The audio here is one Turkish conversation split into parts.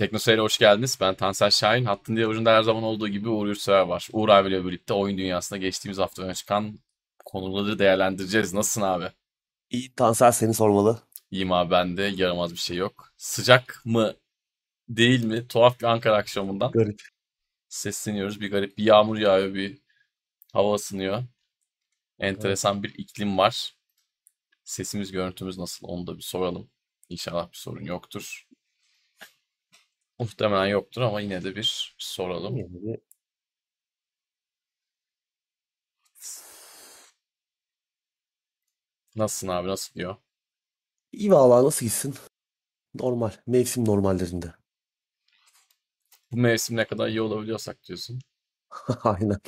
Teknoseyir'e hoş geldiniz. Ben Tansel Şahin. Hattın diğer ucunda her zaman olduğu gibi Uğur Yurtsever var. Uğur abiyle birlikte oyun dünyasında geçtiğimiz hafta öne çıkan konuları değerlendireceğiz. Nasılsın abi? İyi Tansel seni sormalı. İyiyim abi, ben de yaramaz bir şey yok. Sıcak mı değil mi? Tuhaf bir Ankara akşamından Garip. sesleniyoruz. Bir garip bir yağmur yağıyor, bir hava ısınıyor. Evet. Enteresan bir iklim var. Sesimiz, görüntümüz nasıl? Onu da bir soralım. İnşallah bir sorun yoktur. Muhtemelen yoktur ama yine de bir soralım. Yani, Nasılsın abi? Nasıl diyor? iyi valla nasıl gitsin? Normal. Mevsim normallerinde. Bu mevsim ne kadar iyi olabiliyorsak diyorsun. Aynen.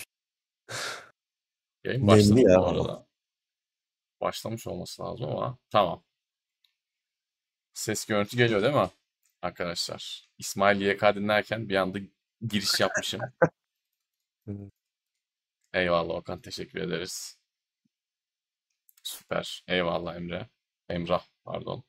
Yayın Nemli başladı mı ya bu hava. arada? Başlamış olması lazım ama tamam. Ses görüntü geliyor değil mi arkadaşlar? İsmail YK dinlerken bir anda giriş yapmışım. Evet. Eyvallah Okan, teşekkür ederiz. Süper. Eyvallah Emre. Emrah pardon.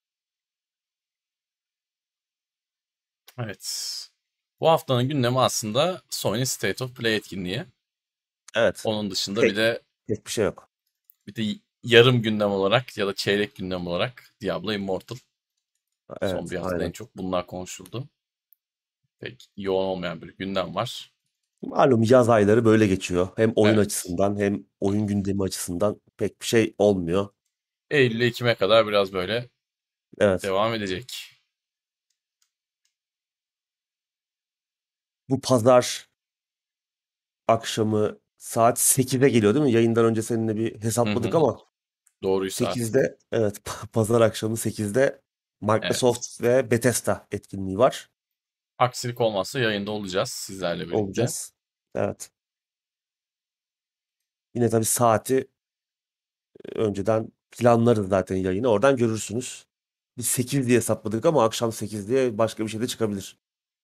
Evet. Bu haftanın gündemi aslında Sony State of Play etkinliği. Evet. Onun dışında bir Tek, de tek bir şey yok. bir de yarım gündem olarak ya da çeyrek gündem olarak Diablo Immortal. Son Evet, bir haftada en aynen. çok bunlar konuşuldu. Pek yoğun olmayan bir gündem var. Malum yaz ayları böyle geçiyor. Hem oyun Evet. açısından hem oyun gündemi açısından pek bir şey olmuyor. Eylül Ekim'e kadar biraz böyle Evet. devam edecek. Bu pazar akşamı saat 8'e geliyor değil mi? Yayından önce seninle bir Hı hesapladık hı. ama Doğruysa. 8'de evet pazar akşamı 8'de Evet. Microsoft ve Bethesda etkinliği var. Aksilik olmazsa yayında olacağız sizlerle birlikte. Olacağız. Evet. Yine tabii saati önceden planlarız zaten yayını. Oradan görürsünüz. Biz 8 diye hesapladık ama akşam 8 diye başka bir şey de çıkabilir.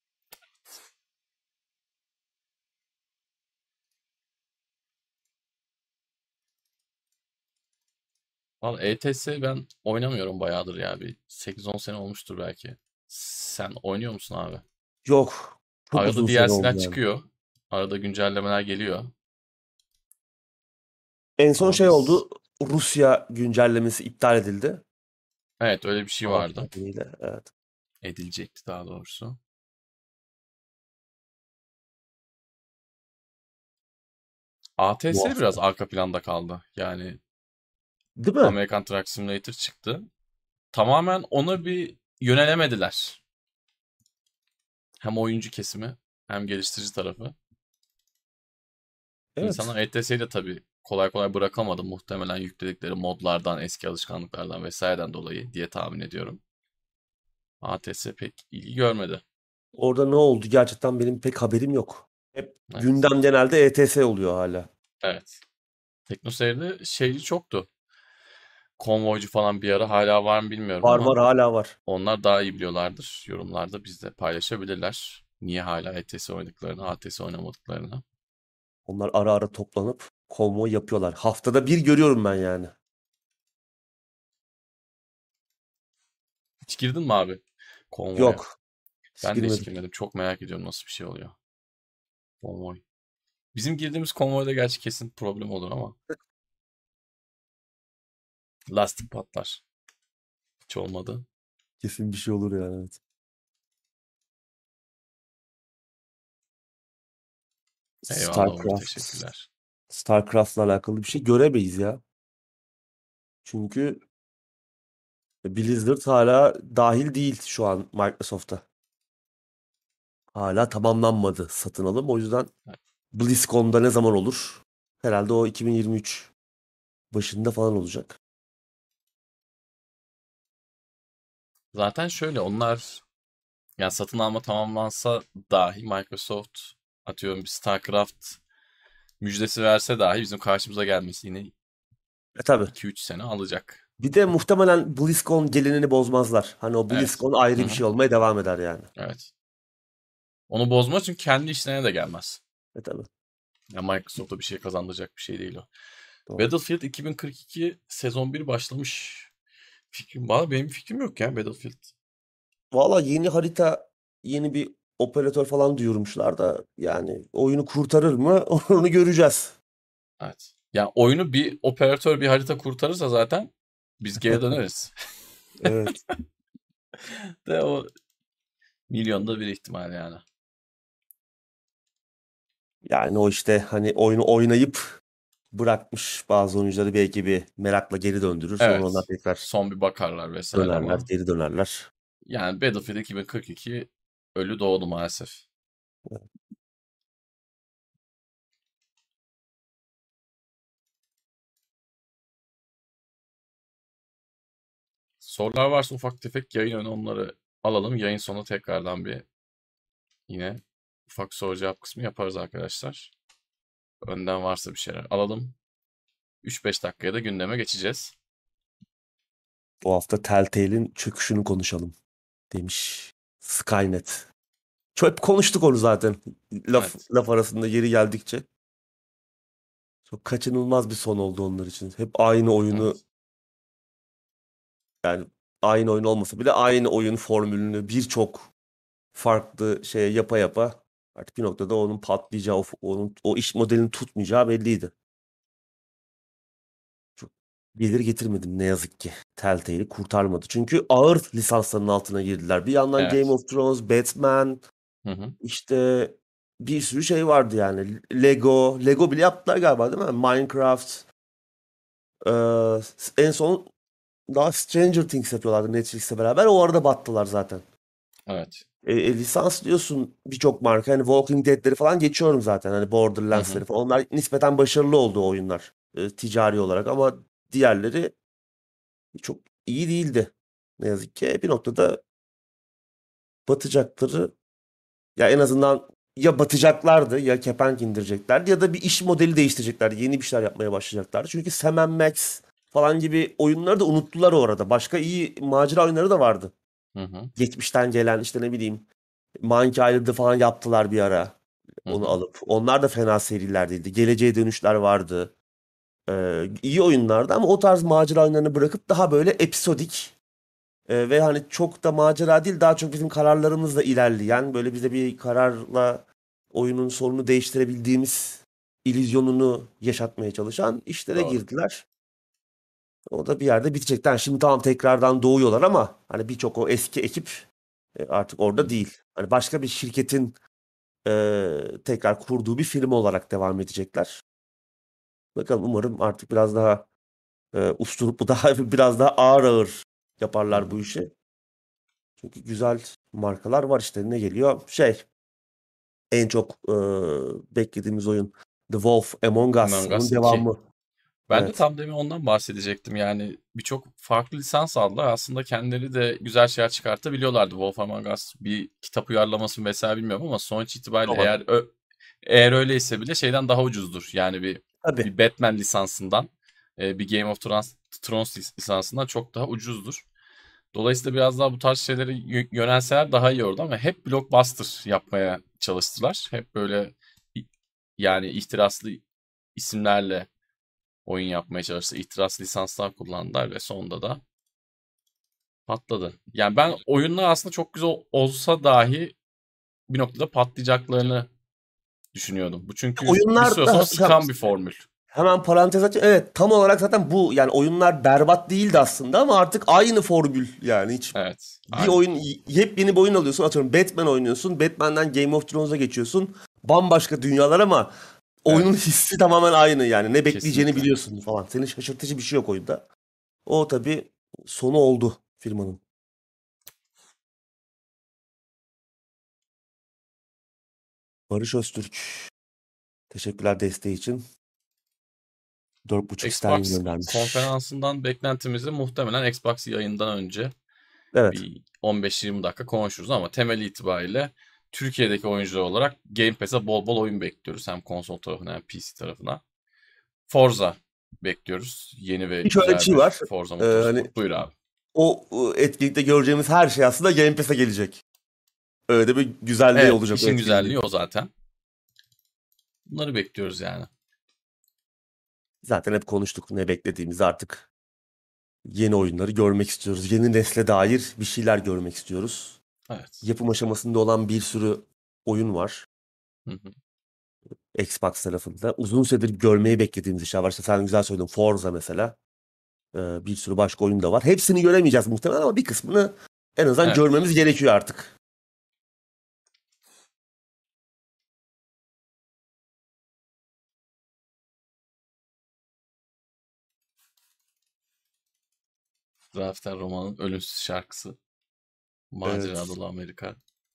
Valla ETS ben oynamıyorum bayağıdır ya. Bir 8-10 sene olmuştur belki. Sen oynuyor musun abi? Yok. Çok Arada uzun süre DLC'ler oldu yani. çıkıyor. Arada güncellemeler geliyor. En son Ama şey biz, oldu. Rusya güncellemesi iptal edildi. evet, öyle bir şey Savaş vardı. nedeniyle. Evet. Edilecekti daha doğrusu. Bu ATS biraz hafta. arka planda kaldı. Yani Değil mi? American Truck Simulator çıktı. Tamamen ona bir yönelemediler. Hem oyuncu kesimi hem geliştirici tarafı. İnsanlar Evet. ETS'yi de tabii kolay kolay bırakamadı. Muhtemelen yükledikleri modlardan, eski alışkanlıklardan vesaireden dolayı diye tahmin ediyorum. ATS pek ilgi görmedi. Orada ne oldu? Gerçekten benim pek haberim yok. Hep Evet. gündem genelde ETS oluyor hala. Evet. TeknoSeyir'de şeyci çoktu. Konvoycu falan bir ara, hala var mı bilmiyorum Var ama var hala var. onlar daha iyi biliyorlardır. Yorumlarda bizle paylaşabilirler. Niye hala ETS oynadıklarını, ATS oynamadıklarını. Onlar ara ara toplanıp konvoy yapıyorlar. Haftada bir görüyorum ben yani. Hiç girdin mi abi konvoya? Yok. Hiç Ben de hiç girmedim. girmedim. Çok merak ediyorum nasıl bir şey oluyor. Konvoy. Bizim girdiğimiz konvoyda gerçi kesin problem olur ama lastik patlar. Hiç olmadı. Kesin bir şey olur yani. Evet. Eyvallah Uğur, StarCraft. teşekkürler. StarCraft'la alakalı bir şey göremeyiz ya. Çünkü Blizzard hala dahil değil şu an Microsoft'a. Hala tamamlanmadı satın alım. O yüzden BlizzCon'da ne zaman olur? Herhalde o 2023 başında falan olacak. Zaten şöyle, onlar yani satın alma tamamlansa dahi Microsoft, atıyorum, bir StarCraft müjdesi verse dahi bizim karşımıza gelmesi yine Tabii. 2-3 sene alacak. Bir de muhtemelen BlizzCon gelinini bozmazlar. Hani o Evet. BlizzCon Hı ayrı bir hı. şey olmaya devam eder yani. Evet. Onu bozma çünkü kendi işlerine de gelmez. Tabii. Ya Microsoft'a bir şey kazandıracak bir şey değil o. Doğru. Battlefield 2042 sezon 1 başlamış. Benim fikrim yok ya Battlefield. Valla yeni harita yeni bir operatör falan duyurmuşlar da yani oyunu kurtarır mı onu göreceğiz. Evet. Yani oyunu bir operatör bir harita kurtarırsa zaten biz geri döneriz. Evet. De o milyonda bir ihtimal yani. Yani o işte hani oyunu oynayıp bırakmış bazı oyuncuları belki bir merakla geri döndürür. Sonra onlar Evet. tekrar Son bir bakarlar vesaire dönerler, ama geri dönerler. yani Battlefield 2042 ölü doğdu maalesef. Sorular varsa ufak tefek yayın önü onları alalım. Yayın sonu tekrardan bir yine ufak soru cevap kısmı yaparız arkadaşlar. Önden varsa bir şeyler alalım. 3-5 dakikaya da gündeme geçeceğiz. Bu hafta Telltale'in çöküşünü konuşalım demiş Skynet. Çok konuştuk onu zaten laf, Evet. laf arasında yeri geldikçe. Çok kaçınılmaz bir son oldu onlar için. Hep aynı oyunu Evet. yani aynı oyun olmasa bile aynı oyun formülünü birçok farklı şeye yapa yapa artık bir noktada onun patlayacağı, onun o iş modelini tutmayacağı belliydi. Çok gelir getirmedi ne yazık ki. Telltale'i kurtarmadı. Çünkü ağır lisansların altına girdiler. Bir yandan Game Evet. of Thrones, Batman, Hı hı. işte bir sürü şey vardı yani. Lego bile yaptılar galiba değil mi? Minecraft. En son daha Stranger Things yapıyorlardı Netflix'le beraber. O arada battılar zaten. Evet. Lisans diyorsun birçok marka. Hani Walking Dead'leri falan geçiyorum zaten. Hani Hı Borderlands'leri hı. falan. Onlar nispeten başarılı oldu oyunlar. Ticari olarak ama diğerleri çok iyi değildi. Ne yazık ki bir noktada batacakları ya en azından ya batacaklardı ya kepenk indireceklerdi ya da bir iş modeli değiştireceklerdi. Yeni bir şeyler yapmaya başlayacaklardı. Çünkü Sam Max falan gibi oyunları da unuttular o arada. Başka iyi macera oyunları da vardı. Hı hı. Geçmişten gelen işte ne bileyim Monkey Island'ı falan yaptılar bir ara Hı onu hı. alıp. Onlar da fena seriler değildi. Geleceğe Dönüşler vardı. İyi oyunlardı ama o tarz macera oyunlarını bırakıp daha böyle episodik ve hani çok da macera değil daha çok bizim kararlarımızla ilerleyen böyle bize bir kararla oyunun sonunu değiştirebildiğimiz illüzyonunu yaşatmaya çalışan işlere Doğru. girdiler. O da bir yerde bitecekten. Şimdi tamam tekrardan doğuyorlar ama hani birçok o eski ekip artık Hı orada hı. değil. Hani başka bir şirketin tekrar kurduğu bir firma olarak devam edecekler. Bakalım umarım artık biraz daha usturuplu daha biraz daha ağır ağır Hı yaparlar bu hı. işi. Çünkü güzel markalar var işte ne geliyor? En çok beklediğimiz oyun The Wolf Among Us. Among Onun Us 2. devamı. Ben de Evet. tam demin ondan bahsedecektim. Yani birçok farklı lisans aldılar. Aslında kendileri de güzel şeyler çıkartabiliyorlardı. Wolf Among Us bir kitap uyarlaması mı vesaire bilmiyorum ama sonuç itibariyle Roman. eğer öyleyse bile şeyden daha ucuzdur. Yani Tabii. bir Batman lisansından bir Game of Thrones lisansından çok daha ucuzdur. Dolayısıyla biraz daha bu tarz şeylere yönelseler daha iyi olurdu ama hep blockbuster yapmaya çalıştılar. Hep böyle i- yani ihtiraslı isimlerle oyun yapmaya çalıştı. İhtiras lisanslar kullandılar ve sonunda da patladı. Yani ben oyunlar aslında çok güzel olsa dahi bir noktada patlayacaklarını düşünüyordum. Bu çünkü bir Oyunlar süre sonra da sıkan bir formül. hemen parantez aç. Evet, tam olarak zaten bu yani oyunlar berbat değildi aslında ama artık aynı formül yani hiç Evet, bir aynen. oyun yepyeni bir oyun alıyorsun atıyorum Batman oynuyorsun. Batman'den Game of Thrones'a geçiyorsun. Bambaşka dünyalar ama oyunun Evet, hissi tamamen aynı yani. Ne bekleyeceğini kesinlikle. biliyorsun falan. Seni şaşırtıcı bir şey yok oyunda. O tabii sonu oldu firmanın. Barış Öztürk. Teşekkürler desteği için. 4,5 sterlin Xbox göndermiş. konferansından beklentimizi muhtemelen Xbox yayından önce Evet. bir 15-20 dakika konuşuruz ama temel itibariyle Türkiye'deki oyuncular olarak Game Pass'e bol bol oyun bekliyoruz. Hem konsol tarafına hem PC tarafına. Forza bekliyoruz. Yeni ve Bir şöyle bir güzel şey bir var. Forza Hani Motorsport. Buyur abi. o etkinlikte göreceğimiz her şey aslında Game Pass'e gelecek. Öyle de bir güzelliği Evet, olacak o işin etkinliğin. güzelliği o zaten. Bunları bekliyoruz yani. Zaten hep konuştuk ne beklediğimizi artık. Yeni oyunları görmek istiyoruz. Yeni nesle dair bir şeyler görmek istiyoruz. Evet. Yapım aşamasında olan bir sürü oyun var Hı hı. Xbox tarafında. Uzun süredir görmeyi beklediğimiz işler var. İşte sen güzel söyledin. Forza mesela. Bir sürü başka oyun da var. Hepsini göremeyeceğiz muhtemelen ama bir kısmını en azından Evet. görmemiz gerekiyor artık. Rafter Roman'ın ölümsüz şarkısı. Macera Evet. dolu Amerika.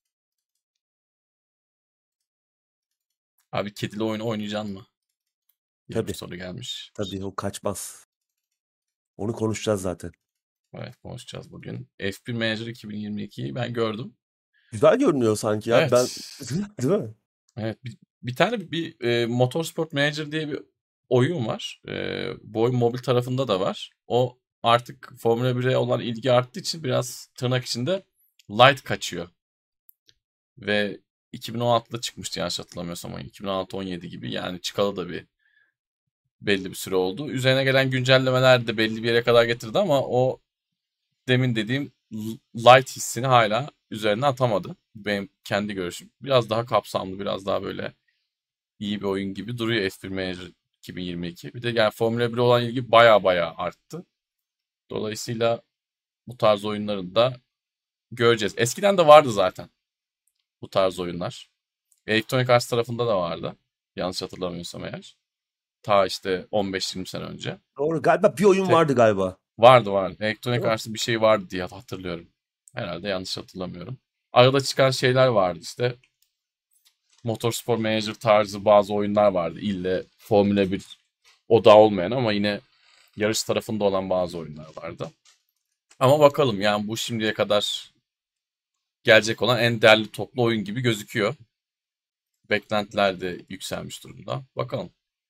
Abi kedili oyunu oynayacaksın mı diye bir Tabii. soru gelmiş. Tabii o kaçmaz. Onu konuşacağız zaten. Evet, konuşacağız bugün. F1 Manager 2022'yi ben gördüm. Güzel görünüyor sanki ya. Ben Evet. değil mi? Evet. Bir tane Motorsport Manager diye bir oyun var. Bu oyun mobil tarafında da var. O artık Formula 1'e olan ilgi arttığı için biraz tırnak içinde light kaçıyor. Ve 2016'da çıkmıştı yanlış hatırlamıyorsam oyun. 2016-17 gibi yani çıkalı da belli bir süre oldu. Üzerine gelen güncellemeler de belli bir yere kadar getirdi ama o demin dediğim light hissini hala üzerine atamadı. Benim kendi görüşüm. Biraz daha kapsamlı, biraz daha böyle iyi bir oyun gibi duruyor F1 Manager 2022. Bir de yani Formula 1'e olan ilgi baya baya arttı. Dolayısıyla bu tarz oyunların da göreceğiz. Eskiden de vardı zaten bu tarz oyunlar. Electronic Arts tarafında da vardı. Yanlış hatırlamıyorsam eğer. Ta işte 15-20 sene önce. Doğru. Galiba bir oyun Tek vardı galiba. vardı. Electronic Değil mi? Arts'ta bir şey vardı diye hatırlıyorum. Herhalde yanlış hatırlamıyorum. Arada çıkan şeyler vardı işte. Motorsport Manager tarzı bazı oyunlar vardı. İlle Formula 1 odağı olmayan ama yine yarış tarafında olan bazı oyunlar vardı. Ama bakalım yani bu şimdiye kadar gelecek olan en değerli toplu oyun gibi gözüküyor. Beklentiler de yükselmiş durumda. Bakalım.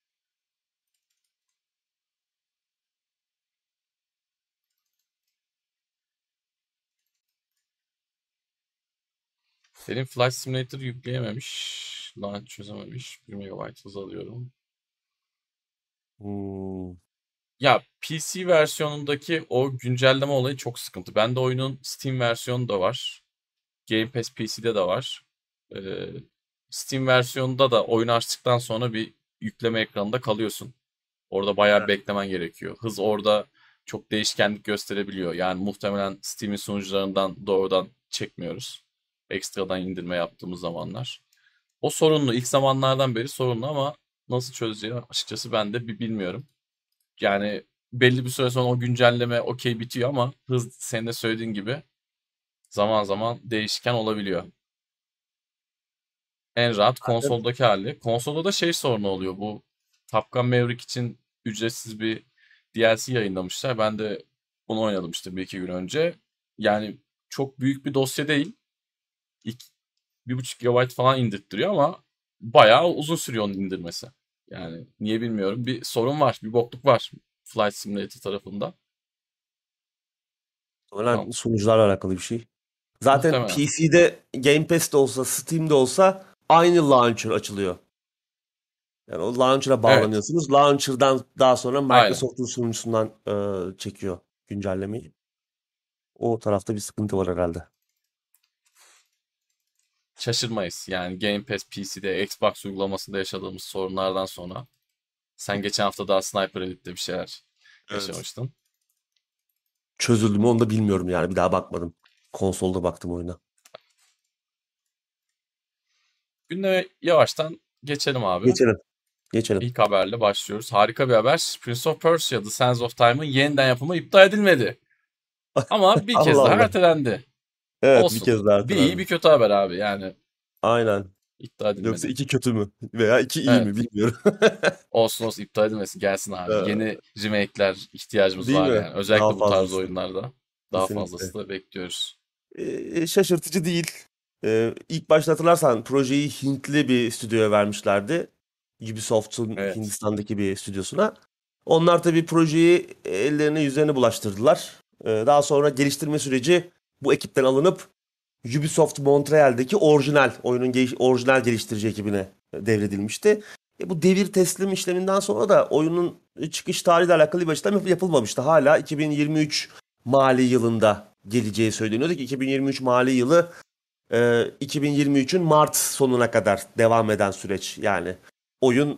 Senin Flight Simulator yükleyememiş. Launch çözememiş. 1 MB hız alıyorum. Hmm. Ya PC versiyonundaki o güncelleme olayı çok sıkıntı. Bende oyunun Steam versiyonu da var. Game Pass PC'de de var. Ee, Steam versiyonunda da oyunu açtıktan sonra bir yükleme ekranında kalıyorsun. Orada bayağı beklemen gerekiyor. Hız orada çok değişkenlik gösterebiliyor. Yani muhtemelen Steam'in sunucularından doğrudan çekmiyoruz. Ekstradan indirme yaptığımız zamanlar. O sorunlu. İlk zamanlardan beri sorunlu ama nasıl çözeceğini açıkçası ben de bilmiyorum. Yani belli bir süre sonra o güncelleme okey bitiyor ama hız senin de söylediğin gibi zaman zaman değişken olabiliyor. En rahat Zaten konsoldaki hali. Konsolda da şey sorunu oluyor. Bu Top Gun Maverick için ücretsiz bir DLC yayınlamışlar. Ben de bunu oynadım işte bir iki gün önce. Yani çok büyük bir dosya değil. 1,5 GB falan indirttiriyor ama bayağı uzun sürüyor onun indirmesi. Yani niye bilmiyorum. Bir sorun var, bir bokluk var Flight Simulator tarafında. muhtemelen Bakalım. sunucularla alakalı bir şey. Zaten Muhtemelen. PC'de Game Pass'te olsa, Steam'de olsa aynı launcher açılıyor. Yani o launcher'a Evet, bağlanıyorsunuz. Launcher'dan daha sonra aynen. Microsoft'un sunucusundan çekiyor güncellemeyi. O tarafta bir sıkıntı var herhalde. Şaşırmayız. Yani Game Pass PC'de, Xbox uygulamasında yaşadığımız sorunlardan sonra. Sen geçen hafta daha Sniper Elite'de bir şeyler Evet. yaşamıştın. Çözüldü mü onu da bilmiyorum yani. Bir daha bakmadım. Konsolda baktım oyuna. Gündeme yavaştan geçelim abi. Geçelim. Geçelim. İlk haberle başlıyoruz. Harika bir haber. Prince of Persia: The Sands of Time'ın yeniden yapımı iptal edilmedi. Ama bir kez Allah daha Allah. ertelendi. Evet bir Olsun. kez daha Bir iyi ertelendi. bir kötü haber abi. Yani Aynen. iptal Yoksa edilmedi. iki kötü mü? Veya iki iyi mi Evet. bilmiyorum. Olsun olsun, iptal edilmesin, gelsin abi. Ee, Yeni remake'ler ihtiyacımız Değil var mi? yani. Daha Özellikle bu tarz fazlası. oyunlarda. Daha Kesinlikle. fazlası da bekliyoruz. Şaşırtıcı değil. İlk başta hatırlarsan projeyi Hintli bir stüdyoya vermişlerdi. Ubisoft'un Evet. Hindistan'daki bir stüdyosuna. Onlar tabii projeyi ellerine yüzlerine bulaştırdılar. Daha sonra geliştirme süreci bu ekipten alınıp Ubisoft Montreal'deki orijinal geliştirici ekibine devredilmişti. Bu devir teslim işleminden sonra da oyunun çıkış tarihiyle alakalı bir açıklama yapılmamıştı. Hala 2023 mali yılında geleceği söyleniyordu ki 2023 mali yılı 2023'ün Mart sonuna kadar devam eden süreç. Yani oyun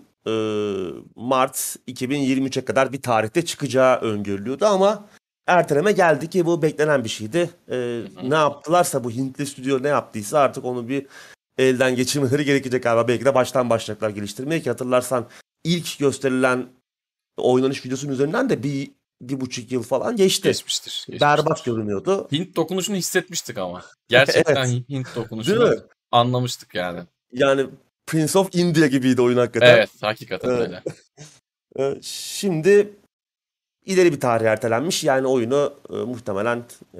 Mart 2023'e kadar bir tarihte çıkacağı öngörülüyordu ama erteleme geldi ki bu beklenen bir şeydi. Hı hı. Ne yaptılarsa bu Hintli stüdyo ne yaptıysa artık onu bir elden geçirmeleri gerekecek galiba. Belki de baştan başlayacaklar geliştirmeye ki hatırlarsan ilk gösterilen oynanış videosunun üzerinden de bir buçuk yıl falan geçti. Geçmiştir, Berbat geçmiştir. görünüyordu. Hint dokunuşunu hissetmiştik ama. Gerçekten Evet. Hint Değil dokunuşunu mi? anlamıştık yani. Yani Prince of India gibiydi oyun hakikaten. Evet, hakikaten Ee, öyle. Şimdi ileri bir tarih ertelenmiş. Yani oyunu muhtemelen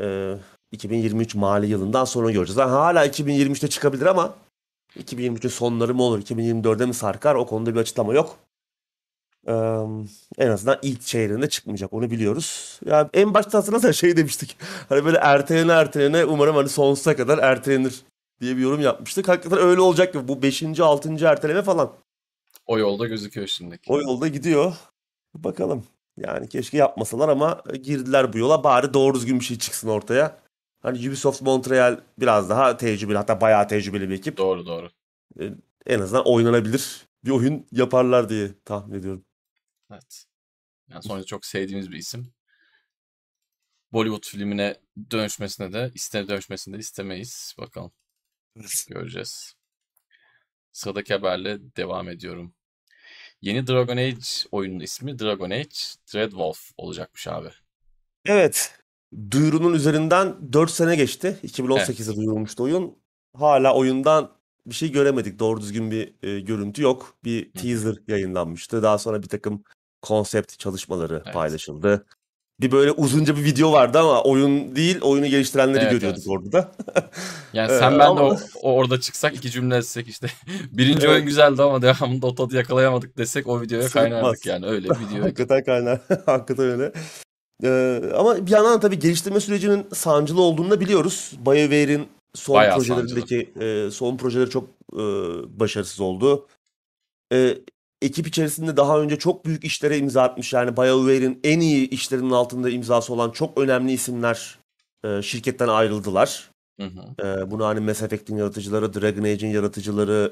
2023 mali yılından sonra göreceğiz. Yani hala 2023'te çıkabilir ama 2023'ün sonları mı olur, 2024'de mi sarkar? O konuda bir açıklama yok. Ee, En azından ilk çeyreğinde çıkmayacak. Onu biliyoruz. Ya en başta hatırlarsan şey demiştik. Hani böyle ertelene umarım hani sonsuza kadar ertelenir diye bir yorum yapmıştık. Hakikaten öyle olacak gibi. Bu beşinci 6. erteleme falan. O yolda gözüküyor şimdiki. O yolda gidiyor. Bakalım. Yani keşke yapmasalar ama girdiler bu yola. Bari doğru düzgün bir şey çıksın ortaya. Hani Ubisoft Montreal biraz daha tecrübeli, hatta bayağı tecrübeli bir ekip. Doğru doğru. Ee, En azından oynanabilir bir oyun yaparlar diye tahmin ediyorum. Evet. Yani sonuçta çok sevdiğimiz bir isim. Bollywood filmine dönüşmesini de istemeyiz. Bakalım. Göreceğiz. Sıradaki haberle devam ediyorum. Yeni Dragon Age oyunun ismi Dragon Age Dreadwolf olacakmış abi. Evet. Duyurunun üzerinden 4 sene geçti. 2018'de Evet. duyurulmuştu oyun. Hala oyundan bir şey göremedik. Doğru düzgün bir görüntü yok. Bir Hı hı. teaser yayınlanmıştı. Daha sonra bir takım konsept çalışmaları Evet. paylaşıldı. Bir böyle uzunca bir video vardı ama oyun değil, oyunu geliştirenleri Evet görüyorduk evet. orada da. Yani sen ben de Ama orada çıksak iki cümle etsek işte birinci oyun evet, güzeldi ama devamında o tadı yakalayamadık desek o videoya kaynardık sırıtmaz. yani öyle bir videoydu. Hakikaten kaynar. Hakikaten öyle. Ama bir yandan tabii geliştirme sürecinin sancılı olduğunu da biliyoruz. BioWare'in Bayağı sancılı. son projeleri çok başarısız oldu. E, Ekip içerisinde daha önce çok büyük işlere imza atmış. Yani BioWare'in en iyi işlerinin altında imzası olan çok önemli isimler şirketten ayrıldılar. Hı hı. Bunu hani Mass Effect'in yaratıcıları, Dragon Age'in yaratıcıları,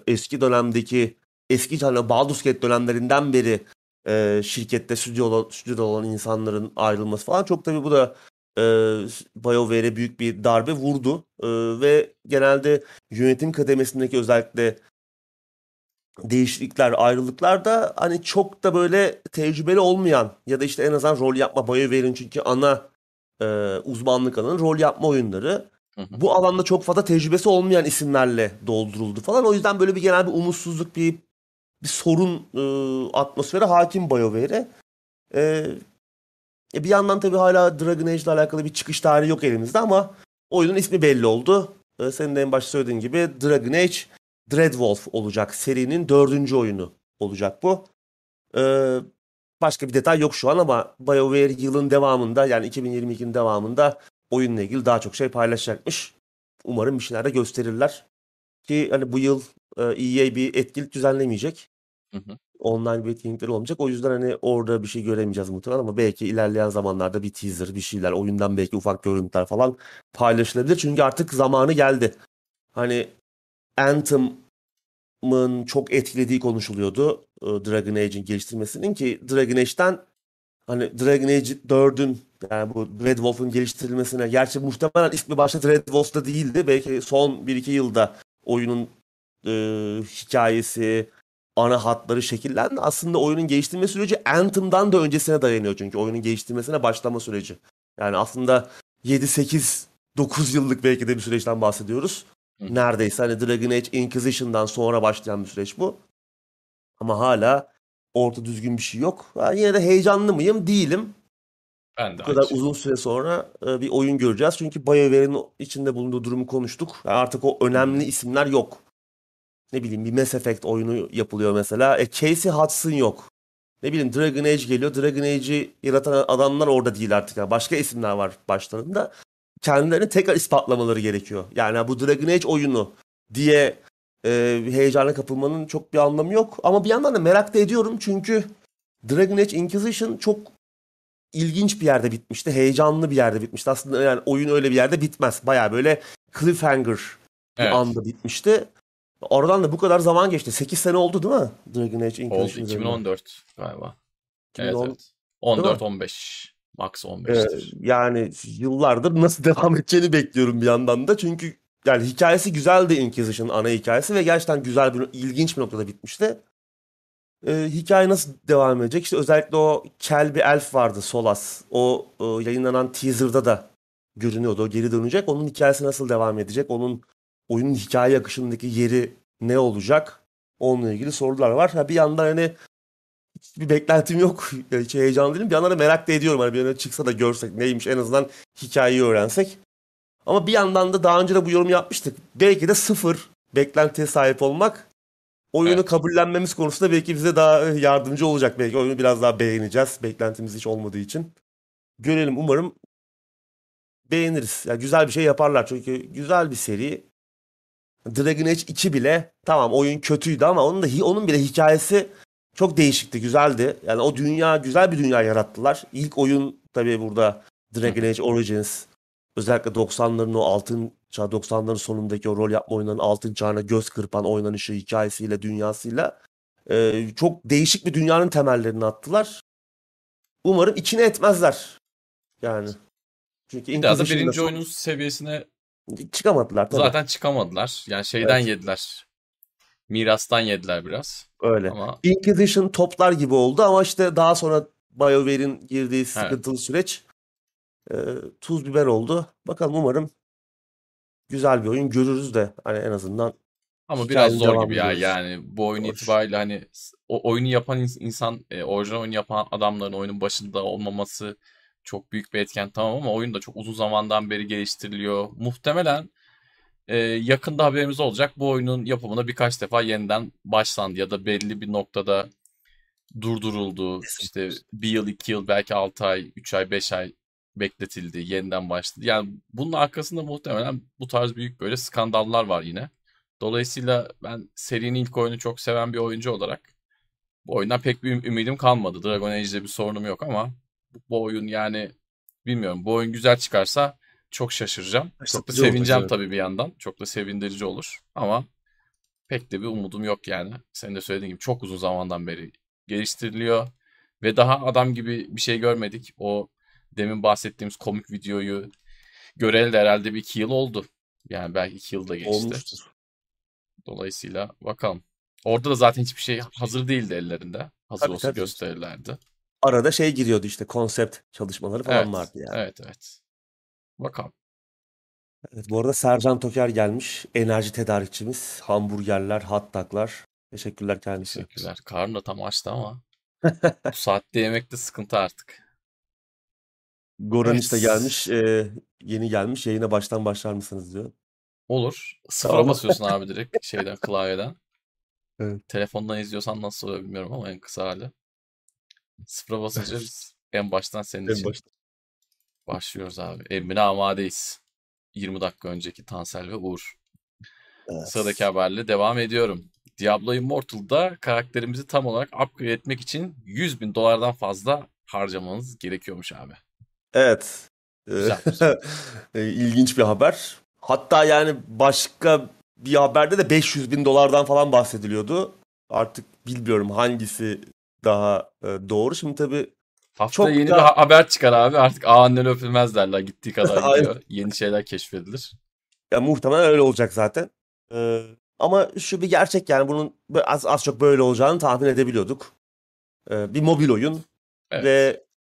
eski hani Baldur's Gate dönemlerinden beri stüdyoda olan insanların ayrılması falan çok tabii bu da e, BioWare'e büyük bir darbe vurdu. Ve genelde yönetim kademesindeki özellikle değişiklikler, ayrılıklar da hani çok da böyle tecrübeli olmayan ya da işte en azından rol yapma BioWare'in çünkü ana uzmanlık alanı rol yapma oyunları. Hı hı. Bu alanda çok fazla tecrübesi olmayan isimlerle dolduruldu falan. O yüzden böyle bir genel bir umutsuzluk, bir sorun atmosferi hakim BioWare'e. E, Bir yandan tabii hala Dragon Age ile alakalı bir çıkış tarihi yok elimizde ama oyunun ismi belli oldu. Senin de en başta söylediğin gibi Dragon Age Dreadwolf olacak. Serinin dördüncü oyunu olacak bu. Ee, Başka bir detay yok şu an ama BioWare yılın devamında yani 2022'nin devamında oyunla ilgili daha çok şey paylaşacakmış. Umarım bir şeyler de gösterirler. Ki hani bu yıl EA bir etkinlik düzenlemeyecek. Hı hı. Online bir etkinlikleri olmayacak. O yüzden hani orada bir şey göremeyeceğiz muhtemelen ama belki ilerleyen zamanlarda bir teaser, bir şeyler, oyundan belki ufak görüntüler falan paylaşılabilir. Çünkü artık zamanı geldi. Hani Anthem'ın çok etkilediği konuşuluyordu. Dragon Age'in geliştirmesinin ki Dragon Age'den hani Dragon Age 4'ün yani bu Red Wolf'un geliştirilmesine gerçi muhtemelen ismi başta Red Wolf'ta değildi. Belki son bir iki yılda oyunun hikayesi, ana hatları şekillendi. Aslında oyunun geliştirme süreci Anthem'dan da öncesine dayanıyor çünkü oyunun geliştirmesine başlama süreci. Yani aslında 7 8 9 yıllık belki de bir süreçten bahsediyoruz. Hı hı. Neredeyse hani Dragon Age Inquisition'dan sonra başlayan bir süreç bu. Ama hala orta düzgün bir şey yok. Ha, yine de heyecanlı mıyım? Değilim. Ben Bu de aynı kadar uzun şekilde. süre sonra bir oyun göreceğiz. Çünkü BioWare'in içinde bulunduğu durumu konuştuk. Yani artık o Hı hı. önemli isimler yok. Ne bileyim bir Mass Effect oyunu yapılıyor mesela. Casey Hudson yok. Ne bileyim Dragon Age geliyor. Dragon Age'i yaratan adamlar orada değil artık. Yani başka isimler var başlarında. Kendilerini tekrar ispatlamaları gerekiyor. Yani bu Dragon Age oyunu diye bir heyecana kapılmanın çok bir anlamı yok. Ama bir yandan da merak da ediyorum çünkü Dragon Age Inquisition çok ilginç bir yerde bitmişti. Heyecanlı bir yerde bitmişti. Aslında yani oyun öyle bir yerde bitmez. Baya böyle cliffhanger bir Evet. anda bitmişti. Oradan da bu kadar zaman geçti. 8 sene oldu değil mi? Dragon Age Oldu Inquisition üzerinden. 2014 galiba. Evet, 2010 evet. değil mi? 14-15. Max 15'tir. Yani yıllardır nasıl devam edeceğini bekliyorum bir yandan da. Çünkü yani hikayesi güzeldi Inquisition'ın ana hikayesi ve gerçekten güzel bir, ilginç bir noktada bitmişti. Hikaye nasıl devam edecek? İşte özellikle o kel bir elf vardı, Solas. O yayınlanan teaser'da da görünüyordu. O geri dönecek. Onun hikayesi nasıl devam edecek? Onun oyunun hikaye akışındaki yeri ne olacak? Onunla ilgili sorular var. Ha, bir yandan hani hiçbir beklentim yok. Hiç heyecanlı değilim. Bir yandan da merak da ediyorum. Hani bir yana çıksa da görsek neymiş, en azından hikayeyi öğrensek. Ama bir yandan da daha önce de bu yorumu yapmıştık. Belki de sıfır beklentiye sahip olmak oyunu Evet. kabullenmemiz konusunda belki bize daha yardımcı olacak. Belki oyunu biraz daha beğeneceğiz. Beklentimiz hiç olmadığı için. Görelim, umarım beğeniriz. Yani güzel bir şey yaparlar çünkü güzel bir seri. Dragon Age 2 bile tamam, oyun kötüydü ama onun bile hikayesi çok değişikti, güzeldi. Yani o dünya, güzel bir dünya yarattılar. İlk oyun tabii burada Hı Dragon hı. Age Origins, özellikle 90'ların o altın çağ, 90'ların sonundaki o rol yapma oyunlarının altın çağına göz kırpan oynanışı, hikayesiyle, dünyasıyla çok değişik bir dünyanın temellerini attılar. Umarım içine etmezler yani. Çünkü Bir daha da Inquisition'da birinci son oyunun seviyesine çıkamadılar tabii. zaten çıkamadılar. Yani şeyden Evet. yediler. Mirastan yediler biraz. Öyle. Ama Inquisition toplar gibi oldu ama işte daha sonra BioWare'in girdiği evet. sıkıntılı süreç e, tuz biber oldu. Bakalım, umarım güzel bir oyun görürüz de hani en azından Ama biraz hikayenin zor gibi devamını ya. görürüz. Yani bu oyun Hoş. itibariyle hani o oyunu yapan insan, orijinal oyunu yapan adamların oyunun başında olmaması çok büyük bir etken, tamam, ama oyun da çok uzun zamandan beri geliştiriliyor. Muhtemelen yakında haberimiz olacak. Bu oyunun yapımına birkaç defa yeniden başlandı ya da belli bir noktada durduruldu. İşte bir yıl, 2 yıl, belki 6 ay, 3 ay, 5 ay bekletildi, yeniden başladı. Yani bunun arkasında muhtemelen bu tarz büyük böyle skandallar var yine. Dolayısıyla ben serinin ilk oyunu çok seven bir oyuncu olarak bu oyundan pek bir ümidim kalmadı. Dragon Age'de bir sorunum yok ama bu oyun yani bilmiyorum. Bu oyun güzel çıkarsa çok şaşıracağım. Çok da Şaşırtıcı olacak, sevineceğim evet. tabii bir yandan. Çok da sevindirici olur ama pek de bir umudum yok yani. Senin de söylediğin gibi çok uzun zamandan beri geliştiriliyor ve daha adam gibi bir şey görmedik. O demin bahsettiğimiz komik videoyu göreli de herhalde bir 2 yıl oldu. Yani belki 2 yıl da geçti. Olmuştur. Dolayısıyla bakalım. Orada da zaten hiçbir şey hazır değildi ellerinde. Hazır Tabii olsa tabii. gösterirlerdi. Arada şey giriyordu, işte konsept çalışmaları falan Evet, vardı yani. evet, evet. Bakalım. Evet, bu arada Sercan Toker gelmiş. Enerji tedarikçimiz. Hamburgerler, hot doglar. Teşekkürler kendisine. Teşekkürler. Karnım da tam açtı ama bu saatte yemekte sıkıntı artık. Goran işte Evet. gelmiş. Yeni gelmiş. Yayına baştan başlar mısınız diyor. Olur. Sıfıra Tamam. basıyorsun abi direkt şeyden, klavyeden. Evet. Telefondan izliyorsan nasıl oluyor bilmiyorum ama en kısa hali. Sıfıra basınca biz en baştan senin En için başta. başlıyoruz abi. Emrine amadeyiz. 20 dakika önceki Tansel ve Uğur. Sıradaki Evet. haberle devam ediyorum. Diablo Immortal'da karakterimizi tam olarak upgrade etmek için 100 bin dolardan fazla harcamanız gerekiyormuş abi. Evet. Güzel güzel. İlginç bir haber. Hatta yani başka bir haberde de 500 bin dolardan falan bahsediliyordu. Artık bilmiyorum hangisi daha doğru. Şimdi tabii Haftaya çok yeni bir da haber çıkar abi. Artık ağından öpülmez derler. Gittiği kadar aynen, gidiyor. Yeni şeyler keşfedilir. ya muhtemelen öyle olacak zaten. Ama şu bir gerçek, yani bunun az çok böyle olacağını tahmin edebiliyorduk. Bir mobil oyun Evet. ve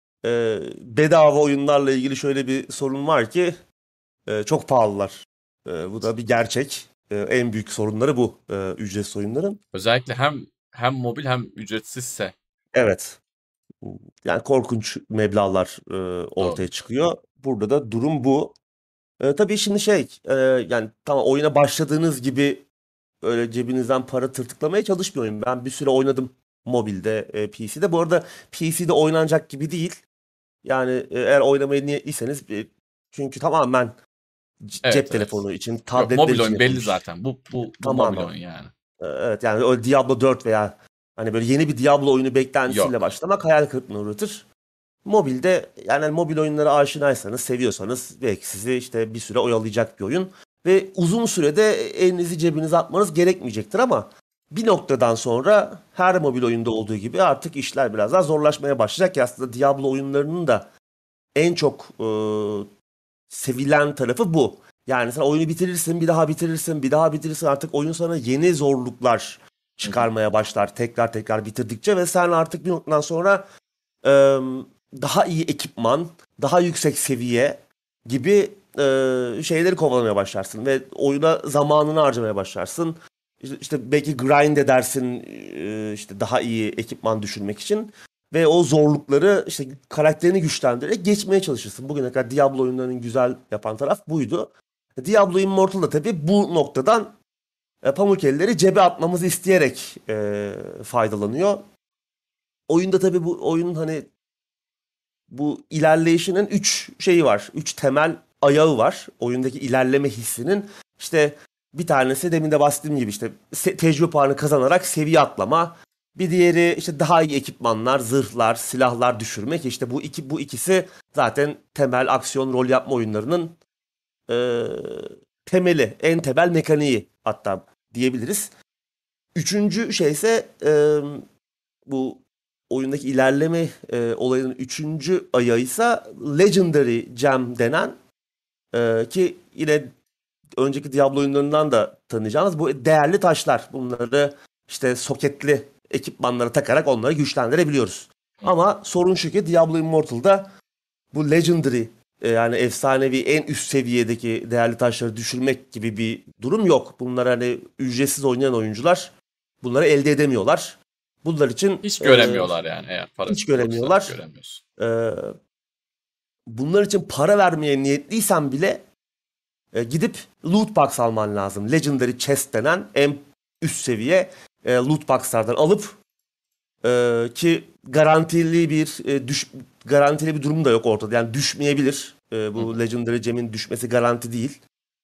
bedava oyunlarla ilgili şöyle bir sorun var ki çok pahalılar. Bu da bir gerçek. En büyük sorunları bu ücretsiz oyunların. Özellikle hem mobil hem ücretsizse. Evet. Yani korkunç meblağlar Doğru. ortaya çıkıyor. Burada da durum bu. Tabii şimdi yani tamam, oyuna başladığınız gibi öyle cebinizden para tırtıklamaya çalışmıyor oyun. Ben bir süre oynadım mobilde, PC'de. Bu arada PC'de oynanacak gibi değil. Yani eğer oynamayı niyetliyseniz, çünkü tamamen cep Evet, evet. telefonu için, Yok, tabletler mobil için oyun belli yapılmış. zaten. Bu mobil Tamamen. oyun yani. Evet, yani öyle Diablo 4 veya hani böyle yeni bir Diablo oyunu beklentisiyle Yok. başlamak hayal kırıklığına uğratır. Mobilde, yani mobil oyunlara aşinaysanız, seviyorsanız belki sizi işte bir süre oyalayacak bir oyun. ve uzun sürede elinizi cebinize atmanız gerekmeyecektir ama bir noktadan sonra her mobil oyunda olduğu gibi artık işler biraz daha zorlaşmaya başlayacak. Aslında Diablo oyunlarının da en çok sevilen tarafı bu. Yani sen oyunu bitirirsin, bir daha bitirirsin, bir daha bitirirsin. Artık oyun sana yeni zorluklar çıkarmaya başlar tekrar tekrar bitirdikçe ve sen artık bir noktadan sonra daha iyi ekipman, daha yüksek seviye gibi şeyleri kovalamaya başlarsın ve oyuna zamanını harcamaya başlarsın. İşte belki grind edersin işte daha iyi ekipman düşürmek için ve o zorlukları işte karakterini güçlendirerek geçmeye çalışırsın. Bugüne kadar Diablo oyunlarının güzel yapan taraf buydu. Diablo Immortal da tabii bu noktadan pamuk elleri cebe atmamızı isteyerek faydalanıyor. Oyunda tabii bu oyunun hani bu ilerleyişinin 3 şeyi var. 3 temel ayağı var. Oyundaki ilerleme hissinin. İşte bir tanesi demin de bahsettiğim gibi işte tecrübe puanı kazanarak seviye atlama. Bir diğeri işte daha iyi ekipmanlar, zırhlar, silahlar düşürmek. İşte bu ikisi zaten temel aksiyon rol yapma oyunlarının temeli, en temel mekaniği hatta diyebiliriz. Üçüncü şey ise bu oyundaki ilerleme olayının üçüncü ayağı ise Legendary Gem denen ki yine önceki Diablo oyunlarından da tanıyacağınız bu değerli taşlar. Bunları işte soketli ekipmanlara takarak onları güçlendirebiliyoruz. Ama sorun şu ki Diablo Immortal'da bu Legendary yani efsanevi en üst seviyedeki değerli taşları düşürmek gibi bir durum yok. Bunlar hani ücretsiz oynayan oyuncular bunları elde edemiyorlar. Bunlar için hiç göremiyorlar yani eğer para hiç göremiyorlar. Göremiyorsun. Bunlar için para vermeye niyetliysen bile gidip loot box alman lazım. Legendary chest denen en üst seviye loot box'lardan alıp ki garantili bir durum da yok ortada. Yani düşmeyebilir. Bu Legendary Gem'in düşmesi garanti değil.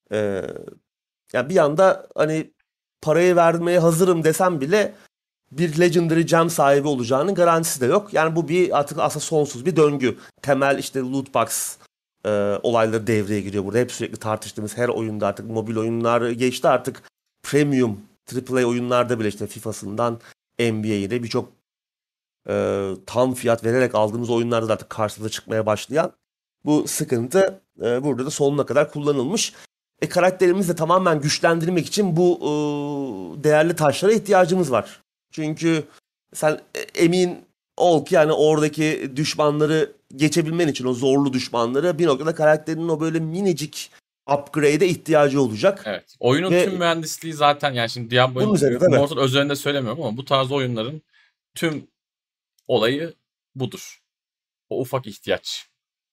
Yani bir anda hani parayı vermeye hazırım desem bile bir Legendary Gem sahibi olacağının garantisi de yok. Yani bu artık aslında sonsuz bir döngü. Temel işte loot box olayları devreye giriyor burada. Hep sürekli tartıştığımız her oyunda artık mobil oyunlar geçti artık premium AAA oyunlarda bile işte FIFA'sından NBA'de birçok tam fiyat vererek aldığımız oyunlarda da artık karşımıza çıkmaya başlayan bu sıkıntı burada da sonuna kadar kullanılmış. Karakterimizi de tamamen güçlendirmek için bu değerli taşlara ihtiyacımız var. Çünkü sen emin ol ki yani oradaki düşmanları geçebilmen için o zorlu düşmanları bir noktada karakterinin o böyle minicik upgrade'e ihtiyacı olacak. Evet. Oyunun tüm mühendisliği zaten yani şimdi Diablo Immortal özelinde söylemiyorum ama bu tarz oyunların tüm olayı budur. O ufak ihtiyaç.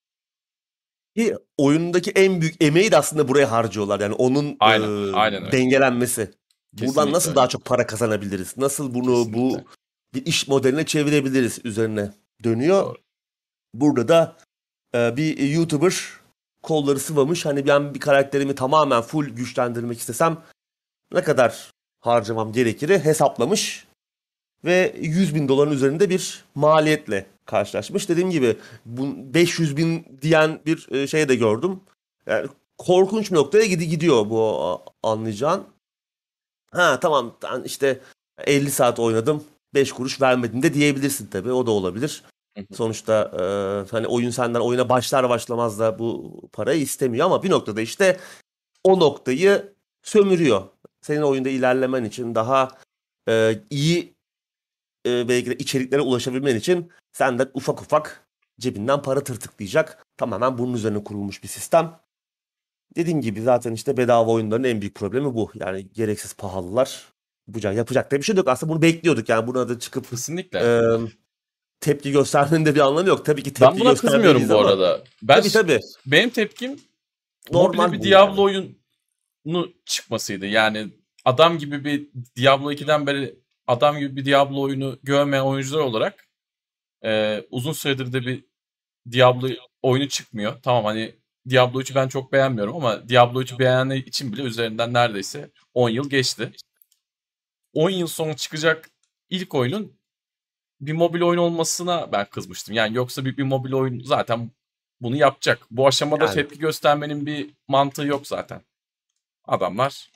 Ki oyundaki en büyük emeği de aslında buraya harcıyorlar. Yani onun aynen dengelenmesi. Kesinlikle Buradan nasıl öyle. daha çok para kazanabiliriz? Nasıl bunu bu bir iş modeline çevirebiliriz üzerine dönüyor. Doğru. Burada da bir YouTuber kolları sıvamış. Hani ben bir karakterimi tamamen full güçlendirmek istesem ne kadar harcamam gerekir hesaplamış. Ve 100 bin doların üzerinde bir maliyetle karşılaşmış. Dediğim gibi 500 bin diyen bir şey de gördüm. Yani korkunç bir noktaya gidiyor bu anlayacağın. Ha tamam işte 50 saat oynadım 5 kuruş vermedin de diyebilirsin tabii o da olabilir. Sonuçta hani oyun senden oyuna başlar başlamaz da bu parayı istemiyor ama bir noktada işte o noktayı sömürüyor. Senin oyunda ilerlemen için daha iyi belki de içeriklere ulaşabilmen için senden ufak ufak cebinden para tırtıklayacak. Tamamen bunun üzerine kurulmuş bir sistem. Dediğim gibi zaten işte bedava oyunların en büyük problemi bu. Yani gereksiz pahalılar. Yapacak da bir şey yok. Aslında bunu bekliyorduk. Yani buna da çıkıp kesinlikle. Tepki göstermenin de bir anlamı yok. Tabii ki tepki ben buna kızmıyorum bu arada. Tabii. Benim tepkim normal bir Diablo oyunu çıkmasıydı. Yani adam gibi bir Diablo 2'den beri adam gibi bir Diablo oyunu görmeyen oyuncular olarak uzun süredir de bir Diablo oyunu çıkmıyor. Tamam hani Diablo 3'ü ben çok beğenmiyorum ama Diablo 3'ü beğenenler için bile üzerinden neredeyse 10 yıl geçti. 10 yıl sonra çıkacak ilk oyunun bir mobil oyun olmasına ben kızmıştım. Yani yoksa bir mobil oyun zaten bunu yapacak. Bu aşamada tepki göstermenin bir mantığı yok zaten. Adamlar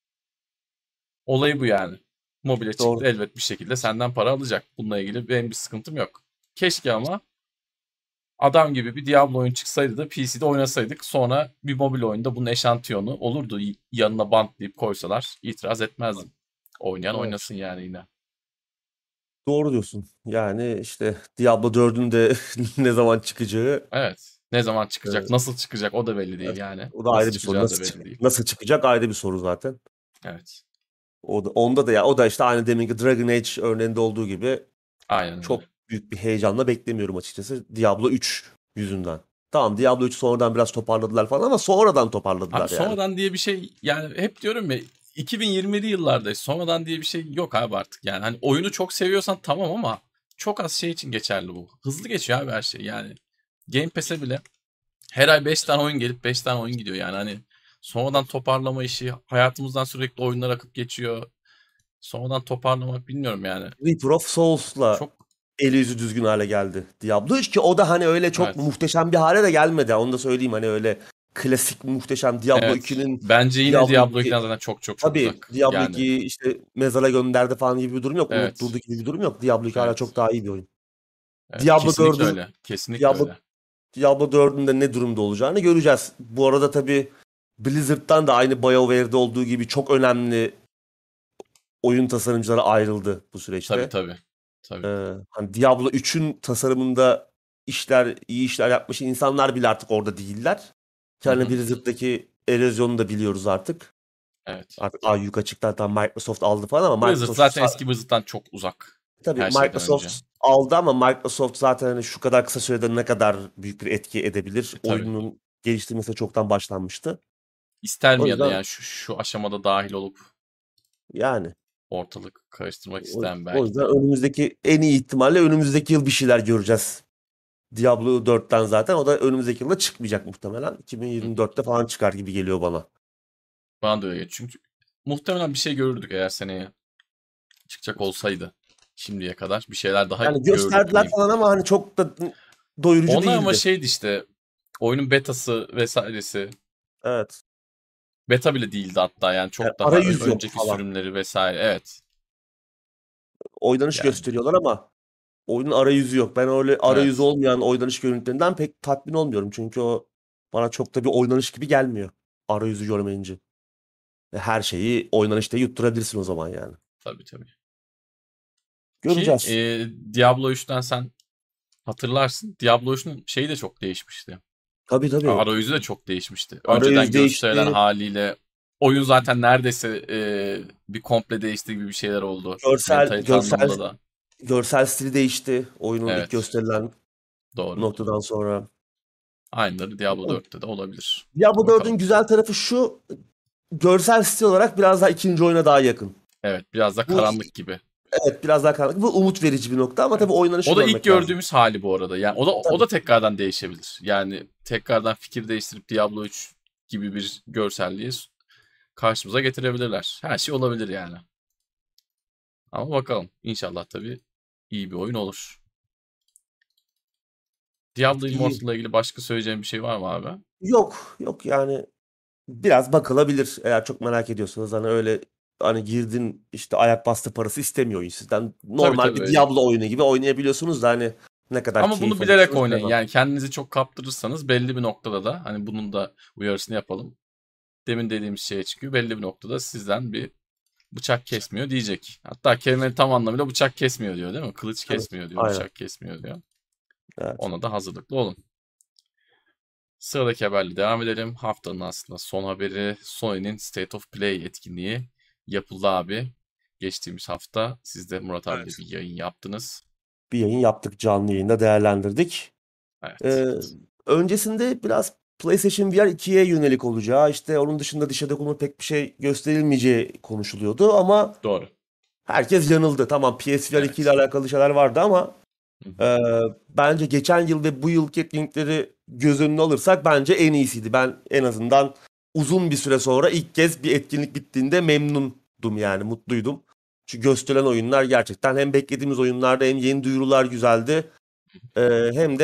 olayı bu yani. Mobile çıktı, Doğru. elbet bir şekilde senden para alacak. Bununla ilgili benim bir sıkıntım yok. Keşke ama adam gibi bir Diablo oyun çıksaydı da PC'de oynasaydık. Sonra bir mobil oyunda bunun eşantiyonu olurdu. Yanına bantlayıp koysalar itiraz etmezdim. Oynayan Evet. oynasın yani yine. Doğru diyorsun. Yani işte Diablo 4'ün de ne zaman çıkacağı, Evet. Ne zaman e, çıkacak, nasıl çıkacak o da belli değil evet, yani. o da Nasıl ayrı bir soru. çıkacağı da belli değil. Nasıl çıkacak ayrı bir soru zaten. Evet. Onda da ya o da işte aynı deminki Dragon Age örneğinde olduğu gibi Aynen öyle. çok büyük bir heyecanla beklemiyorum açıkçası Diablo 3 yüzünden. Tamam Diablo 3 sonradan biraz toparladılar falan ama sonradan Abi toparladılar yani. sonradan diye bir şey yani hep diyorum ya 2020'li yıllarda sonradan diye bir şey yok abi artık yani. Hani oyunu çok seviyorsan tamam ama çok az şey için geçerli bu. Hızlı geçiyor abi her şey yani. Game Pass'e bile her ay 5 tane oyun gelip 5 tane oyun gidiyor yani. Hani sonradan toparlama işi hayatımızdan sürekli oyunlar akıp geçiyor. Sonradan toparlamak bilmiyorum yani. Reaper of Souls'la Çok eli yüzü düzgün hale geldi Diablo 3 ki o da hani öyle çok evet. muhteşem bir hale de gelmedi. Onu da söyleyeyim hani öyle klasik muhteşem Diablo Evet. 2'nin Bence yine Diablo Diablo 2 2'den zaten çok çok çok tabii uzak. Diablo Yani 2'yi işte mezara gönderdi falan gibi bir durum yok. evet. Unutturdu gibi bir durum yok. Diablo 2 hala çok Evet. daha iyi bir oyun. Evet. Diablo Kesinlikle 4'ün öyle. Kesinlikle Diablo öyle. Diablo 4'ün de ne durumda olacağını göreceğiz. Bu arada tabii Blizzard'dan da aynı BioWare'de olduğu gibi çok önemli oyun tasarımcıları ayrıldı bu Tabii süreçte. tabii. Tabii. Hani Diablo 3'ün tasarımında iyi işler yapmış insanlar bile artık orada değiller. Hı Yani hı. Blizzard'daki erozyonu da biliyoruz artık. Evet. Artık ayyuka çıktı hatta Microsoft aldı falan ama Blizzard Microsoft zaten eski Blizzard'dan çok uzak. tabii Her şeyden önce. Microsoft aldı ama Microsoft zaten hani şu kadar kısa sürede ne kadar büyük bir etki edebilir? Tabii. Oyunun geliştirmesi çoktan başlanmıştı. İster O mi ya da yüzden yani şu aşamada dahil olup yani ortalık karıştırmak o, isteyen o belki yüzden de. önümüzdeki en iyi ihtimalle önümüzdeki yıl bir şeyler göreceğiz. Diablo 4'ten zaten o da önümüzdeki yılda çıkmayacak muhtemelen. Hı. 2024'te falan çıkar gibi geliyor bana. Bana da öyle. Çünkü muhtemelen bir şey görürdük eğer seneye çıkacak olsaydı. Şimdiye kadar bir şeyler daha Yani görürdük gösterdiler diyeyim. falan ama hani çok da doyurucu Onlar ama değildi. şeydi işte oyunun betası vesairesi. Evet. Beta bile değildi hatta yani Yani çok daha arayüz yok önceki falan. sürümleri vesaire. Evet. Oynanış Yani gösteriyorlar ama oyunun arayüzü yok. Ben öyle arayüzü evet. olmayan oynanış görüntülerinden pek tatmin olmuyorum. Çünkü o bana çok da bir oynanış gibi gelmiyor. Arayüzü görmeyince. Her şeyi oynanışta yutturabilirsin o zaman yani. Tabii tabii. Ki Göreceğiz. Diablo 3'ten sen hatırlarsın. Diablo 3'ün şeyi de çok değişmişti. Tabii tabii. Arayüzü de çok değişmişti. Önceden Arayüz gösterilen değişti. haliyle oyun zaten neredeyse bir komple değişti gibi bir şeyler oldu. Görsel Mentalite görsel anlamında da. görsel stili değişti. Oyunun ilk Evet. gösterilen Doğru. noktadan sonra. Aynıları Diablo 4'te de olabilir. Diablo 4'ün Bakalım. güzel tarafı şu. Görsel stil olarak biraz daha ikinci oyuna daha yakın. Evet. Biraz da Bu karanlık gibi. evet biraz daha karanlık. Bu umut verici bir nokta ama tabii Evet. oynanışı O da ilk görmek lazım. gördüğümüz hali bu arada. Yani o Tabii. da tekrardan değişebilir. Yani tekrardan fikir değiştirip Diablo 3 gibi bir görselliği karşımıza getirebilirler. Her şey olabilir yani. Ama bakalım. İnşallah tabii iyi bir oyun olur. Diablo İyi. Immortal'la ilgili başka söyleyeceğim bir şey var mı abi? Yok yani biraz bakılabilir eğer çok merak ediyorsanız hani öyle hani girdin işte ayak bastı parası istemiyor oyun sizden. Tabii Normal tabii bir öyle değil. Diablo oyunu gibi oynayabiliyorsunuz da hani ne kadar Ama bunu keyif bilerek alırsınız oynayın. bilemem. Yani kendinizi çok kaptırırsanız belli bir noktada da hani bunun da uyarısını yapalım. Demin dediğimiz şeye çıkıyor. Belli bir noktada sizden bir bıçak kesmiyor diyecek. Hatta kelimenin tam anlamıyla bıçak kesmiyor diyor değil mi? Kılıç Tabii. kesmiyor diyor, Aynen. bıçak kesmiyor diyor. Evet. Ona da hazırlıklı olun. Sıradaki haberle devam edelim. Haftanın aslında son haberi Sony'nin State of Play etkinliği yapıldı abi. Geçtiğimiz hafta siz de Murat abiyle Evet. bir yayın yaptınız. Bir yayın yaptık canlı yayında değerlendirdik. Evet. Ee, öncesinde biraz PlayStation VR 2'ye yönelik olacağı, işte onun dışında dışa dokunma pek bir şey gösterilmeyeceği konuşuluyordu ama Doğru. herkes yanıldı. Tamam PSVR 2 ile Evet. alakalı şeyler vardı ama Hı hı. e, bence geçen yıl ve bu yılki etkinlikleri göz önüne alırsak bence en iyisiydi. Ben en azından uzun bir süre sonra ilk kez bir etkinlik bittiğinde memnundum yani mutluydum. Çünkü gösterilen oyunlar gerçekten hem beklediğimiz oyunlarda hem yeni duyurular güzeldi. Hem de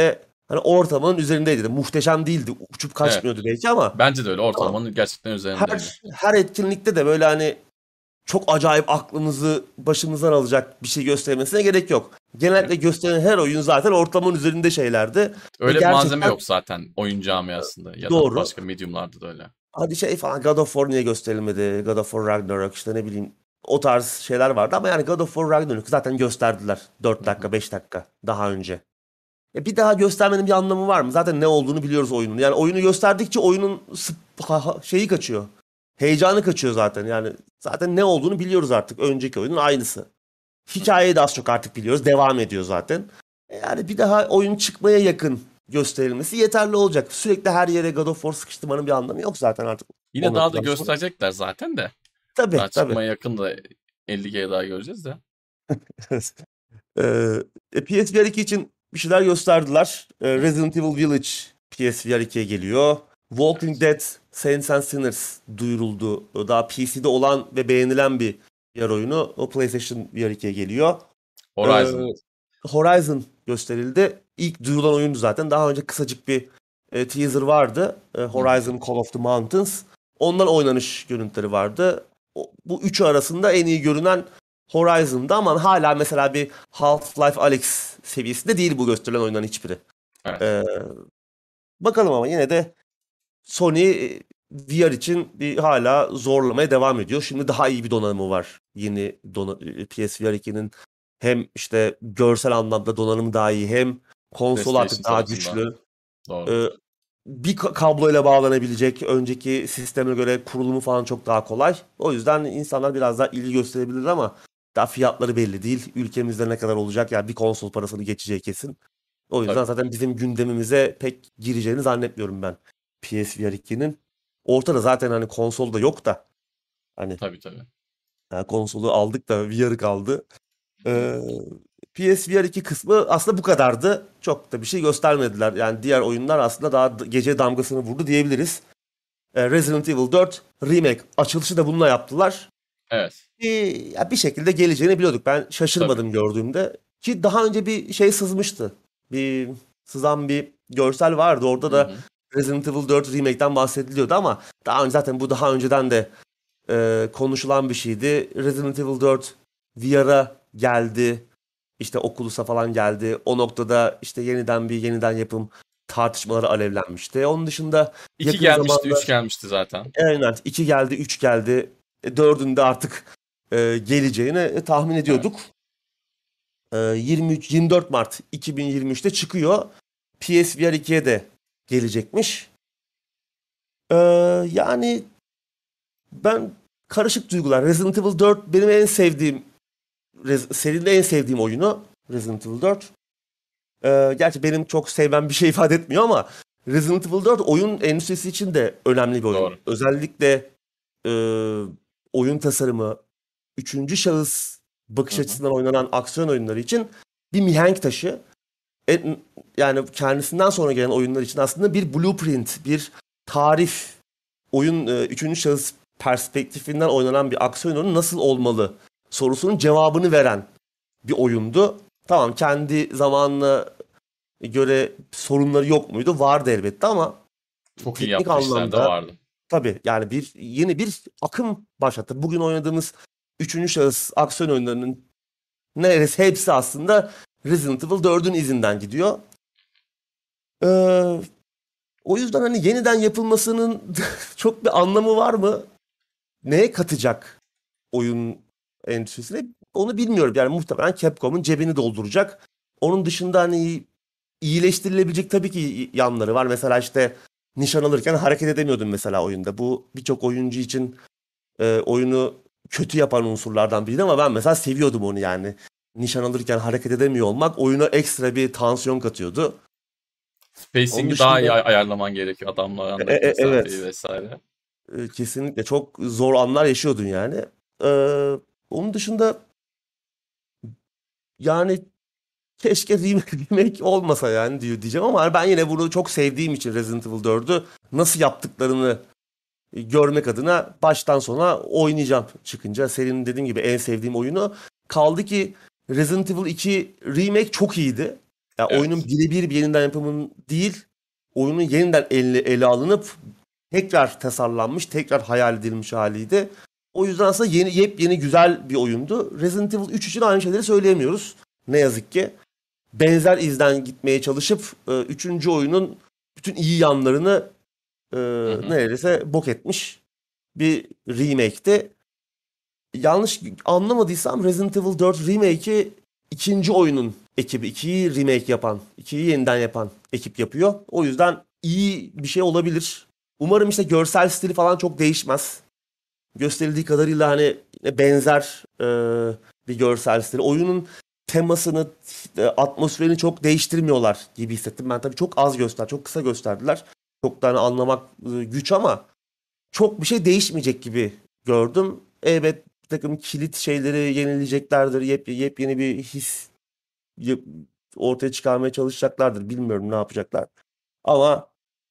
hani ortamın üzerindeydi. Muhteşem değildi. Uçup Evet. kaçmıyordu belki ama Bence de öyle. ama Ortalamanın gerçekten üzerindeydi. her etkinlikte de böyle hani çok acayip aklınızı başınızdan alacak bir şey göstermesine gerek yok. Genellikle gösteren her oyun zaten ortamın üzerinde şeylerdi ve Öyle bir malzeme gerçekten yok zaten oyun camiasında ya da doğru. başka medium'larda da öyle. Hadi şey falan, God of War niye gösterilmedi? God of War Ragnarok, işte ne bileyim, o tarz şeyler vardı ama yani God of War Ragnarok zaten gösterdiler 4 Hı hı. dakika 5 dakika daha önce. Bir daha göstermenin bir anlamı var mı? Zaten ne olduğunu biliyoruz oyunun. Yani oyunu gösterdikçe oyunun şeyi kaçıyor. Heyecanı kaçıyor zaten. Yani zaten ne olduğunu biliyoruz artık. Önceki oyunun aynısı. Hı hı. Hikayeyi de az çok artık biliyoruz. Devam ediyor zaten. Yani bir daha oyun çıkmaya yakın gösterilmesi yeterli olacak. Sürekli her yere God of War sıkıştırmanın bir anlamı yok zaten artık Yine o daha da noktadan sonra. gösterecekler zaten de. Tabii Daha tabii. çıkmaya yakın da 50 kere daha göreceğiz de. PSVR 2 için bir şeyler gösterdiler. Resident Evil Village PSVR 2'ye geliyor. Walking Evet. Dead Saints and Sinners duyuruldu. Daha PC'de olan ve beğenilen bir VR oyunu. O PlayStation VR 2'ye geliyor. Ee, Horizon. Horizon gösterildi. İlk duyurulan oyundu zaten. Daha önce kısacık bir teaser vardı. Hı hı. Horizon Call of the Mountains. Ondan oynanış görüntüleri vardı. Bu üçü arasında en iyi görünen Horizon'da ama hala mesela bir Half-Life Alyx seviyesinde değil bu gösterilen oyunların hiçbiri. Evet. Ee, Bakalım ama yine de Sony VR için bir hala zorlamaya devam ediyor. Şimdi daha iyi bir donanımı var. Yeni PSVR 2'nin hem işte görsel anlamda donanımı daha iyi hem konsol PlayStation artık daha tarafında. güçlü. Doğru. Ee, Bir kabloyla bağlanabilecek. Önceki sisteme göre kurulumu falan çok daha kolay. O yüzden insanlar biraz daha ilgi gösterebilir ama daha fiyatları belli değil. Ülkemizde ne kadar olacak yani bir konsol parasını geçeceği kesin. O yüzden Tabii. zaten bizim gündemimize pek gireceğini zannetmiyorum ben PSVR 2'nin. Ortada zaten hani konsol da yok da hani Tabii tabii. konsolu aldık da VR'ı kaldı. Ee, PSVR 2 kısmı aslında bu kadardı. Çok da bir şey göstermediler. Yani diğer oyunlar aslında daha gece damgasını vurdu diyebiliriz. Resident Evil 4 Remake açılışı da bununla yaptılar. Evet. Ya bir şekilde geleceğini biliyorduk. Ben Tabii. şaşırmadım gördüğümde. Ki daha önce bir şey sızmıştı. Bir sızan bir görsel vardı. Orada Hı da hı. Resident Evil 4 Remake'den bahsediliyordu ama daha önce zaten bu daha önceden de konuşulan bir şeydi. Resident Evil 4 VR'a geldi. İşte Oculus'a falan geldi. O noktada işte yeniden yapım tartışmaları alevlenmişti. Onun dışında 2 yakın gelmişti, 3 zamanda gelmişti zaten. evet 2 geldi, 3 geldi. 4'ün artık geleceğini tahmin Evet. ediyorduk. 24 Mart 2023'te çıkıyor. PSVR 2'ye de gelecekmiş. E, Yani ben karışık duygular. Resident Evil 4 benim en sevdiğim serinin en sevdiğim oyunu Resident Evil 4. Gerçi benim çok sevmem bir şey ifade etmiyor ama Resident Evil 4 oyun endüstrisi için de önemli bir oyun. Doğru. Özellikle e, oyun tasarımı, üçüncü şahıs Hı bakış hı. açısından oynanan aksiyon oyunları için bir mihenk taşı. Yani kendisinden sonra gelen oyunlar için aslında bir blueprint, bir tarif, oyun üçüncü şahıs perspektifinden oynanan bir aksiyon oyunu nasıl olmalı sorusunun cevabını veren bir oyundu. Tamam, kendi zamanına göre sorunları yok muydu? Vardı elbette ama Çok iyi teknik yaptığı işler de anlamda vardı. tabii yani yeni bir akım başlattı. Bugün oynadığımız üçüncü şahıs aksiyon oyunlarının neredeyse hepsi aslında Resident Evil 4'ün izinden gidiyor. Ee, O yüzden hani yeniden yapılmasının çok bir anlamı var mı? Neye katacak oyun endüstrisine? Onu bilmiyorum. Yani muhtemelen Capcom'un cebini dolduracak. Onun dışında hani iyileştirilebilecek tabii ki yanları var. Mesela işte nişan alırken hareket edemiyordun mesela oyunda. Bu birçok oyuncu için oyunu kötü yapan unsurlardan biriydi ama ben mesela seviyordum onu yani. Nişan alırken hareket edemiyor olmak oyuna ekstra bir tansiyon katıyordu. Onun Spacing'i daha iyi dışında ayarlaman gerekiyor adamla arandaki mesafeyi evet, vesaire. kesinlikle çok zor anlar yaşıyordun yani. E, Onun dışında yani keşke remake olmasa yani diyeceğim ama ben yine bunu çok sevdiğim için Resident Evil 4'ü nasıl yaptıklarını görmek adına baştan sona oynayacağım çıkınca. Serinin dediğim gibi en sevdiğim oyunu. Kaldı ki Resident Evil 2 Remake çok iyiydi. Yani oyunun Evet. birebir bir yeniden yapımın değil, oyunun yeniden ele alınıp tekrar tasarlanmış, tekrar hayal edilmiş haliydi. O yüzden aslında yepyeni güzel bir oyundu. Resident Evil 3 için aynı şeyleri söyleyemiyoruz. Ne yazık ki. Benzer izden gitmeye çalışıp üçüncü oyunun bütün iyi yanlarını Hı hı. neredeyse bok etmiş bir remake'ti. Yanlış anlamadıysam Resident Evil 4 Remake'i ikinci oyunun ekibi, ikiyi remake yapan, ikiyi yeniden yapan ekip yapıyor. O yüzden iyi bir şey olabilir. Umarım işte görsel stili falan çok değişmez. Gösterildiği kadarıyla hani yine benzer bir görsel stili. Oyunun temasını, atmosferini çok değiştirmiyorlar gibi hissettim. Ben tabii çok kısa gösterdiler. Çok da hani anlamak güç ama çok bir şey değişmeyecek gibi gördüm. Evet, bir takım kilit şeyleri yenileceklerdir. Yepyeni bir his yap- ortaya çıkarmaya çalışacaklardır. Bilmiyorum ne yapacaklar. Ama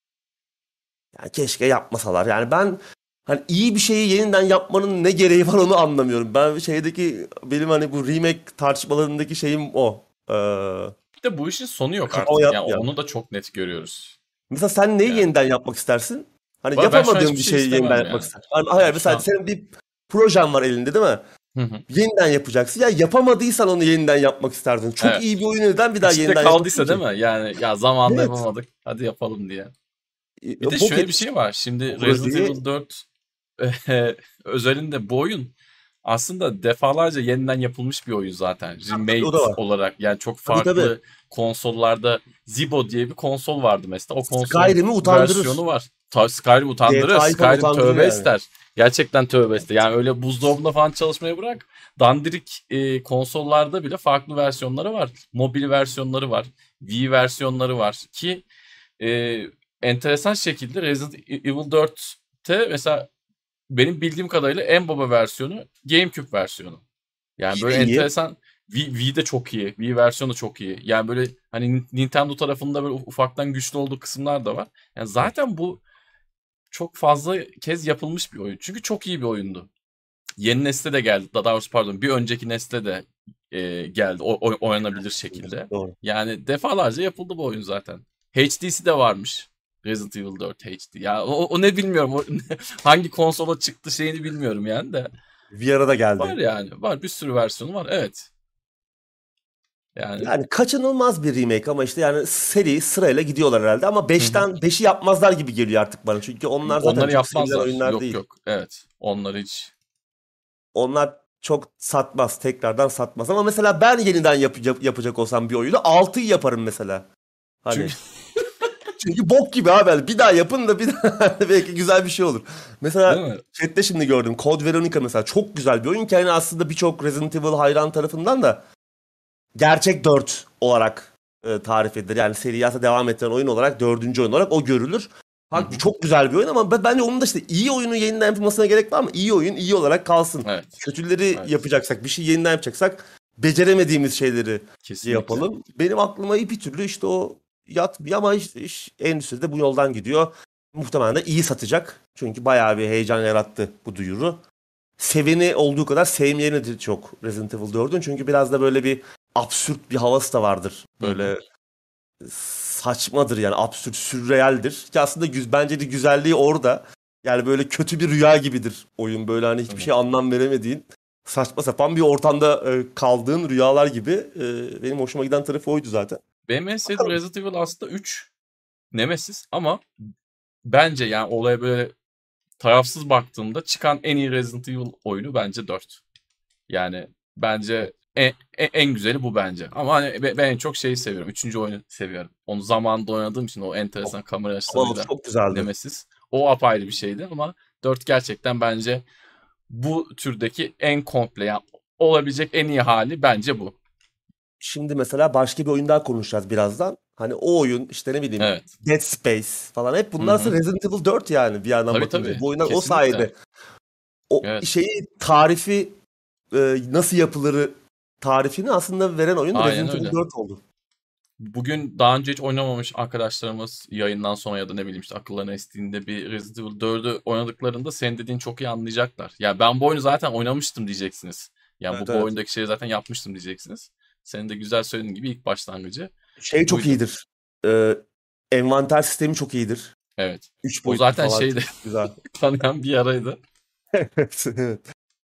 yani keşke yapmasalar. Yani ben hani iyi bir şeyi yeniden yapmanın ne gereği var onu anlamıyorum. Ben benim hani bu remake tartışmalarındaki şeyim o. Bir de bu işin sonu yok Kafama artık. Yani yatmıyor. onu da çok net görüyoruz. Mesela sen neyi Yani yeniden yapmak istersin? Hani ben şu an yapamadığın hiçbir bir şey şeyi yeniden istemem yapmak yani. istersin. Hani hayır, Yani şu mesela an senin bir projen var elinde değil mi? hı hı. Yeniden yapacaksın. Ya yapamadıysan onu yeniden yapmak isterdin. Çok iyi Evet. bir oyunu neden bir daha İçinde yeniden yapasın kaldıysa değil ki? mi? Yani ya zamanında Evet. yapamadık. Hadi yapalım diye. Bir de Bok şöyle bir etmiş şey var. Şimdi Resident projeyi. Evil 4 özelinde bu oyun aslında defalarca yeniden yapılmış bir oyun zaten. Tabii, o Remade da var. olarak yani çok Tabii, tabii. farklı konsollarda Zibo diye bir konsol vardı mesela. O konsol Skyrim'i utandırır. versiyonu var. Tabii Skyrim utandırır. GTA'yı falan Skyrim utandırır tövbe yani. ister. Gerçekten tövbe ister. Yani öyle buzdolabında falan çalışmayı bırak. Dandirik konsollarda bile farklı versiyonları var. Mobil versiyonları var. Wii versiyonları var ki e, enteresan şekilde Resident Evil 4'te mesela benim bildiğim kadarıyla en baba versiyonu GameCube versiyonu. Yani Yine böyle iyi. enteresan Wii de çok iyi. Wii versiyonu çok iyi. Yani böyle hani Nintendo tarafında böyle ufaktan güçlü olduğu kısımlar da var. Yani Evet. zaten bu çok fazla kez yapılmış bir oyun. Çünkü çok iyi bir oyundu. Yeni nesle de geldi. Daha doğrusu pardon bir önceki nesle de geldi. Oynanabilir şekilde. Doğru. Yani defalarca yapıldı bu oyun zaten. HD'si de varmış. Resident Evil 4 HD. Ya o ne bilmiyorum. Hangi konsola çıktı şeyini bilmiyorum yani de. VR'a da Var geldi. yani. Var bir sürü versiyonu var. Evet. Yani Yani kaçınılmaz bir remake ama işte yani seri sırayla gidiyorlar herhalde ama hı hı. beşi yapmazlar gibi geliyor artık bana. Çünkü onlar zaten Onları çok sevilen yapmazlar. oyunlar Yok değil. yok. Evet. Onları hiç. Onlar çok satmaz, tekrardan satmaz. Ama mesela ben yeniden yapacak olsam bir oyunu 6'yı yaparım mesela. Hani Çünkü çünkü bok gibi abi. Yani bir daha yapın da bir daha belki güzel bir şey olur. değil Mesela mi? chatte şimdi gördüm. Code Veronica mesela çok güzel bir oyun ki yani aslında birçok Resident Evil hayran tarafından da gerçek 4 olarak tarif edilir. Yani seriyi aslında devam ettiren oyun olarak dördüncü oyun olarak o görülür. Hı hı. Çok güzel bir oyun ama bence onun da işte iyi oyunu yeniden yapılmasına gerek var mı? İyi oyun iyi olarak kalsın. Evet. Kötüleri Evet. yapacaksak, bir şey yeniden yapacaksak beceremediğimiz şeyleri Kesinlikle. yapalım. Benim aklıma bir türlü işte o yatmıyor ama iş endüstride bu yoldan gidiyor. Muhtemelen de iyi satacak. Çünkü bayağı bir heyecan yarattı bu duyuru. Seveni olduğu kadar sevmeyeni de çok Resident Evil 4'ün. Çünkü biraz da böyle bir absürt bir havası da vardır. Hı hı. Böyle saçmadır yani absürt, sürrealdir. Ki aslında bence de güzelliği orada. Yani böyle kötü bir rüya gibidir oyun. Böyle hani hiçbir şey Evet. anlam veremediğin, saçma sapan bir ortamda kaldığın rüyalar gibi. Benim hoşuma giden tarafı oydu zaten. Benim en sevdiğim Bakalım. Resident Evil aslında 3 Nemesis ama bence yani olaya böyle tarafsız baktığımda çıkan en iyi Resident Evil oyunu bence 4. Yani bence en güzeli bu bence. Ama hani ben en çok şeyi seviyorum. Üçüncü oyunu seviyorum. Onu zamanında oynadığım için o Of, enteresan kamera ama o açılarıyla çok güzeldi. Nemesis. O apayrı bir şeydi ama 4 gerçekten bence bu türdeki en komple yani olabilecek en iyi hali bence bu. Şimdi mesela başka bir oyun daha konuşacağız birazdan. Hani o oyun işte ne bileyim Evet. Dead Space falan hep Hı bunlar aslında hı. Resident Evil 4 yani bir yandan Tabii bakınca. tabii. Bu oyunlar o Kesinlikle. sayede o Evet. şeyi nasıl yapılırı tarifini aslında veren oyun Aynen Resident Evil öyle. 4 oldu. Bugün daha önce hiç oynamamış arkadaşlarımız yayından sonra ya da ne bileyim işte akıllarına estiğinde bir Resident Evil 4'ü oynadıklarında senin dediğin çok iyi anlayacaklar. Ya ben bu oyunu zaten oynamıştım diyeceksiniz. Yani Evet, bu evet. oyundaki şeyi zaten yapmıştım diyeceksiniz. Senin de güzel söylediğin gibi ilk başlangıcı. Şey çok Buydu. iyidir. Ee, Envanter sistemi çok iyidir. Evet. 3 O boyutlu zaten falan şeydi. çok güzel. Tanıyan bir yaraydı. Evet, evet.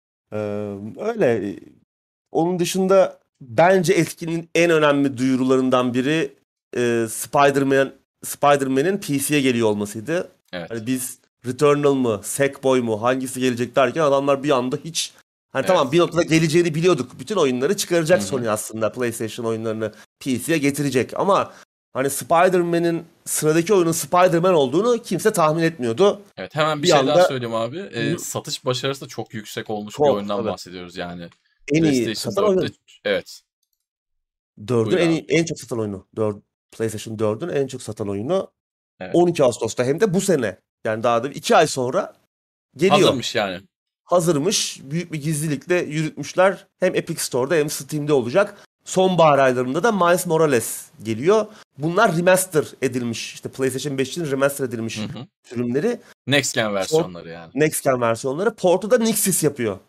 Öyle. Onun dışında bence etkinin en önemli duyurularından biri Spider-Man'in PC'ye geliyor olmasıydı. Hani Evet. biz Returnal mı, Sackboy mu hangisi gelecek derken adamlar bir anda hiç hani tamam bir Evet. noktada geleceğini biliyorduk. Bütün oyunları Hı çıkaracak hı. Sony aslında. PlayStation oyunlarını PC'ye getirecek ama hani Spider-Man'in sıradaki oyunun Spider-Man olduğunu kimse tahmin etmiyordu. Evet. Hemen bir Bir şey daha anda söyleyeyim abi. hı hı, Satış başarısı da çok yüksek olmuş bir çok oyundan tabii. bahsediyoruz yani. En iyi PlayStation satan 4'te oyun. evet. 4'ün Buyur abi. en çok satan oyunu. PlayStation 4'ün en çok satan oyunu. Evet. 12 Ağustos'ta hem de bu sene. Yani daha da 2 ay sonra geliyor. Hazırmış yani. Hazırmış. Büyük bir gizlilikle yürütmüşler. Hem Epic Store'da hem Steam'de olacak. Sonbahar aylarında da Miles Morales geliyor. Bunlar remaster edilmiş. İşte PlayStation 5 için remaster Hı edilmiş hı. sürümleri. Next Gen Port, versiyonları yani. Next Gen versiyonları. Port'u da Nixxes yapıyor.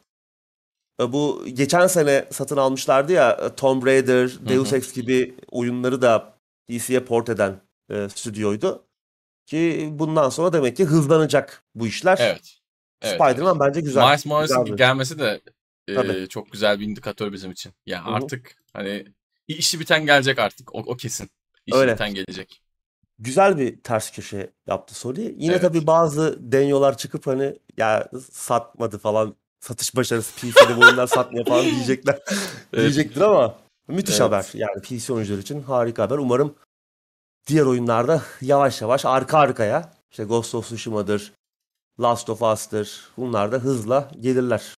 Bu geçen sene satın almışlardı ya Tomb Raider, Hı Deus hı. Ex gibi oyunları da PC'ye port eden stüdyoydu. Ki bundan sonra demek ki hızlanacak bu işler. Evet. Evet, evet. Spider-Man bence güzel. Miles Morales'in Güzel bir. gelmesi de Tabii. çok güzel bir indikatör bizim için. Ya Hı hı. artık hani işi biten gelecek artık. O kesin. İşi Öyle. biten gelecek. Güzel bir ters köşe yaptı Sony. Yine tabii Evet. bazı denyolar çıkıp hani ya satmadı falan satış başarısı PC'de bu oyunlar satmıyor falan diyecekler. Evet. Diyecektir ama müthiş haber. Evet. Yani PC oyuncular için harika haber. Umarım diğer oyunlarda yavaş yavaş arka arkaya işte Ghost of Tsushima'dır, Last of Us'tır. Bunlar da hızla gelirler.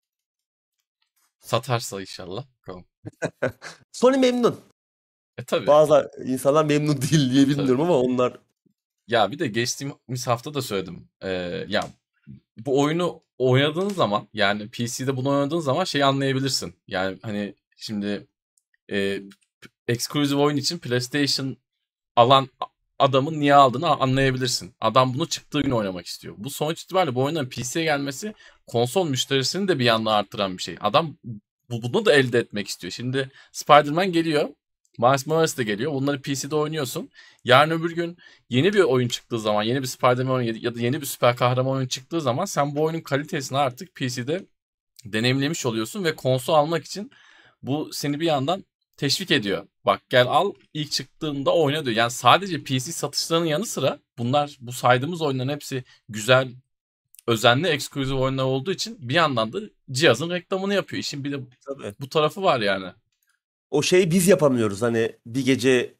Satarsa inşallah. Bakalım. Sony memnun. Tabii. Bazı insanlar memnun değil diye Tabii. bilmiyorum ama onlar Ya bir de geçtiğimiz hafta da söyledim. Ya bu oyunu oynadığın zaman yani PC'de bunu oynadığın zaman şeyi anlayabilirsin. Yani hani şimdi e, exclusive oyun için PlayStation alan adamın niye aldığını anlayabilirsin. Adam bunu çıktığı gün oynamak istiyor. Bu sonuç itibariyle bu oyunların PC'ye gelmesi konsol müşterisini de bir yandan arttıran bir şey. Adam bunu da elde etmek istiyor. Şimdi Spider-Man geliyor. Miles Morales de geliyor. Bunları PC'de oynuyorsun. Yarın öbür gün yeni bir oyun çıktığı zaman, yeni bir Spider-Man oyunu ya da yeni bir süper kahraman oyunu çıktığı zaman sen bu oyunun kalitesini artık PC'de deneyimlemiş oluyorsun ve konsol almak için bu seni bir yandan teşvik ediyor. Bak gel al ilk çıktığında oyna diyor. Yani sadece PC satışlarının yanı sıra bunlar bu saydığımız oyunların hepsi güzel, özenli, eksklusif oyunlar olduğu için bir yandan da cihazın reklamını yapıyor. İşin bir de tabii. bu tarafı var yani. O şeyi biz yapamıyoruz. Hani bir gece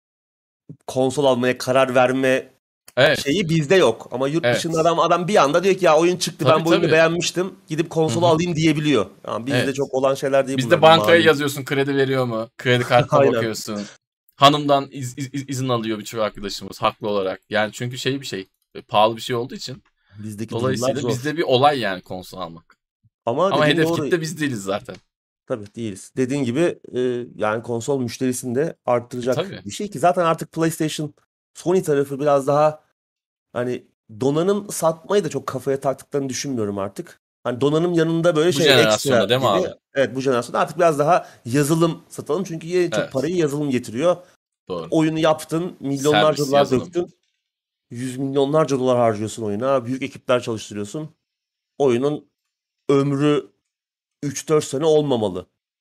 konsol almaya karar verme Evet, şeyi bizde yok. Ama yurt dışında evet. adam bir anda diyor ki ya oyun çıktı Tabii ben bu oyunu tabii. beğenmiştim. Gidip Hı konsolu hı. alayım diyebiliyor. Yani bizde Evet. çok olan şeyler değil bunlar Bizde bankaya malum. yazıyorsun kredi veriyor mu? Kredi kartına Aynen. bakıyorsun. Hanımdan izin alıyor birçok arkadaşımız haklı olarak. Yani çünkü şey bir şey pahalı bir şey olduğu için. Bizdeki durumlar Dolayısıyla zor. bizde bir olay yani konsol almak. Ama Ama dediğin hedef doğru. kitle biz değiliz zaten. Tabii değiliz. Dediğin gibi yani konsol müşterisini de arttıracak Tabii. bir şey ki zaten artık PlayStation Sony tarafı biraz daha hani donanım satmayı da çok kafaya taktıklarını düşünmüyorum artık. Hani donanım yanında böyle Bu şey ekstra jenerasyonda değil mi gibi. abi? Evet bu jenerasyonda artık biraz daha yazılım satalım. Çünkü en çok Evet. parayı yazılım getiriyor. Doğru. Oyunu yaptın, milyonlarca Servis, dolar yazılım. döktün. Yüz milyonlarca dolar harcıyorsun oyuna. Büyük ekipler çalıştırıyorsun. Oyunun ömrü 3-4 sene olmamalı.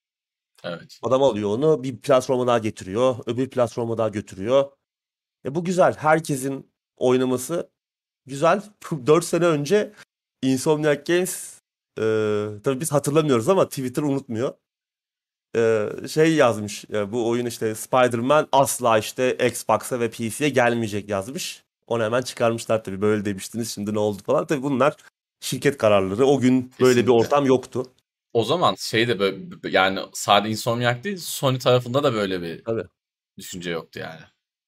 Evet. Adam alıyor onu bir platforma daha getiriyor. Öbür platforma daha götürüyor. Bu güzel. Herkesin oynaması güzel. 4 sene önce Insomniac Games tabii biz hatırlamıyoruz ama Twitter unutmuyor. Şey yazmış. Bu oyun işte Spider-Man asla işte Xbox'a ve PC'ye gelmeyecek yazmış. Onu hemen çıkarmışlar tabii. Böyle demiştiniz şimdi ne oldu falan. Tabii bunlar şirket kararları. O gün böyle bir Kesinlikle. ortam yoktu. O zaman şey de böyle yani sadece Insomniac değil Sony tarafında da böyle bir Tabii. düşünce yoktu yani.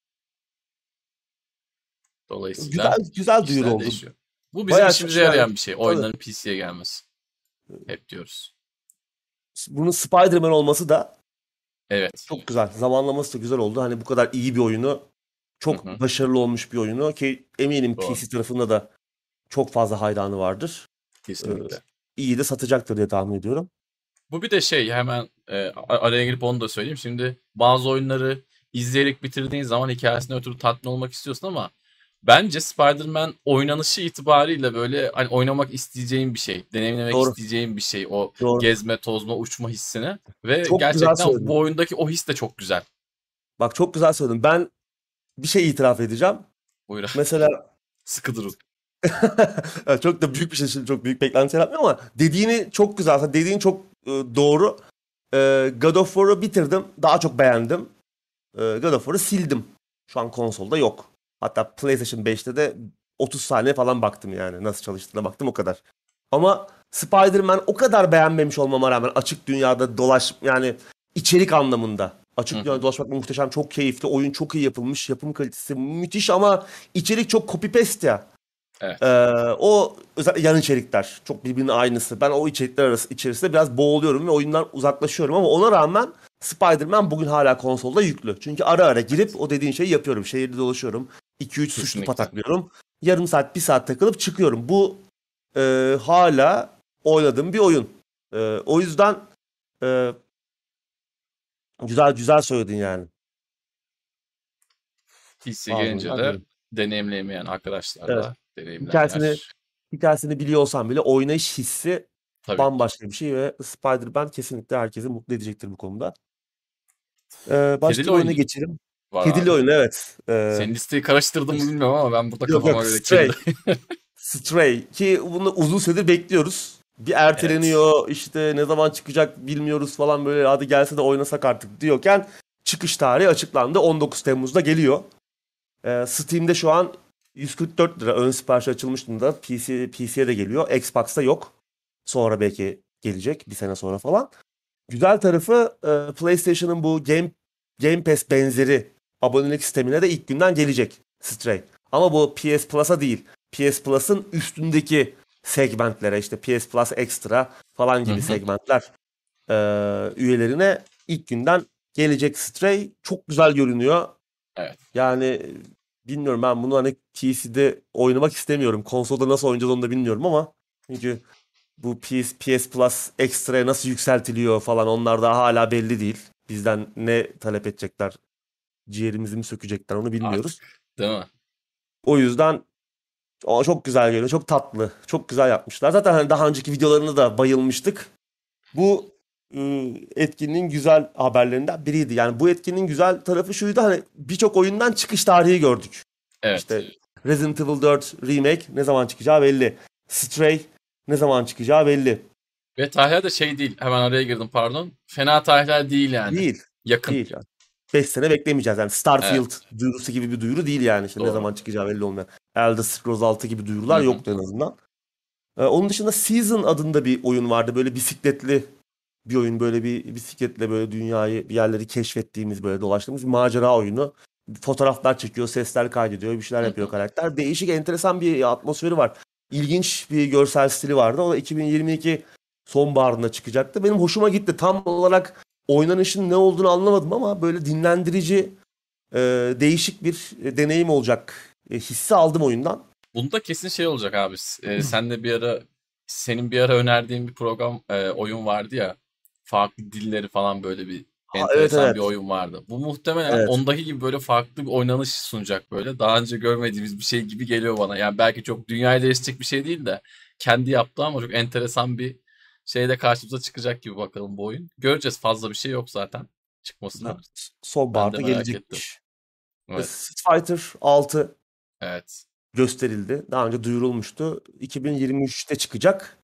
Güzel Dolayısıyla güzel duyuru işler oldu. değişiyor. Bu bizim Bayağı işimize şaşıran. yarayan bir şey. Tabii. Oyunların PC'ye gelmesi. Hep diyoruz. Bunun Spider-Man olması da Evet. çok güzel. Zamanlaması da güzel oldu. Hani bu kadar iyi bir oyunu, Hı çok hı. başarılı olmuş bir oyunu ki eminim Doğru. PC tarafında da çok fazla hayranı vardır. Ee, Kesinlikle. iyi de satacaktır diye tahmin ediyorum. Bu bir de şey hemen araya girip onu da söyleyeyim. Şimdi bazı oyunları izleyerek bitirdiğin zaman hikayesine ötürü tatmin olmak istiyorsun ama bence Spider-Man oynanışı itibariyle böyle hani oynamak isteyeceğin bir şey, deneyimlemek Doğru. isteyeceğin bir şey. O Doğru. gezme, tozma, uçma hissini ve Çok güzel gerçekten söyledin. bu oyundaki o his de çok güzel. Bak çok güzel söyledin. Ben bir şey itiraf edeceğim. Buyur. Mesela Sıkı durun. evet, çok da büyük bir şey, şimdi çok büyük beklenti yaratmıyor ama dediğini çok güzel. Aslında dediğin çok doğru. God of War'u bitirdim. Daha çok beğendim. God of War'u sildim. Şu an konsolda yok. Hatta PlayStation 5'te de 30 saniye falan baktım yani. Nasıl çalıştığına baktım o kadar. Ama Spider-Man o kadar beğenmemiş olmama rağmen açık dünyada yani içerik anlamında. Hı Açık dünyada hı. dolaşmak muhteşem, çok keyifli. Oyun çok iyi yapılmış. Yapım kalitesi müthiş ama içerik çok copy paste ya. Ee, Evet. o özellikle yan içerikler çok birbirinin aynısı. Ben o içerikler içerisinde biraz boğuluyorum ve oyundan uzaklaşıyorum ama ona rağmen Spider-Man bugün hala konsolda yüklü. Çünkü ara ara girip o dediğin şeyi yapıyorum. Şehirde dolaşıyorum. 2-3 suçlu Kesinlikle. pataklıyorum. Yarım saat, bir saat takılıp çıkıyorum. Bu hala oynadığım bir oyun. O yüzden e, güzel güzel söyledin yani. PC gelince Ağzından de diyorum. deneyimleyemeyen arkadaşlar Evet. da Hikayesini, deneyimlerler. hikayesini biliyorsan bile oynayış hissi Tabii. bambaşka bir şey ve Spider-Man kesinlikle herkesi mutlu edecektir bu konuda. Kedili Başka bir oyuna oyun geçelim. var Kedili abi. oyun, evet. Senin listeyi karıştırdım mı bilmiyorum ama ben burada Yok kafama yok, göre kedili. Stray. Stray ki bunu uzun süredir bekliyoruz. Bir Evet. erteleniyor, işte ne zaman çıkacak bilmiyoruz falan, böyle hadi gelse de oynasak artık diyorken çıkış tarihi açıklandı. 19 Temmuz'da geliyor. Steam'de şu an 144 lira ön sipariş açılmış durumda. PC'ye de geliyor. Xbox'ta yok. Sonra belki gelecek bir sene sonra falan. Güzel tarafı PlayStation'ın bu Game Pass benzeri abonelik sistemine de ilk günden gelecek Stray. Ama bu PS Plus'a değil. PS Plus'ın üstündeki segmentlere, işte PS Plus Extra falan Hı gibi hı. segmentler e, üyelerine ilk günden gelecek Stray. Çok güzel görünüyor. Evet. Yani bilmiyorum, ben bunu hani PC'de oynamak istemiyorum. Konsolda nasıl oynayacağız onu da bilmiyorum ama çünkü bu PS Plus Extra'ya nasıl yükseltiliyor falan, onlar daha hala belli değil. Bizden ne talep edecekler, ciğerimizi mi sökecekler onu bilmiyoruz. Artık. Değil mi? O yüzden o çok güzel geliyor, çok tatlı, çok güzel yapmışlar. Zaten hani daha önceki videolarına da bayılmıştık. Bu etkinliğin güzel haberlerinden biriydi. Yani bu etkinliğin güzel tarafı şuydu, hani birçok oyundan çıkış tarihi gördük. Evet. İşte Resident Evil 4 Remake ne zaman çıkacağı belli. Stray ne zaman çıkacağı belli. Ve tarihler de şey değil. Hemen araya girdim pardon. Fena tarihler değil yani. Değil. Yakın. Değil yani. 5 sene beklemeyeceğiz. Yani Starfield Evet. duyurusu gibi bir duyuru değil yani. İşte ne Doğru. zaman çıkacağı belli olmayan. Elder Scrolls 6 gibi Hı duyurular hı. yoktu en azından. Onun dışında Season adında bir oyun vardı. Böyle bisikletli bir oyun. Böyle bir bisikletle böyle dünyayı, bir yerleri keşfettiğimiz, böyle dolaştığımız bir macera oyunu. Fotoğraflar çekiyor, sesler kaydediyor, bir şeyler Hı yapıyor hı. karakter. Değişik, enteresan bir atmosferi var. İlginç bir görsel stili vardı. O da 2022 sonbaharında çıkacaktı. Benim hoşuma gitti. Tam olarak oynanışın ne olduğunu anlamadım ama böyle dinlendirici, e, değişik bir deneyim olacak hissi aldım oyundan. Bunda kesin şey olacak abi. Sen de bir ara senin bir ara önerdiğin bir program oyun vardı ya. Farklı dilleri falan böyle bir Ha, evet enteresan bir evet. oyun vardı. Bu muhtemelen Evet. ondaki gibi böyle farklı bir oynanış sunacak böyle. Daha önce görmediğimiz bir şey gibi geliyor bana. Yani belki çok dünyayı değiştirecek bir şey değil de kendi yaptığı ama çok enteresan bir şeyde karşımıza çıkacak gibi bakalım bu oyun. Göreceğiz, fazla bir şey yok zaten çıkmasına. Ben de Sonbaharda merak ettim. gelecekmiş. Evet. Street Fighter 6 Evet. gösterildi. Daha önce duyurulmuştu. 2023'te çıkacak.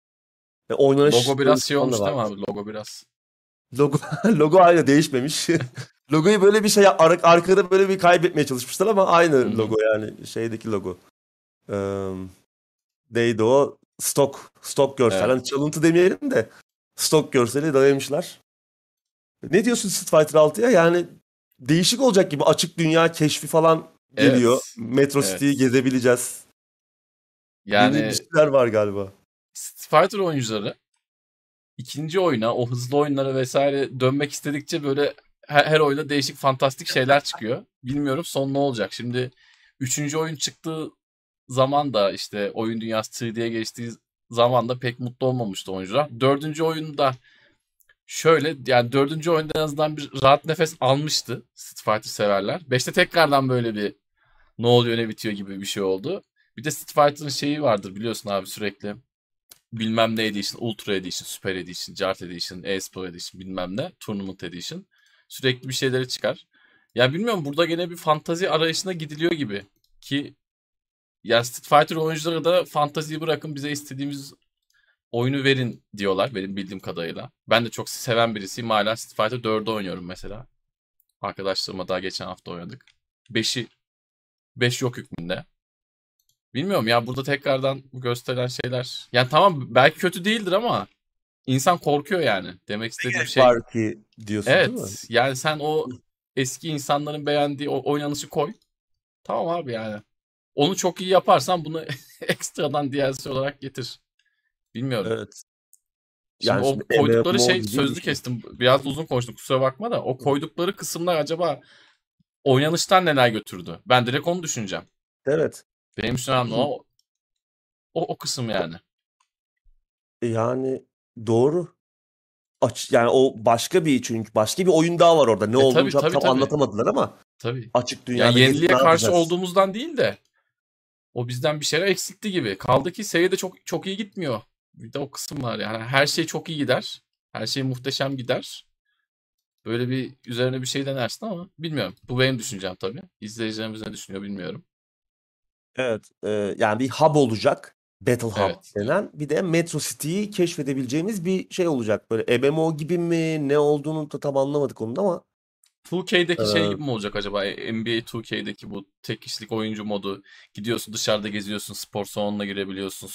Logo Oynanış biraz görüntüsü şey falan da olmuş değil mi vardı. abi? Logo biraz. Logo, logo aynı, değişmemiş. Logoyu böyle bir şey arkada böyle bir kaybetmeye çalışmışlar ama Hı aynı hı. logo, yani şeydeki logo. Ee, neydi o? Stok görsel. Evet. Hani çalıntı demeyelim de stok görseli dayamışlar. Ne diyorsun Street Fighter 6'ya? Yani değişik olacak gibi, açık dünya keşfi falan geliyor. Evet. Metro City'yi Evet. gezebileceğiz. Yeni bir Yani şeyler var galiba. Street Fighter oyuncuları ikinci oyuna, o hızlı oyunlara vesaire dönmek istedikçe böyle her oyunda değişik fantastik şeyler çıkıyor. Bilmiyorum son ne olacak. Şimdi üçüncü oyun çıktığı zaman da işte oyun dünyası 3D'ye geçtiği zaman da pek mutlu olmamıştı oyuncular. Dördüncü oyunda Şöyle yani dördüncü oyunda en azından bir rahat nefes almıştı Street Fighter severler. Beşte tekrardan böyle bir ne oluyor ne bitiyor gibi bir şey oldu. Bir de Street Fighter'ın şeyi vardır biliyorsun abi sürekli. Bilmem ne Edition, Ultra Edition, Super Edition, Jart Edition, E-Sport Edition bilmem ne, Tournament Edition. Sürekli bir şeyleri çıkar. Ya bilmiyorum burada gene bir fantazi arayışına gidiliyor gibi. Ki ya Street Fighter oyuncuları da fantaziyi bırakın bize istediğimiz oyunu verin diyorlar benim bildiğim kadarıyla. Ben de çok seven birisiyim. Hala Street Fighter 4'ü oynuyorum mesela. Arkadaşlarıma daha geçen hafta oynadık. 5'i 5 yok hükmünde. Bilmiyorum ya burada tekrardan bu gösterilen şeyler. Yani tamam belki kötü değildir ama insan korkuyor yani. Demek istediğim şey Var ki diyorsun değil mi? evet. Yani sen o eski insanların beğendiği o oynanışı koy. Tamam abi yani. Onu çok iyi yaparsan bunu ekstradan DLC olarak getir. Bilmiyorum. Evet. Şimdi Yani o şimdi koydukları MMO şey gibi bir sözlü şey. kestim. Biraz uzun konuştum kusura bakma da o koydukları kısımlar acaba oynanıştan neler götürdü? Ben direkt onu düşüneceğim. Evet. Benim için önemli o kısım yani. Yani doğru. Yani o başka bir çünkü başka bir oyun daha var orada. Ne olduğunu Tabii çok tabii tam tabii. anlatamadılar ama Tabii. açık Yani dünyada gelip yeniliğe ne karşı yapacağız? olduğumuzdan değil de o bizden bir şeyler eksikti gibi. Kaldı ki seri de çok çok iyi gitmiyor. Bir de o kısım var yani. Her şey çok iyi gider. Her şey muhteşem gider. Böyle bir üzerine bir şey denersin ama bilmiyorum. Bu benim düşüncem tabii. İzleyicilerimiz ne düşünüyor bilmiyorum. Evet. Yani bir hub olacak. Battle Hub Evet. denen. Bir de Metro City'yi keşfedebileceğimiz bir şey olacak. Böyle MMO gibi mi ne olduğunu da tam anlamadık onun ama 2K'deki şey e, gibi mi olacak acaba? NBA 2K'deki bu tek kişilik oyuncu modu. Gidiyorsun dışarıda geziyorsun. Spor salonuna girebiliyorsun.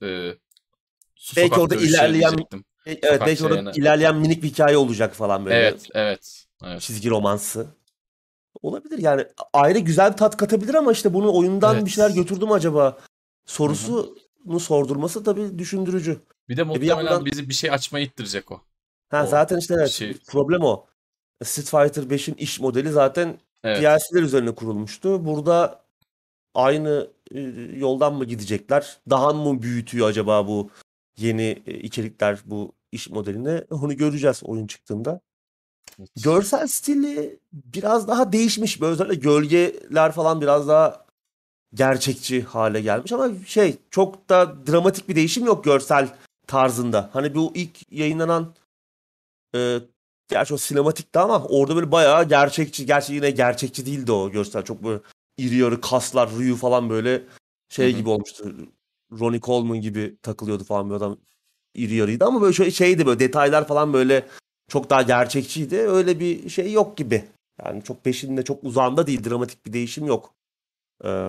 Su belki sokak orada dövüşleri ilerleyen diyecektim. evet Sokak belki orada şeyine. ilerleyen minik bir hikaye olacak falan böyle Evet, evet, evet. çizgi romansı. Olabilir yani ayrı güzel bir tat katabilir ama işte bunu oyundan bir şeyler Evet. götürdü mü acaba Hı hı. sorusunu sordurması tabii düşündürücü. Bir de Bir muhtemelen yandan bizi bir şey açmaya ittirecek o. ha O zaten işte bir evet şey. problem o. Street Fighter 5'in iş modeli zaten Evet. DLC'ler üzerine kurulmuştu. Burada aynı yoldan mı gidecekler? Daha mı büyütüyor acaba bu yeni içerikler bu iş modelini? Onu göreceğiz oyun çıktığında. Evet. Görsel stili biraz daha değişmiş. Böyle özellikle gölgeler falan biraz daha gerçekçi hale gelmiş ama şey çok da dramatik bir değişim yok görsel tarzında. Hani bu ilk yayınlanan e, gerçi o sinematikti ama orada böyle bayağı gerçekçi. Gerçi yine gerçekçi değildi o görsel. Çok böyle iri yarı kaslar, Ryu falan böyle Hı şey hı. gibi olmuştu. Ronnie Coleman gibi takılıyordu falan bir adam iri yarıydı ama böyle şeydi böyle detaylar falan böyle çok daha gerçekçiydi. Öyle bir şey yok gibi. Yani çok peşinde çok uzağında değil. Dramatik bir değişim yok. Ee,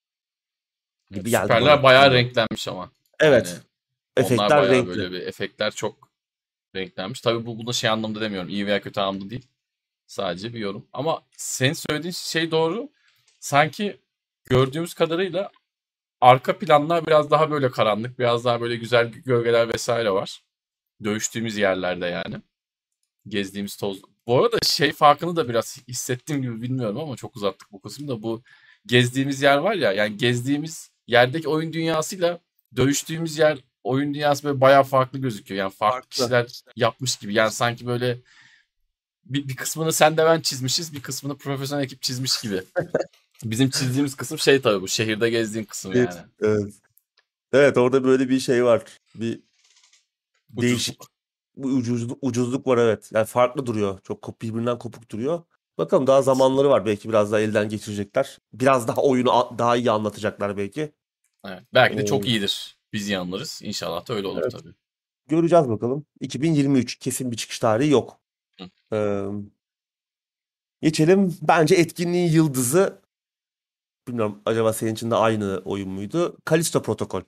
Evet, gibi geldi bana. süperler bayağı Bilmiyorum. renklenmiş ama. Yani Evet. onlar Efektler bayağı renkli. böyle bir efektler çok renklenmiş. Tabii bu da şey anlamda demiyorum. İyi veya kötü anlamda değil. Sadece bir yorum. Ama senin söylediğin şey doğru. Sanki gördüğümüz kadarıyla arka planlar biraz daha böyle karanlık. Biraz daha böyle güzel gölgeler vesaire var. Dövüştüğümüz yerlerde yani. Gezdiğimiz toz. Bu arada şey farkını da biraz hissettiğim gibi bilmiyorum ama çok uzattık bu kısımda. Bu gezdiğimiz yer var ya yani gezdiğimiz yerdeki oyun dünyasıyla dövüştüğümüz yer oyun dünyası böyle bayağı farklı gözüküyor. Yani farklı Farklı. kişiler yapmış gibi. Yani sanki böyle bir kısmını sen de ben çizmişiz, bir kısmını profesyonel ekip çizmiş gibi. Bizim çizdiğimiz kısım şey tabii bu şehirde gezdiğin kısım yani. Evet. Evet. Evet orada böyle bir şey var. Bir değişik Ucuzluk. bir ucuzluk var evet. Yani farklı duruyor. Çok birbirinden kopuk duruyor. Bakalım daha Evet. zamanları var. Belki biraz daha elden geçirecekler. Biraz daha oyunu daha iyi anlatacaklar belki. Evet. Belki de çok Ee, iyidir. Biz yanılırız. İnşallah da öyle olur evet. tabii. Göreceğiz bakalım. 2023 kesin bir çıkış tarihi yok. Hı. Ee, geçelim. Bence etkinliğin yıldızı bilmiyorum acaba senin için de aynı oyun muydu? Callisto Protocol.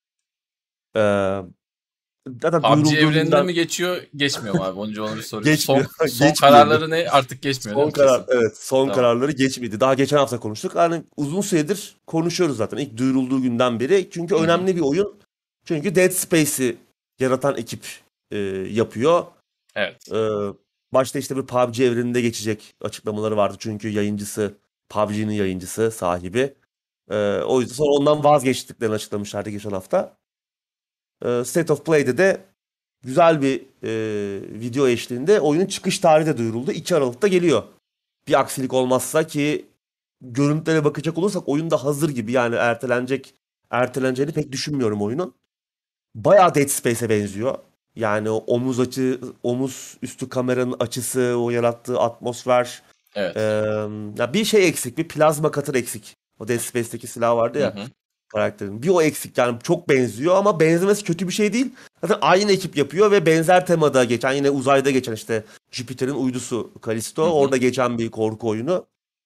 Ee, zaten PUBG duyurulduğu evreninde günden mi geçiyor, geçmiyor mu abi? Önce onu bir sorayım. geçmiyor. Son Geçmiyor. kararları ne? Artık geçmiyor değil Son mi? karar Kesin. evet son Tamam. kararları geçmedi. Daha geçen hafta konuştuk. Yani uzun süredir konuşuyoruz zaten ilk duyurulduğu günden beri. Çünkü Hı hı. önemli bir oyun. Çünkü Dead Space'i yaratan ekip yapıyor. Evet. E, başta işte bir PUBG evreninde geçecek açıklamaları vardı. Çünkü yayıncısı PUBG'nin yayıncısı sahibi. O yüzden sonra ondan vazgeçtiklerini açıklamışlardı geçen hafta. State of Play'de de güzel bir video eşliğinde oyunun çıkış tarihi de duyuruldu. 2 Aralık'ta geliyor. Bir aksilik olmazsa ki görüntülere bakacak olursak oyun da hazır gibi. Yani erteleneceğini pek düşünmüyorum oyunun. Bayağı Dead Space'e benziyor. Yani o omuz üstü kameranın açısı, o yarattığı atmosfer. Eee, Evet. ya bir şey eksik, bir plazma cutter eksik. O Dead Space'teki silah vardı Hı ya hı. karakterin. Bir o eksik yani çok benziyor ama benzemesi kötü bir şey değil. Zaten aynı ekip yapıyor ve benzer temada geçen yine uzayda geçen işte Jüpiter'in uydusu Callisto Hı hı. orada geçen bir korku oyunu.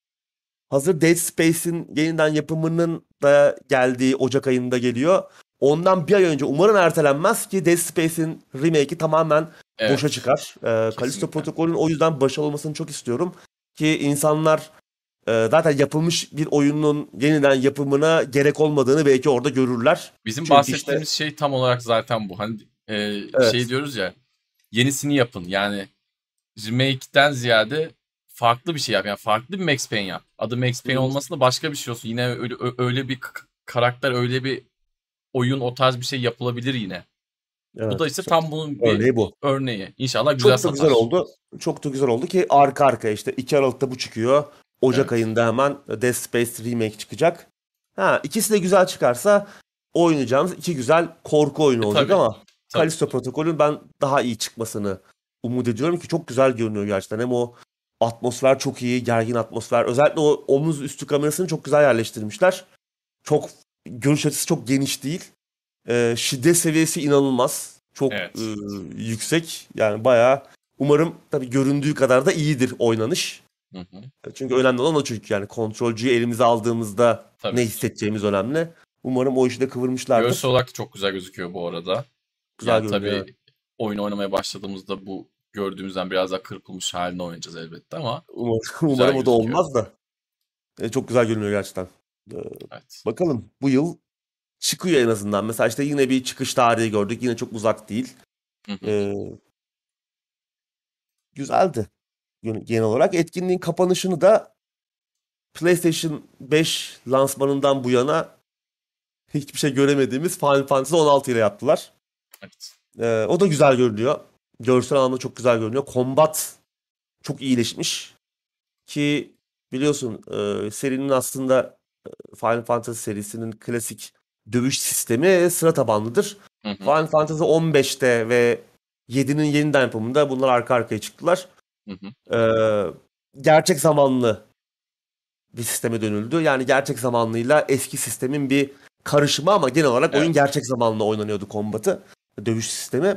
Hazır Dead Space'in yeniden yapımının da geldiği Ocak ayında geliyor. Ondan bir ay önce umarım ertelenmez ki Dead Space'in remake'i tamamen boşa Evet. çıkar. Callisto Kesinlikle. Protocol'ün o yüzden başarılı olmasını çok istiyorum. Ki insanlar zaten yapılmış bir oyunun yeniden yapımına gerek olmadığını belki orada görürler. Bizim Çünkü işte bahsettiğimiz şey tam olarak zaten bu. Hani şey evet. diyoruz ya, yenisini yapın. Yani remake'den ziyade farklı bir şey yap. Yani farklı bir Max Payne yap. Adı Max Hı Payne hı. olmasın da başka bir şey olsun. Yine öyle bir karakter, öyle bir oyun, o tarz bir şey yapılabilir yine. Bu da Evet. işte tam bunun bir Örneği bu. örneği. İnşallah güzel Çok da güzel satar. oldu. Çok da güzel oldu ki arka arkaya işte 2 Aralık'ta bu çıkıyor. Ocak Evet. ayında hemen Dead Space Remake çıkacak. Ha, ikisi de güzel çıkarsa oynayacağımız iki güzel korku oyunu olacak Tabii. ama Tabii. Callisto Protocol'ün ben daha iyi çıkmasını umut ediyorum ki çok güzel görünüyor gerçekten. Hem o atmosfer çok iyi, gergin atmosfer. Özellikle o omuz üstü kamerasını çok güzel yerleştirmişler. Çok görüş açısı çok geniş değil. Şiddet seviyesi inanılmaz. Çok Evet. yüksek. Yani bayağı umarım tabii göründüğü kadar da iyidir oynanış. Hı hı. Çünkü önemli olan o çünkü yani kontrolcüyü elimize aldığımızda ne Tabii. hissedeceğimiz önemli. Umarım o işi de Görsel kıvırmışlardır. olarak da çok güzel gözüküyor bu arada. Güzel Yani görünüyor. tabii Evet. oyun oynamaya başladığımızda bu gördüğümüzden biraz daha kırpılmış halini oynayacağız elbette ama Umarım, güzel umarım o da gözüküyor. olmaz da. Çok güzel görünüyor gerçekten. E, Evet. bakalım bu yıl çıkıyor en azından. Mesela işte yine bir çıkış tarihi gördük. Yine çok uzak değil. Hı hı. E, güzeldi genel olarak. Etkinliğin kapanışını da PlayStation 5 lansmanından bu yana hiçbir şey göremediğimiz Final Fantasy 16 ile yaptılar. Evet. O da güzel görünüyor. Görsel anlamda çok güzel görünüyor. Combat çok iyileşmiş ki biliyorsun serinin aslında Final Fantasy serisinin klasik dövüş sistemi sıra tabanlıdır. Hı hı. Final Fantasy 15'te ve 7'nin yeniden yapımında bunlar arka arkaya çıktılar. Hı hı. Ee, gerçek zamanlı bir sisteme dönüldü. Yani gerçek zamanlıyla eski sistemin bir karışımı ama genel olarak oyun Evet. gerçek zamanlı oynanıyordu kombatı. Dövüş sistemi.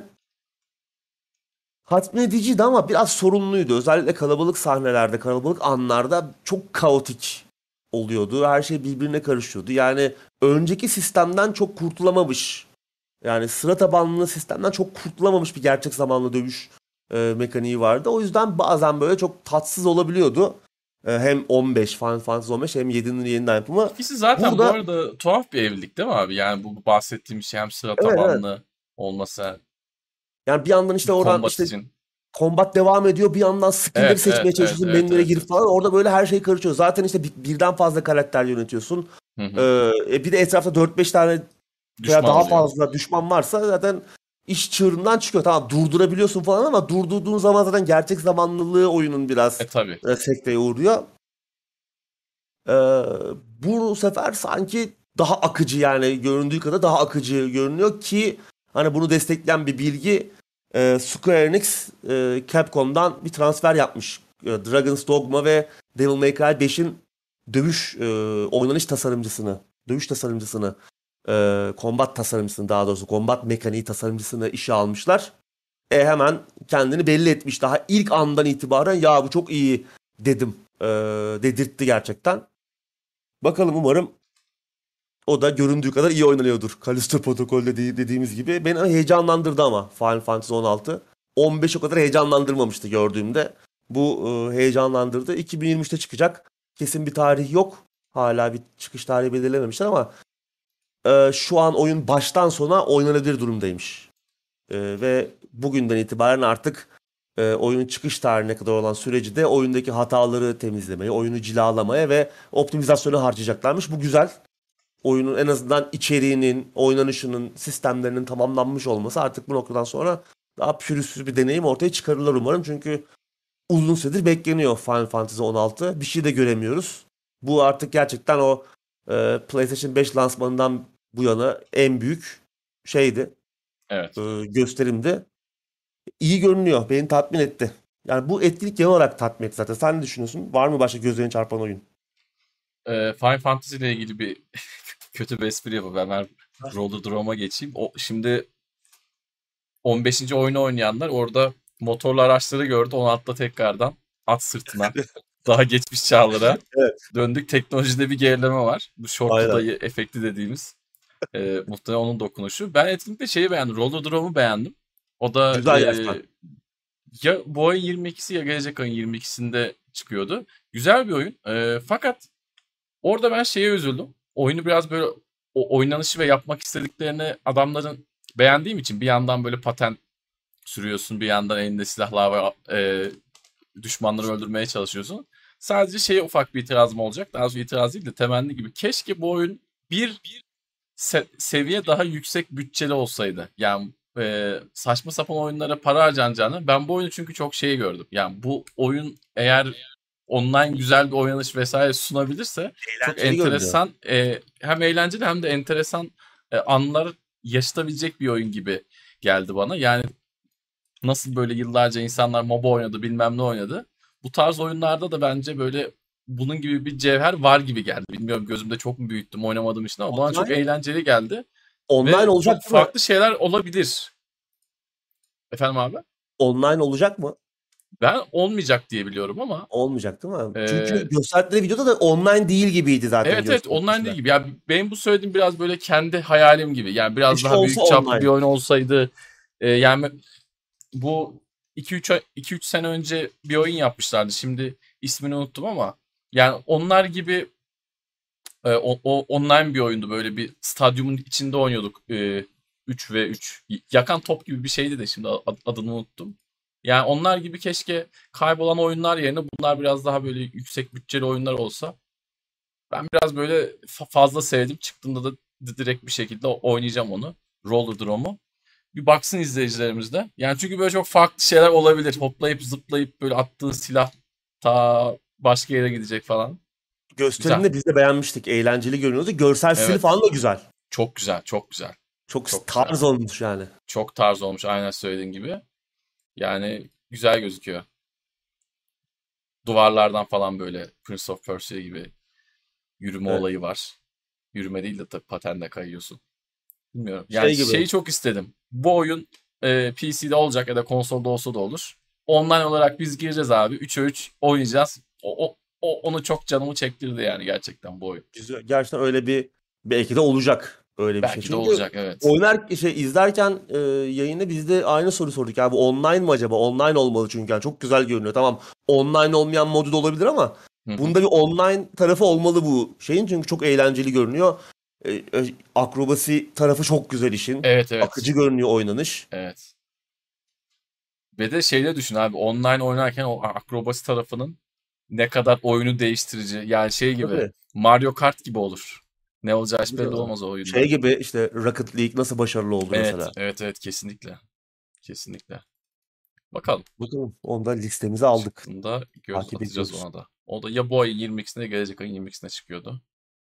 Tatmin ama biraz sorunluydu. Özellikle kalabalık sahnelerde, kalabalık anlarda çok kaotik oluyordu. Her şey birbirine karışıyordu. Yani önceki sistemden çok kurtulamamış. Yani sıra tabanlı sistemden çok kurtulamamış bir gerçek zamanlı dövüş mekaniği vardı. O yüzden bazen böyle çok tatsız olabiliyordu. Hem 15 Final Fantasy 15 hem 7'nin yeniden yapımı. İkisi zaten bu Burada arada tuhaf bir evlilik değil mi abi? Yani bu bahsettiğim şey hem sıra evet evet. tabanlı olması Yani bir yandan işte bir oradan kombat işte için. combat devam ediyor. Bir yandan skill'leri Evet, seçmeye evet, evet, çalışıyorsun. evet, Menülere evet, girip evet. falan. Orada böyle her şey karışıyor. Zaten işte birden fazla karakter yönetiyorsun. Hı hı. Bir de etrafta 4-5 tane veya Düşman daha oluyor. fazla düşman varsa zaten iş çığırından çıkıyor. Tamam durdurabiliyorsun falan ama durdurduğun zaman zaten gerçek zamanlılığı oyunun biraz Tabii. sekteye uğruyor. Ee, bu sefer sanki daha akıcı yani göründüğü kadar daha akıcı görünüyor ki hani bunu destekleyen bir bilgi Square Enix Capcom'dan bir transfer yapmış. Dragon's Dogma ve Devil May Cry 5'in dövüş oynanış tasarımcısını, dövüş tasarımcısını, combat tasarımcısını daha doğrusu combat mekaniği tasarımcısını işe almışlar. Hemen kendini belli etmiş daha ilk andan itibaren ya bu çok iyi dedim dedirtti gerçekten. Bakalım umarım o da göründüğü kadar iyi oynanıyordur. Callisto Protocol dediğimiz gibi. Beni heyecanlandırdı ama Final Fantasy 16. 15 o kadar heyecanlandırmamıştı gördüğümde. Bu heyecanlandırdı. 2023'te çıkacak. Kesin bir tarih yok. Hala bir çıkış tarihi belirlememişler ama şu an oyun baştan sona oynanabilir durumdaymış. Ve bugünden itibaren artık oyunun çıkış tarihine kadar olan süreci de oyundaki hataları temizlemeye, oyunu cilalamaya ve optimizasyona harcayacaklarmış. Bu güzel. Oyunun en azından içeriğinin, oynanışının, sistemlerinin tamamlanmış olması artık bu noktadan sonra daha pürüzsüz bir deneyim ortaya çıkarırlar umarım. Çünkü uzun süredir bekleniyor Final Fantasy 16. Bir şey de göremiyoruz. Bu artık gerçekten o PlayStation 5 lansmanından bu yana en büyük şeydi. Evet. Gösterimdi. İyi görünüyor. Beni tatmin etti. Yani bu etkinlik genel olarak tatmin etti zaten. Sen ne düşünüyorsun? Var mı başka gözlerini çarpan oyun? Final Fantasy ile ilgili bir kötü bir espri yapıp hemen Roller Drone'a geçeyim. Şimdi 15. oyunu oynayanlar orada motorlu araçları gördü. Onu atla tekrardan at sırtına. Daha geçmiş çağlara Evet. döndük. Teknolojide bir gerileme var. Bu short Aynen. dayı efekti dediğimiz. Muhtemelen onun dokunuşu. Ben etkinlikte şeyi beğendim. Roller Drone'u beğendim. O da Güzel gerçekten. ya bu ayın 22'si ya gelecek ayın 22'sinde çıkıyordu. Güzel bir oyun. Fakat orada ben şeye üzüldüm. Oyunu biraz böyle o oynanışı ve yapmak istediklerini adamların beğendiğim için bir yandan böyle patent sürüyorsun, bir yandan elinde silahlar var, düşmanları öldürmeye çalışıyorsun. Sadece şeye ufak bir itirazım olacak. Daha doğrusu itiraz değil de temenni gibi. Keşke bu oyun bir seviye daha yüksek bütçeli olsaydı. Yani saçma sapan oyunlara para harcanacağını. Ben bu oyunu çünkü çok şey gördüm. Yani bu oyun eğer online güzel bir oynanış vesaire sunabilirse çok Eğlenceli görünüyor. enteresan hem eğlenceli hem de enteresan anlar yaşatabilecek bir oyun gibi geldi bana. Yani nasıl böyle yıllarca insanlar MOBA oynadı bilmem ne oynadı. Bu tarz oyunlarda da bence böyle bunun gibi bir cevher var gibi geldi. Bilmiyorum gözümde çok mu büyüttüm oynamadığım için ama bana çok Online, eğlenceli geldi. online Ve çok olacak değil mi? farklı şeyler olabilir. Efendim abi? Online olacak mı? Ben olmayacak diye biliyorum ama Olmayacak değil mi? Çünkü e, gösterdikleri videoda da online değil gibiydi zaten evet online değil göstermişler. gibi. Ya benim bu söylediğim biraz böyle kendi hayalim gibi. Yani biraz Keşke daha olsa büyük çaplı bir online. oyun olsaydı. Yani bu 2-3 sene önce bir oyun yapmışlardı. Şimdi ismini unuttum ama yani onlar gibi online bir oyundu. Böyle bir stadyumun içinde oynuyorduk. 3v3. Yakan top gibi bir şeydi de şimdi adını unuttum. Yani onlar gibi keşke kaybolan oyunlar yerine bunlar biraz daha böyle yüksek bütçeli oyunlar olsa. Ben biraz böyle fazla sevdim. Çıktığında da direkt bir şekilde oynayacağım onu. Roller Drone'u. Bir baksın izleyicilerimiz de. Yani çünkü böyle çok farklı şeyler olabilir. Hoplayıp zıplayıp böyle attığın silah ta başka yere gidecek falan. Güzel. Gösterimde biz de beğenmiştik. Eğlenceli görünüyordu. Görsel stili Evet. falan da güzel. Çok güzel. Çok güzel. Çok Çok güzel. tarz olmuş yani. Çok tarz olmuş aynen söylediğin gibi. Yani güzel gözüküyor. Duvarlardan falan böyle Prince of Persia gibi yürüme Evet. olayı var. Yürüme değil de tabii patenle kayıyorsun. Bilmiyorum. Yani Şey gibi. şeyi çok istedim. Bu oyun PC'de olacak ya da konsolda olsa da olur. Online olarak biz gireceğiz abi. 3'e 3 oynayacağız. Onu çok canımı çektirdi yani gerçekten bu oyun. Güzel. Gerçekten öyle bir belki de olacak öyle bir şey. Belki de Çünkü olacak evet. izlerken yayını biz de aynı soru sorduk. Ya bu online mı acaba? Online olmalı çünkü. Yani çok güzel görünüyor. Tamam. Online olmayan modu da olabilir ama Hı hı. bunda bir online tarafı olmalı bu şeyin. Çünkü çok eğlenceli görünüyor. Akrobasi tarafı çok güzel işin. Evet evet. Akıcı görünüyor oynanış. Evet. Ve de şeyde düşün abi online oynarken o akrobasi tarafının ne kadar oyunu değiştirici. Yani şey gibi Tabii. Mario Kart gibi olur. Ne olacağı hiç Tabii belli canım. olmaz o Şey oyunda. gibi işte Rocket League nasıl başarılı oldu Evet, mesela. evet, evet kesinlikle. Kesinlikle. Bakalım. Bakalım. Onu da listemize aldık. Çıktığında göz Takip atacağız ediyoruz. ona da. O da ya bu ayın 22'sinde ya gelecek ayın 22'sinde çıkıyordu.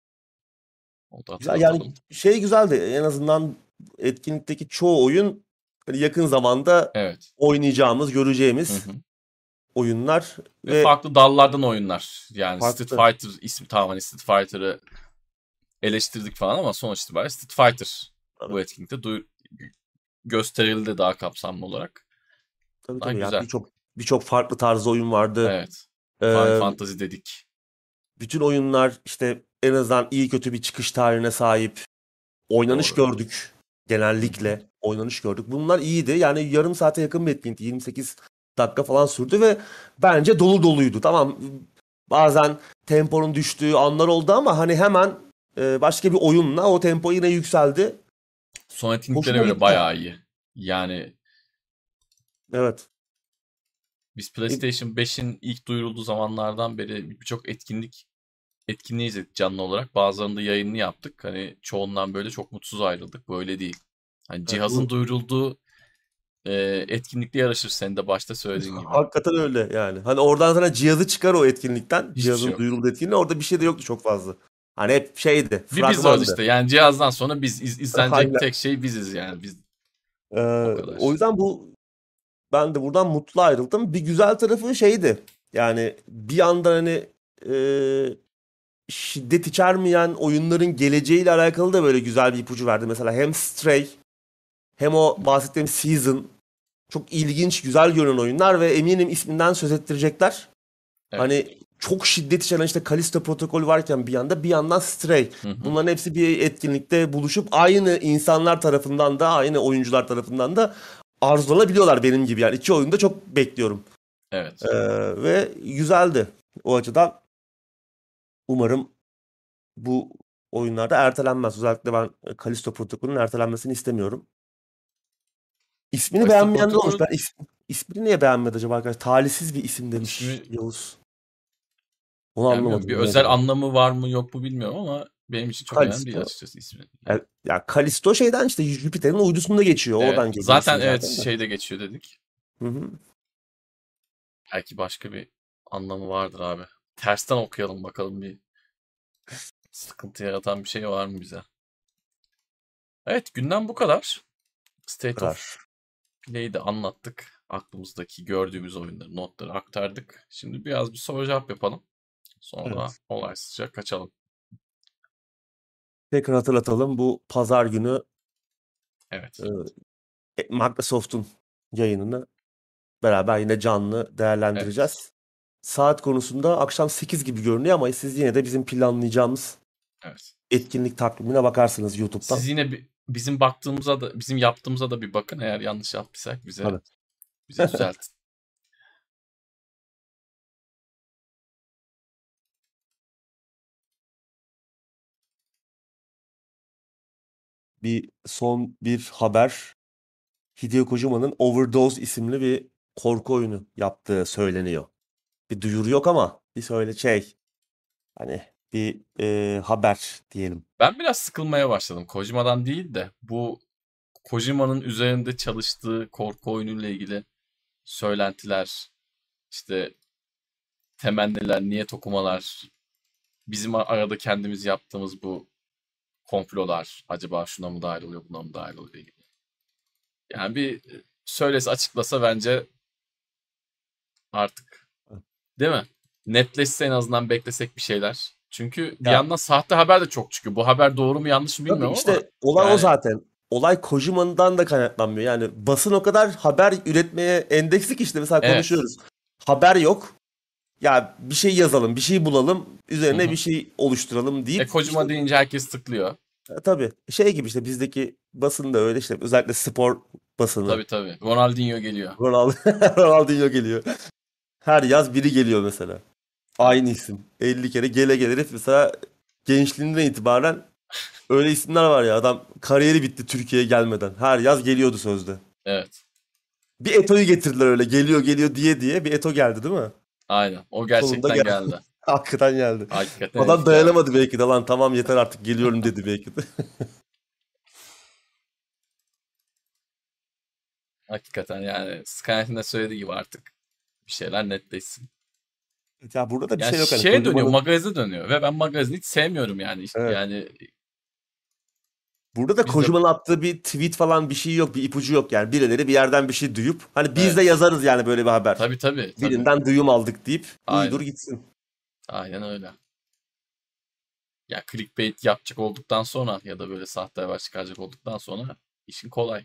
Onu da Güzel yani hatırlatalım. şey güzeldi. En azından etkinlikteki çoğu oyun hani yakın zamanda Evet. oynayacağımız, Hı göreceğimiz hı. oyunlar Ve ve farklı dallardan oyunlar. Yani Street farklı. Fighter ismi tamam hani Street Fighter'ı eleştirdik falan ama sonuç itibariyle Street Fighter Tabii bu etkinlikte gösterildi daha kapsamlı olarak. tabii. Daha Tabii. Ya güzel. birçok farklı tarzda oyun vardı. Evet. Final Ee, Fantasy dedik. bütün oyunlar işte en azından iyi kötü bir çıkış tarihine sahip. Oynanış Doğru. gördük. Hı hı. Genellikle oynanış gördük. Bunlar iyiydi. Yani yarım saate yakın bir etkinlikti. 28 dakika falan sürdü ve bence dolu doluydu. Tamam bazen temponun düştüğü anlar oldu ama hani hemen başka bir oyunla o tempo yine yükseldi. Son etkinliklere Hoşuma göre gitti. bayağı iyi. Yani Evet. biz E, PlayStation 5'in ilk duyurulduğu zamanlardan beri birçok etkinliği izledik canlı olarak. Bazılarında yayınını yaptık. Hani çoğundan böyle çok mutsuz ayrıldık. Böyle değil. Hani evet, cihazın bu duyurulduğu etkinlikte yarışır senin de başta söylediğin gibi. Hakikaten öyle yani. Hani oradan sana cihazı çıkar o etkinlikten. Hiçbir şey Cihazın yok. duyurulduğu etkinliği. Orada bir şey de yoktu çok fazla. Hani hep şeydi. Bir biz varız Fragmandı. işte. Yani cihazdan sonra biz izlenecek Aynen. tek şey biziz yani. Biz o O kadar. yüzden ben de buradan mutlu ayrıldım. Bir güzel tarafı şeydi. Yani bir yandan hani e, şiddet içermeyen oyunların geleceğiyle alakalı da böyle güzel bir ipucu verdi. Mesela hem Stray hem o bahsettiğim Season çok ilginç, güzel görünen oyunlar ve eminim isminden söz ettirecekler. Evet. Hani çok şiddet içeren işte Callisto Protokol varken bir yandan Stray. Hı hı. Bunların hepsi bir etkinlikte buluşup aynı insanlar tarafından da aynı oyuncular tarafından da arzulanabiliyorlar benim gibi. Yani iki oyunu da çok bekliyorum. Evet. Ve güzeldi. O açıdan umarım bu oyunlarda ertelenmez. Özellikle ben Callisto Protokol'ün ertelenmesini istemiyorum. İsmini Callisto beğenmeyen de olmuş. Protocol İsmini niye beğenmedi acaba arkadaş? Talihsiz bir isim demiş ismi Yavuz. Onu yani bilmiyorum, anlamadım bir ne özel acaba. anlamı var mı yok mu bilmiyorum ama benim için çok önemli değil Callisto. açıkçası ismi. Yani, Ya Callisto şeyden işte Jüpiter'in uydusunda geçiyor. evet. Oradan geliyor Zaten isim evet zaten de. şeyde geçiyor dedik. Hı hı. Belki başka bir anlamı vardır abi. Tersten okuyalım bakalım, bir sıkıntı yaratan bir şey var mı bize? Evet, günden bu kadar. Bu State of kadar. Play'i de anlattık. Aklımızdaki gördüğümüz oyunları, notları aktardık. Şimdi biraz bir soru cevap yapalım. Sonra Evet. olaysızca kaçalım. Tekrar hatırlatalım. Bu pazar günü Evet. Microsoft'un yayınını beraber yine canlı Evet. değerlendireceğiz. Saat konusunda akşam 8 gibi görünüyor ama siz yine de bizim planlayacağımız Evet. etkinlik takvimine bakarsınız YouTube'dan. Siz yine bizim baktığımıza da, bizim yaptığımıza da bir bakın. Eğer yanlış yaptıysak Tabii. bize düzeltin. Son bir haber. Hideo Kojima'nın Overdose isimli bir korku oyunu yaptığı söyleniyor. Bir duyuru yok ama bir söyle şey hani bir haber diyelim. Ben biraz sıkılmaya başladım. Kojima'dan değil de bu Kojima'nın üzerinde çalıştığı korku oyunuyla ilgili söylentiler, işte temenniler, niyet okumalar, bizim arada kendimiz yaptığımız bu komplolar, acaba şuna mı dahil oluyor, buna mı dahil oluyor gibi. Yani bir söylese, açıklasa bence artık, değil mi? Netleşse, en azından beklesek bir şeyler. Çünkü bir Ya yandan sahte haber de çok çıkıyor. Bu haber doğru mu yanlış mı tabii bilmiyorum ama işte olan o yani zaten. Olay Kojima'dan da kaynaklanmıyor. Yani basın o kadar haber üretmeye endeksli ki işte mesela evet. konuşuyoruz. Haber yok. Ya bir şey yazalım, bir şey bulalım, Hı üzerine bir hı. şey oluşturalım deyip işte Kojima deyince herkes tıklıyor. tabii şey gibi işte bizdeki basın da öyle işte özellikle spor basını. Tabii tabii. Ronaldinho geliyor. Ronaldo, Ronaldinho geliyor. Her yaz biri geliyor mesela. Aynı Evet. isim. 50 kere gele gele herif mesela gençliğinden itibaren öyle isimler var ya adam kariyeri bitti Türkiye'ye gelmeden. Her yaz geliyordu sözde. Evet. Bir Eto'yu getirdiler öyle geliyor geliyor diye bir Eto geldi değil mi? Aynen. O Sonunda gerçekten geldi. geldi. Hakikaten geldi. Hakikaten Adam herif geldi. dayanamadı belki de lan tamam yeter artık geliyorum dedi belki de. Hakikaten yani Skyne'in de söylediği gibi artık bir şeyler netleşsin. Ya burada da bir Yani şey yok hani şeye dönüyor, Kojima'nın magazize dönüyor ve ben magazini hiç sevmiyorum yani. evet. Yani Burada da biz de Kojima'nın attığı bir tweet falan bir şey yok, bir ipucu yok yani. Birileri bir yerden bir şey duyup hani biz de evet. yazarız yani böyle bir haber. Tabii tabii tabii. Birinden duyum aldık deyip uydur Aynen. gitsin. Aynen öyle. Ya clickbait yapacak olduktan sonra ya da böyle sahte haber çıkaracak olduktan sonra işin kolay.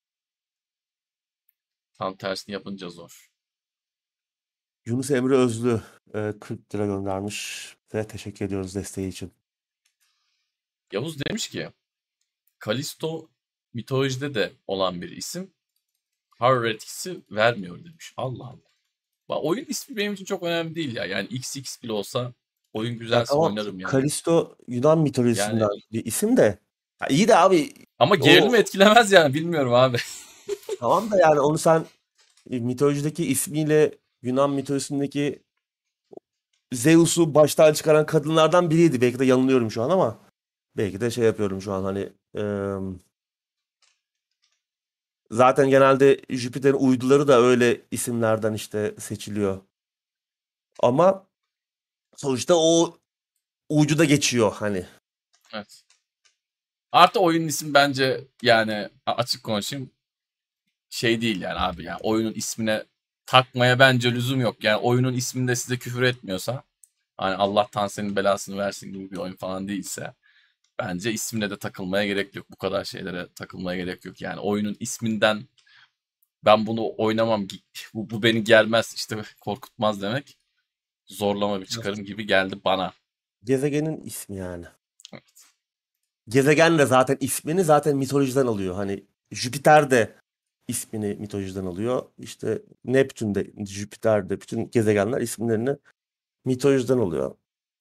Tam tersini yapınca zor. Yunus Emre Özlü 40 lira göndermiş ve teşekkür ediyoruz desteği için. Yavuz demiş ki Kalisto mitolojide de olan bir isim. Horror etkisi vermiyor demiş. Allah Allah. Oyun ismi benim için çok önemli değil ya. Yani XX bile olsa oyun Ya güzelse tamam oynarım yani. Kalisto Yunan mitolojisinden Yani bir isim de. Ya iyi de abi ama o gerilimi etkilemez yani, bilmiyorum abi. tamam da yani onu sen mitolojideki ismiyle Yunan mitolojisindeki Zeus'u baştan çıkaran kadınlardan biriydi. Belki de yanılıyorum şu an ama belki de şey yapıyorum şu an hani Zaten genelde Jüpiter'in uyduları da öyle isimlerden işte seçiliyor. Ama sonuçta o ucuda geçiyor hani. Evet. Artı oyunun ismi bence yani açık konuşayım şey değil yani abi ya. Oyunun ismine takmaya bence lüzum yok. Yani oyunun isminde size küfür etmiyorsa hani Allah'tan senin belasını versin gibi bir oyun falan değilse bence ismine de takılmaya gerek yok. Bu kadar şeylere takılmaya gerek yok. Yani oyunun isminden ben bunu oynamam, bu beni gelmez işte korkutmaz demek zorlama bir Evet. çıkarım gibi geldi bana. Gezegenin ismi yani. Evet. Gezegen de zaten ismini zaten mitolojiden alıyor. Hani Jüpiter de ismini mitolojiden alıyor. İşte Neptün de, Jüpiter de, bütün gezegenler isimlerini mitolojiden alıyor.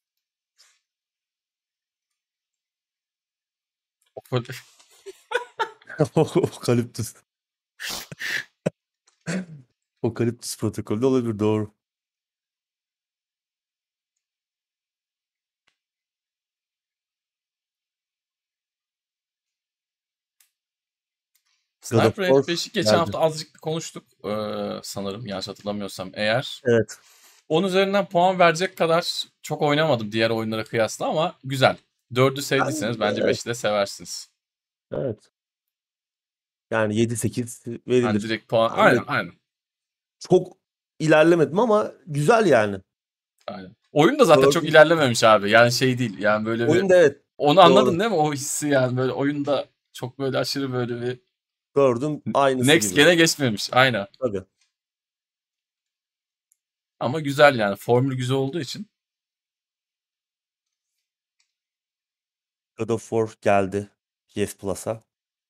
Okaliptüs. Okaliptüs protokolü de olabilir, doğru. God of Sniper Elite War 5'i geçen geldi. hafta azıcık bir konuştuk sanırım yanlış hatırlamıyorsam eğer. Evet. 10 üzerinden puan verecek kadar çok oynamadım diğer oyunlara kıyasla ama güzel. 4'ü sevdiyseniz bence Evet. 5'i de seversiniz. Evet. Yani 7-8 Hani verilir. direkt puan Ben de aynen aynen. çok ilerlemedim ama güzel yani. Aynen. Oyun da zaten çok Gördüm. ilerlememiş abi. Yani şey değil. Yani böyle bir Oyunda evet, onu anladın doğru. değil mi? O hissi yani böyle oyunda çok böyle aşırı böyle bir Gördüm, aynısı next gibi. gene geçmemiş. Aynen. Tabii. Ama güzel yani. Formül güzel olduğu için. God of War geldi PS Plus'a.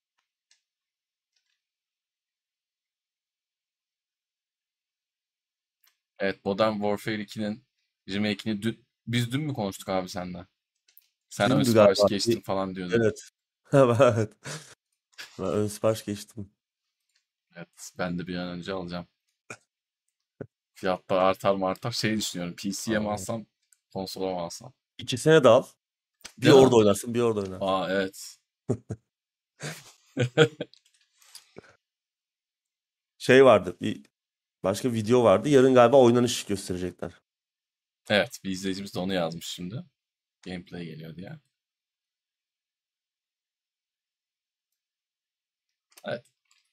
Evet, Modern Warfare 2'nin remake'ini biz dün mü konuştuk abi senden? Sen ön Dündü sipariş galiba. geçtin falan diyordun. Evet. Evet. Ben ön sipariş geçtim. Evet, ben de bir an önce alacağım. Fiyatlar artar mı artar şey düşünüyorum. PC'ye mi Aa, alsam, konsola mı alsam? İkisine de al. Bir Değil mi? orada oynarsın, bir orada oynarsın. Aa evet. Şey vardı, bir başka video vardı. Yarın galiba oynanış gösterecekler. Evet, bir izleyicimiz de onu yazmış şimdi. Gameplay geliyor diye. Evet.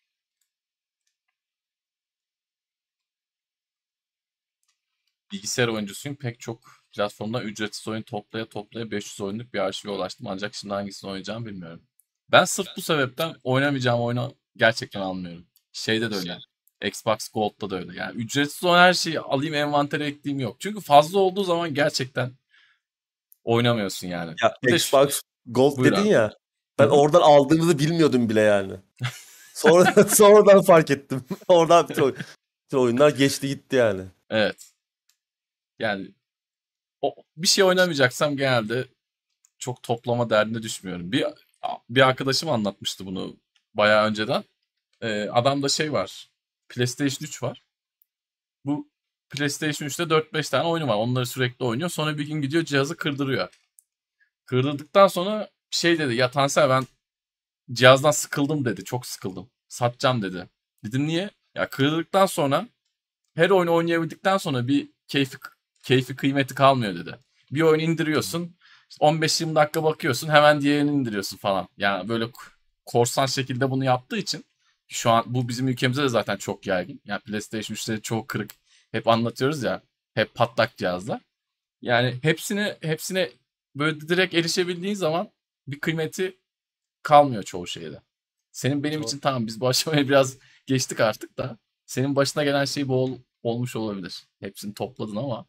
Bilgisayar oyuncusuyum. Pek çok platformdan ücretsiz oyun toplaya toplaya 500 oyunluk bir arşive ulaştım. Ancak şimdi hangisini oynayacağımı bilmiyorum. Ben sırf bu sebepten oynamayacağım oyunu gerçekten almıyorum. Şeyde de öyle. Xbox Gold'da da öyle. Yani ücretsiz olan her şeyi alayım envantere ekleyeyim yok. Çünkü fazla olduğu zaman gerçekten oynamıyorsun yani. Ya Bir de Xbox Gold buyur dedin abi. ya. Hı Ben hı. oradan aldığımızı bilmiyordum bile yani. Sonra sonradan fark ettim. Oradan bütün oyunlar geçti gitti yani. Evet. Yani bir şey oynamayacaksam genelde çok toplama derdine düşmüyorum. Bir arkadaşım anlatmıştı bunu bayağı önceden. Adamda şey var. PlayStation 3 var. Bu PlayStation 3'te 4-5 tane oyunu var. Onları sürekli oynuyor. Sonra bir gün gidiyor cihazı kırdırıyor. Kırdırdıktan sonra şey dedi. Ya Tansel ben cihazdan sıkıldım dedi. Çok sıkıldım. Satacağım dedi. Dedim niye? Ya kırdırdıktan sonra her oyunu oynayabildikten sonra bir keyfi kıymeti kalmıyor dedi. Bir oyun indiriyorsun. İşte 15-20 dakika bakıyorsun. Hemen diğerini indiriyorsun falan. Yani böyle korsan şekilde bunu yaptığı için şu an bu bizim ülkemizde de zaten çok yaygın. Yani PlayStation 3'leri çoğu kırık. Hep anlatıyoruz ya. Hep patlak cihazlar. Yani hepsine böyle direkt erişebildiğin zaman bir kıymeti kalmıyor çoğu şeyde. Senin benim Doğru. için tamam biz bu aşamaya biraz geçtik artık da senin başına gelen şey bu olmuş olabilir. Hepsini topladın ama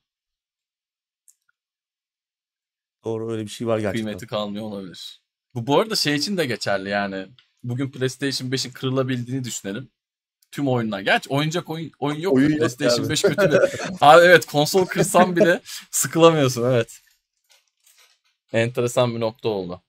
Doğru, öyle bir şey var gerçekten. kıymeti kalmıyor olabilir. Bu arada şey için de geçerli yani. Bugün PlayStation 5'in kırılabildiğini düşünelim. Tüm oyunlar. Gerçi oyun yok da Oyun yok PlayStation yani. 5 kötü bir. Abi evet konsol kırsan bile sıkılamıyorsun evet. Enteresan bir nokta oldu.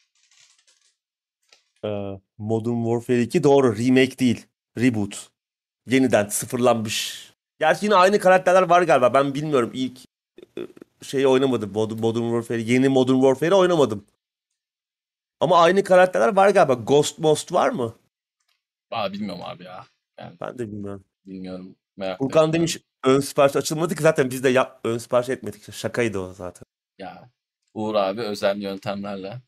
Modern Warfare 2 doğru, remake değil. Reboot. Yeniden sıfırlanmış. Gerçi yine aynı karakterler var galiba. Ben bilmiyorum. İlk e, şeyi oynamadım. Modern Warfare, yeni Modern Warfare'i oynamadım. Ama aynı karakterler var galiba. Ghost Most var mı? Bilmiyorum abi ya. Yani Ben de bilmiyorum. bilmiyorum. Merak da Furkan etmiyorum. demiş ön sipariş açılmadı ki zaten biz de ön sipariş etmedik. Şakaydı o zaten. Ya Uğur abi özel yöntemlerle.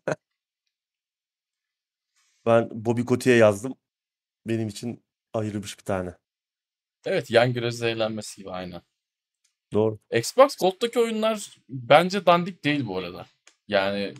Ben Bobby Kotick'e yazdım. Benim için ayrılmış bir tane. Evet, yan göre zehirlenmesi gibi aynen. Doğru. Xbox Gold'daki oyunlar bence dandik değil bu arada. Yani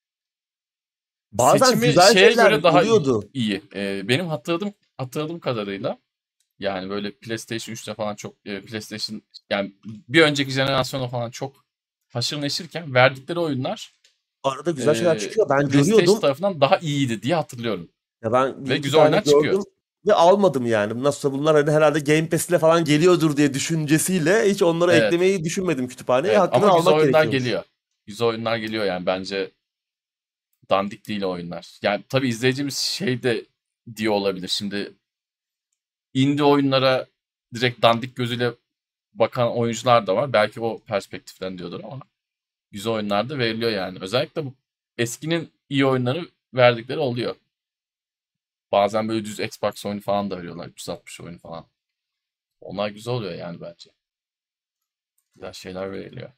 Bazen seçimi güzel şeye şeyler göre daha oluyordu. iyi. Benim hatırladığım kadarıyla yani böyle PlayStation 3'te falan çok PlayStation yani bir önceki jenerasyonda falan çok haşır neşirken verdikleri oyunlar Arada güzel şeyler çıkıyor. Ben PlayStation görüyordum. tarafından daha iyiydi diye hatırlıyorum. Ya ben bir Ve iki güzel tane oyunlar çıkıyor. gördüm ve almadım yani. Nasılsa bunlar hani herhalde Game Pass ile falan geliyordur diye düşüncesiyle hiç onları Evet, eklemeyi düşünmedim kütüphaneye. evet Hakikaten ama güzel almak oyunlar gerekiyormuş. geliyor. Güzel oyunlar geliyor yani bence dandik değil o oyunlar. Yani tabii izleyicimiz şey de diyor olabilir. Şimdi indie oyunlara direkt dandik gözüyle bakan oyuncular da var. Belki o perspektiften diyordur ama güzel oyunlar da veriliyor yani. Özellikle bu eskinin iyi oyunları verdikleri oluyor. Bazen böyle düz Xbox oyunu falan da veriyorlar. 360 oyunu falan. Onlar güzel oluyor yani bence. Güzel şeyler veriliyor.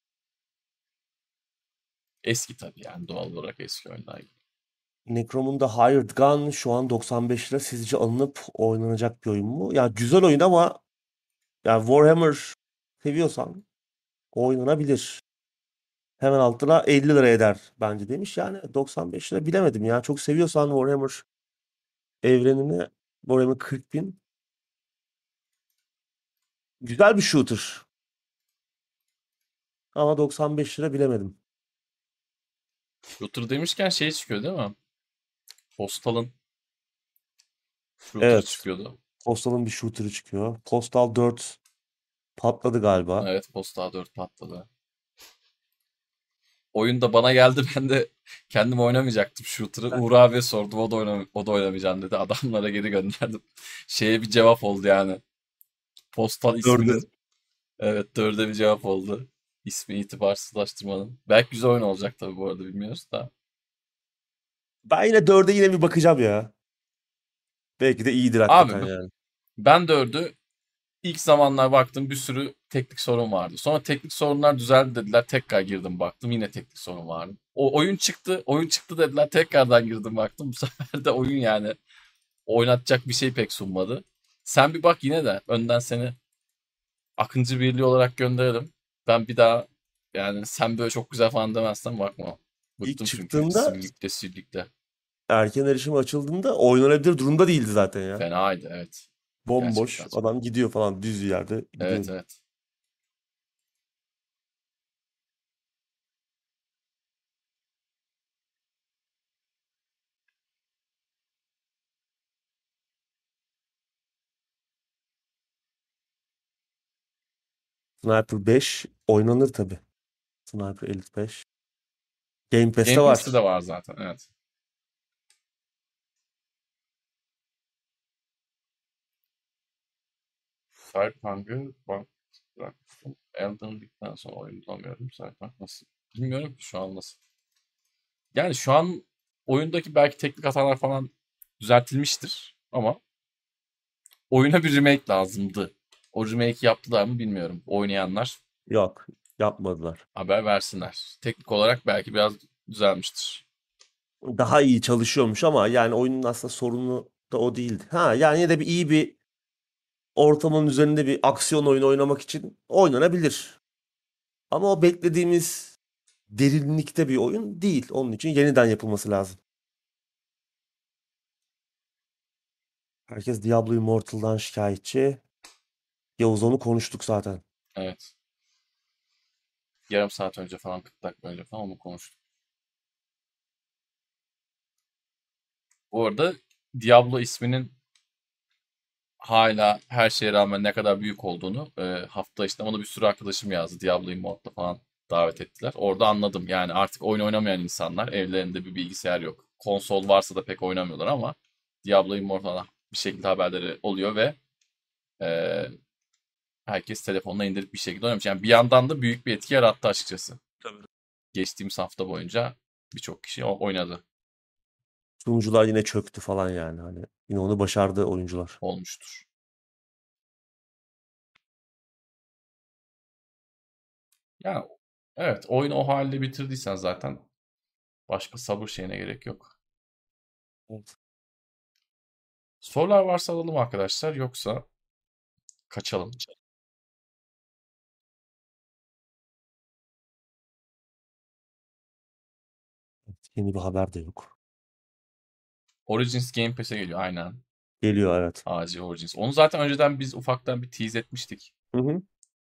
Eski tabii yani doğal olarak eski oyunlar gibi. Necromunda Hired Gun şu an 95 lira. Sizce alınıp oynanacak bir oyun mu? Ya güzel oyun ama ya Warhammer seviyorsan oynanabilir. Hemen altına 50 lira eder bence demiş. Yani 95 lira bilemedim ya. Çok seviyorsan Warhammer evrenini, Warhammer 40 bin. Güzel bir shooter. Ama 95 lira bilemedim. Shooter demişken şey çıkıyor değil mi? Postal'ın shooter'ı Evet. çıkıyordu. Postal'ın bir shooter'ı çıkıyor. Postal 4 patladı galiba. Evet, Postal 4 patladı. Oyun da bana geldi. Ben de kendim oynamayacaktım shooter'ı. Uğur abiye sordum. O da oynamayacağım dedi. Adamlara geri gönderdim. Şeye bir cevap oldu yani. Postal 4'ü. isminin. Evet, dörde bir cevap oldu. İsmi itibarsızlaştırmanın. Belki güzel oyun olacak tabii bu arada bilmiyoruz da. Ben yine 4'e yine bir bakacağım ya. Belki de iyidir Abi hakikaten yani. ben dördü ilk zamanlar baktım bir sürü teknik sorun vardı. Sonra teknik sorunlar düzeldi dediler. Tekrar girdim baktım yine teknik sorun vardı. O oyun çıktı. Oyun çıktı dediler. Tekrardan girdim baktım. Bu sefer de oyun yani oynatacak bir şey pek sunmadı. Sen bir bak yine de önden seni Akıncı Birliği olarak gönderelim. Ben bir daha yani sen böyle çok güzel falan demezsen bakma. İlk Bıktım çünkü çıktığında simlikte sillikte. erken erişim açıldığında oynanabilir durumda değildi zaten ya. Fenaydı evet. Bomboş. Gerçekten. Adam gidiyor falan düz yerde Evet, gidiyordu. evet. Sniper 5 oynanır tabii. Sniper Elite 5. Game Pass'te Game Pass'te var. de var zaten evet. Cyberpunk'ı bıraktım. Elden Ring'den sonra oyun bulamıyorum. Cyberpunk nasıl? Bilmiyorum ki şu an nasıl. Yani şu an oyundaki belki teknik hatalar falan düzeltilmiştir. Ama oyuna bir remake lazımdı. O remake yaptılar mı bilmiyorum. Oynayanlar Yok. Yapmadılar. haber versinler. Teknik olarak belki biraz düzelmiştir. Daha iyi çalışıyormuş ama yani oyunun aslında sorunu da o değildi. Ha yani yine de bir iyi bir ortamın üzerinde bir aksiyon oyunu oynamak için oynanabilir. Ama o beklediğimiz derinlikte bir oyun değil. Onun için yeniden yapılması lazım. Herkes Diablo Immortal'dan şikayetçi. Yavuz onu konuştuk zaten. Evet. Yarım saat önce falan 40 dakika önce falan onu konuştuk. Bu arada Diablo isminin hala her şeye rağmen ne kadar büyük olduğunu hafta işte bana bir sürü arkadaşım yazdı. Diablo Immortal'a falan davet ettiler. Orada anladım. Yani artık oyun oynamayan insanlar evlerinde bir bilgisayar yok. Konsol varsa da pek oynamıyorlar ama Diablo Immortal'a bir şekilde haberleri oluyor ve e, herkes telefonuna indirip bir şekilde oynamış. Yani bir yandan da büyük bir etki yarattı açıkçası. Tabii. Geçtiğimiz hafta boyunca birçok kişi oynadı. sunucular yine çöktü falan yani. Hani yine onu başardı oyuncular. Olmuştur. Yani evet, oyunu o halde bitirdiysen zaten başka sabır şeyine gerek yok. Evet. Sorular varsa alalım arkadaşlar, yoksa kaçalım. Yeni bir haber de yok. Origins Game Pass'e geliyor aynen. Geliyor evet. AC Origins. Onu zaten önceden biz ufaktan bir tease etmiştik. Hı hı.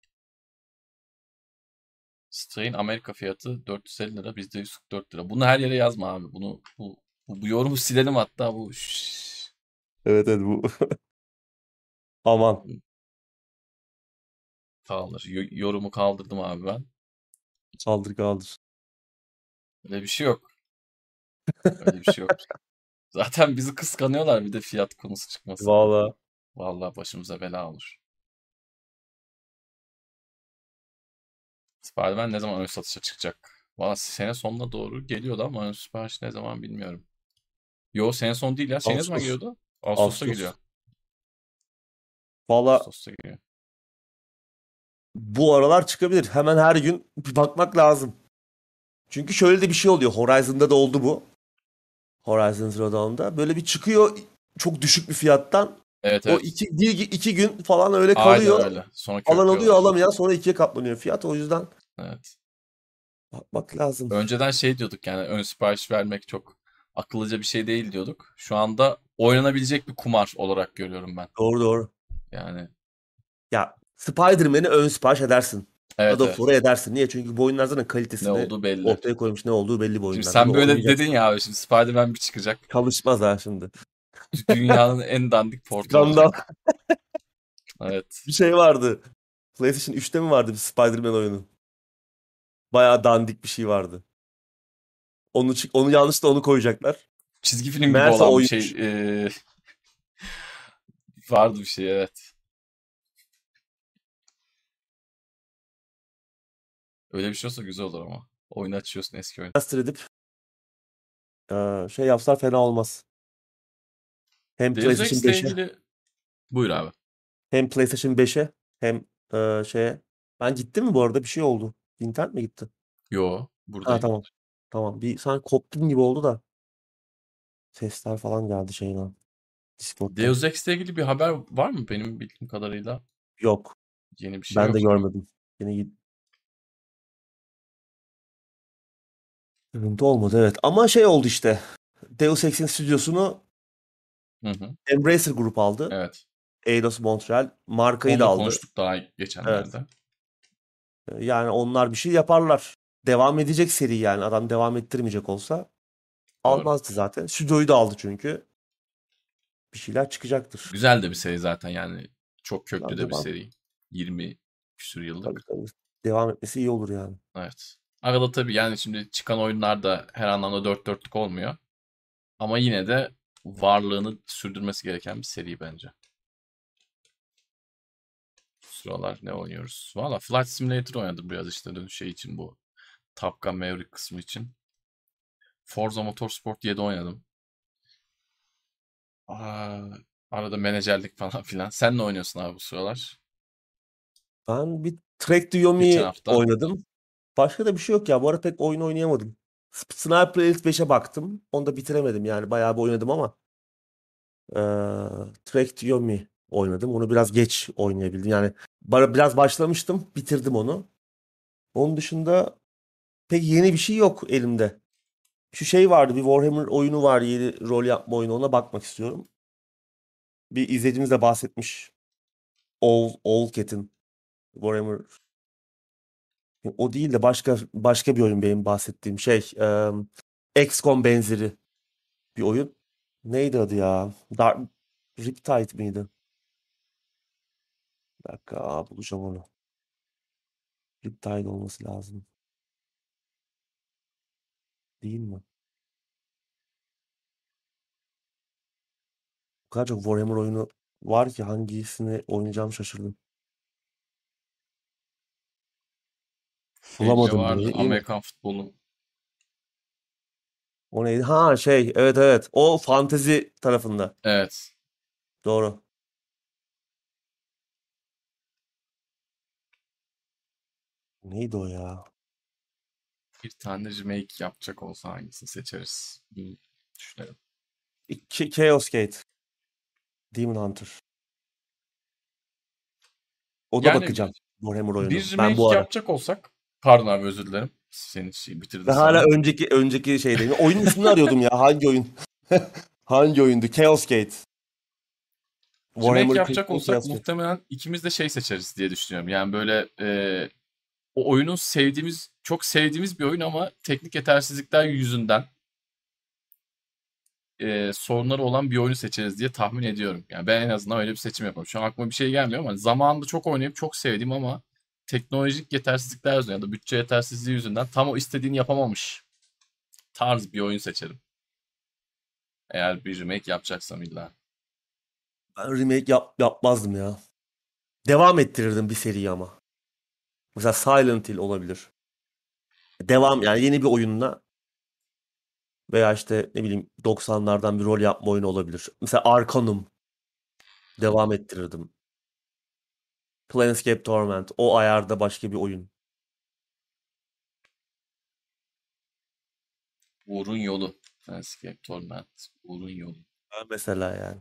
Strain Amerika fiyatı 450 lira, bizde 144 lira. Bunu her yere yazma abi. Bu yorumu silelim hatta, bu Evet evet bu. Aman. kaldır. Yorumu kaldırdım abi ben. Kaldır kaldır. Öyle bir şey yok. Öyle bir şey yok. Zaten bizi kıskanıyorlar, bir de fiyat konusu çıkmasın. Valla. Vallahi başımıza bela olur. Spider-Man ne zaman ön satışa çıkacak? Valla sene sonuna doğru geliyordu ama ön sipariş ne zaman bilmiyorum. Yo, sene sonu değil ya. Şey ne zaman Ağustos. geliyordu? Ağustos'ta geliyor. Ağustos. Valla Ağustos'ta geliyor. bu aralar çıkabilir. Hemen her gün bir bakmak lazım. Çünkü şöyle de bir şey oluyor. Horizon'da da oldu bu. Horizon Zero Dawn'da. Böyle bir çıkıyor çok düşük bir fiyattan. Evet, O evet. iki gün falan öyle Aynen kalıyor. öyle. Sonra Alan alıyor köklüyorlar. alamayan sonra ikiye katlanıyor fiyat. O yüzden Evet. bakmak lazım. Önceden şey diyorduk, yani ön sipariş vermek çok akıllıca bir şey değil diyorduk. Şu anda oynanabilecek bir kumar olarak görüyorum ben. Doğru doğru. Yani Ya Spider-Man'i ön sipariş edersin. God evet, of War'u evet. edersin. Niye? Çünkü bu oyunlar zaten Ne kalitesini olduğu belli. ortaya koymuş. Ne olduğu belli bu Şimdi oyunlar. sen Bunu böyle dedin oynayacaksın. ya abi, şimdi Spider-Man bir çıkacak. Çalışmaz ha şimdi. Dünyanın en dandik portu Skandal. olacak. Evet. Bir şey vardı. PlayStation 3'te mi vardı bir Spider-Man oyunu? Bayağı dandik bir şey vardı. Onu yanlışla onu koyacaklar. Çizgi film gibi Meğerse olan bir şey oymuş. vardı, bir şey, evet. Öyle bir şey olsa güzel olur ama. Oyunu açıyorsun, eski oyun. Master edip şey yapsalar fena olmaz. Hem Deus PlayStation Ex ile 5'e ilgili buyur abi. hem PlayStation 5'e hem şeye. Ben gittim mi bu arada bir şey oldu. İnternet mi gitti? Yo, Ha buradayım. tamam. Tamam. Bir sanki koptum gibi oldu da. Sesler falan geldi şeyden. Discord'dan. Deus Ex ile ilgili bir haber var mı? Benim bildiğim kadarıyla Yok. yeni bir şey Ben de yok, değil mi? görmedim. Yine görüntü olmadı evet. Ama şey oldu işte. Deus Ex'in stüdyosunu Hı hı. Embracer Group aldı. Evet. Eidos Montreal. Markayı Onu da da aldı. konuştuk daha Evet. geçenlerde. Yani onlar bir şey yaparlar. Devam edecek seri yani. Adam devam ettirmeyecek olsa Doğru. almazdı zaten. Stüdyoyu da aldı çünkü. Bir şeyler çıkacaktır. Güzel de bir seri zaten yani. Çok köklü Bunlar de bir devam. seri. 20 küsür Tabii yıllık. tabii. Devam etmesi iyi olur yani. Evet. Arada tabii yani şimdi çıkan oyunlar da her anlamda dört dörtlük olmuyor. Ama yine de varlığını sürdürmesi gereken bir seri bence. Bu sıralar ne oynuyoruz? Valla Flight Simulator oynadım biraz işte, şey için, bu Top Gun Maverick kısmı için. Forza Motorsport 7 oynadım. Aa, arada menajerlik falan filan. Sen ne oynuyorsun abi bu sıralar? Ben bir Trek to Geçen Yomi hafta. oynadım. Başka da bir şey yok ya. Bu ara pek oyun oynayamadım. Sniper Elite 5'e baktım. Onu da bitiremedim yani. Bayağı bir oynadım ama. Trek to Yomi oynadım. Onu biraz geç oynayabildim. Yani biraz başlamıştım. Bitirdim onu. Onun dışında pek yeni bir şey yok elimde. Şu şey vardı. Bir Warhammer oyunu var. Yeni rol yapma oyunu. Ona bakmak istiyorum. Bir izleyicimiz de bahsetmiş. Old Cat'in Warhammer. O değil de başka bir oyun benim bahsettiğim şey. XCOM benzeri bir oyun. Neydi adı ya? Riptide miydi? Bir dakika bulacağım onu. Riptide olması lazım. Değil mi? O kadar çok Warhammer oyunu var ki hangisini oynayacağım şaşırdım. Şey bile Bulamadım vardı. bile. Yeni. Amerikan futbolu. O neydi? Ha şey, evet evet. O fantezi tarafında. Evet. Doğru. Neydi o ya? Bir tane remake yapacak olsa hangisini seçeriz? Bir düşünelim. Chaos Gate. Demon Hunter. Ona Yani bakacağım. Warhammer oyunu. bir Ben remake bu ara. yapacak olsak, pardon abi özür dilerim. Senin şeyi bitirdim Ve hala sandım. önceki şeydeyim. Oyunun ismini arıyordum ya. Hangi oyun? Hangi oyundu? Chaos Gate. Remake Warhammer yapacak 40.000 olsak Chaos Gate. muhtemelen ikimiz de şey seçeriz diye düşünüyorum. Yani böyle o oyunun sevdiğimiz, çok sevdiğimiz bir oyun ama teknik yetersizlikler yüzünden sorunları olan bir oyunu seçeriz diye tahmin ediyorum. Yani ben en azından öyle bir seçim yaparım. Şu an aklıma bir şey gelmiyor ama zamanında çok oynayıp çok sevdiğim ama teknolojik yetersizlikler yüzünden ya da bütçe yetersizliği yüzünden tam o istediğini yapamamış tarz bir oyun seçerim. Eğer bir remake yapacaksam illa. Ben remake yapmazdım ya. Devam ettirirdim bir seriyi ama. Mesela Silent Hill olabilir. Devam yani yeni bir oyunla veya işte ne bileyim 90'lardan bir rol yapma oyunu olabilir. Mesela Arcanum devam ettirirdim. Planescape Torment o ayarda başka bir oyun. Uğur'un yolu. Landscape Torment. Uğur'un yolu. Mesela yani.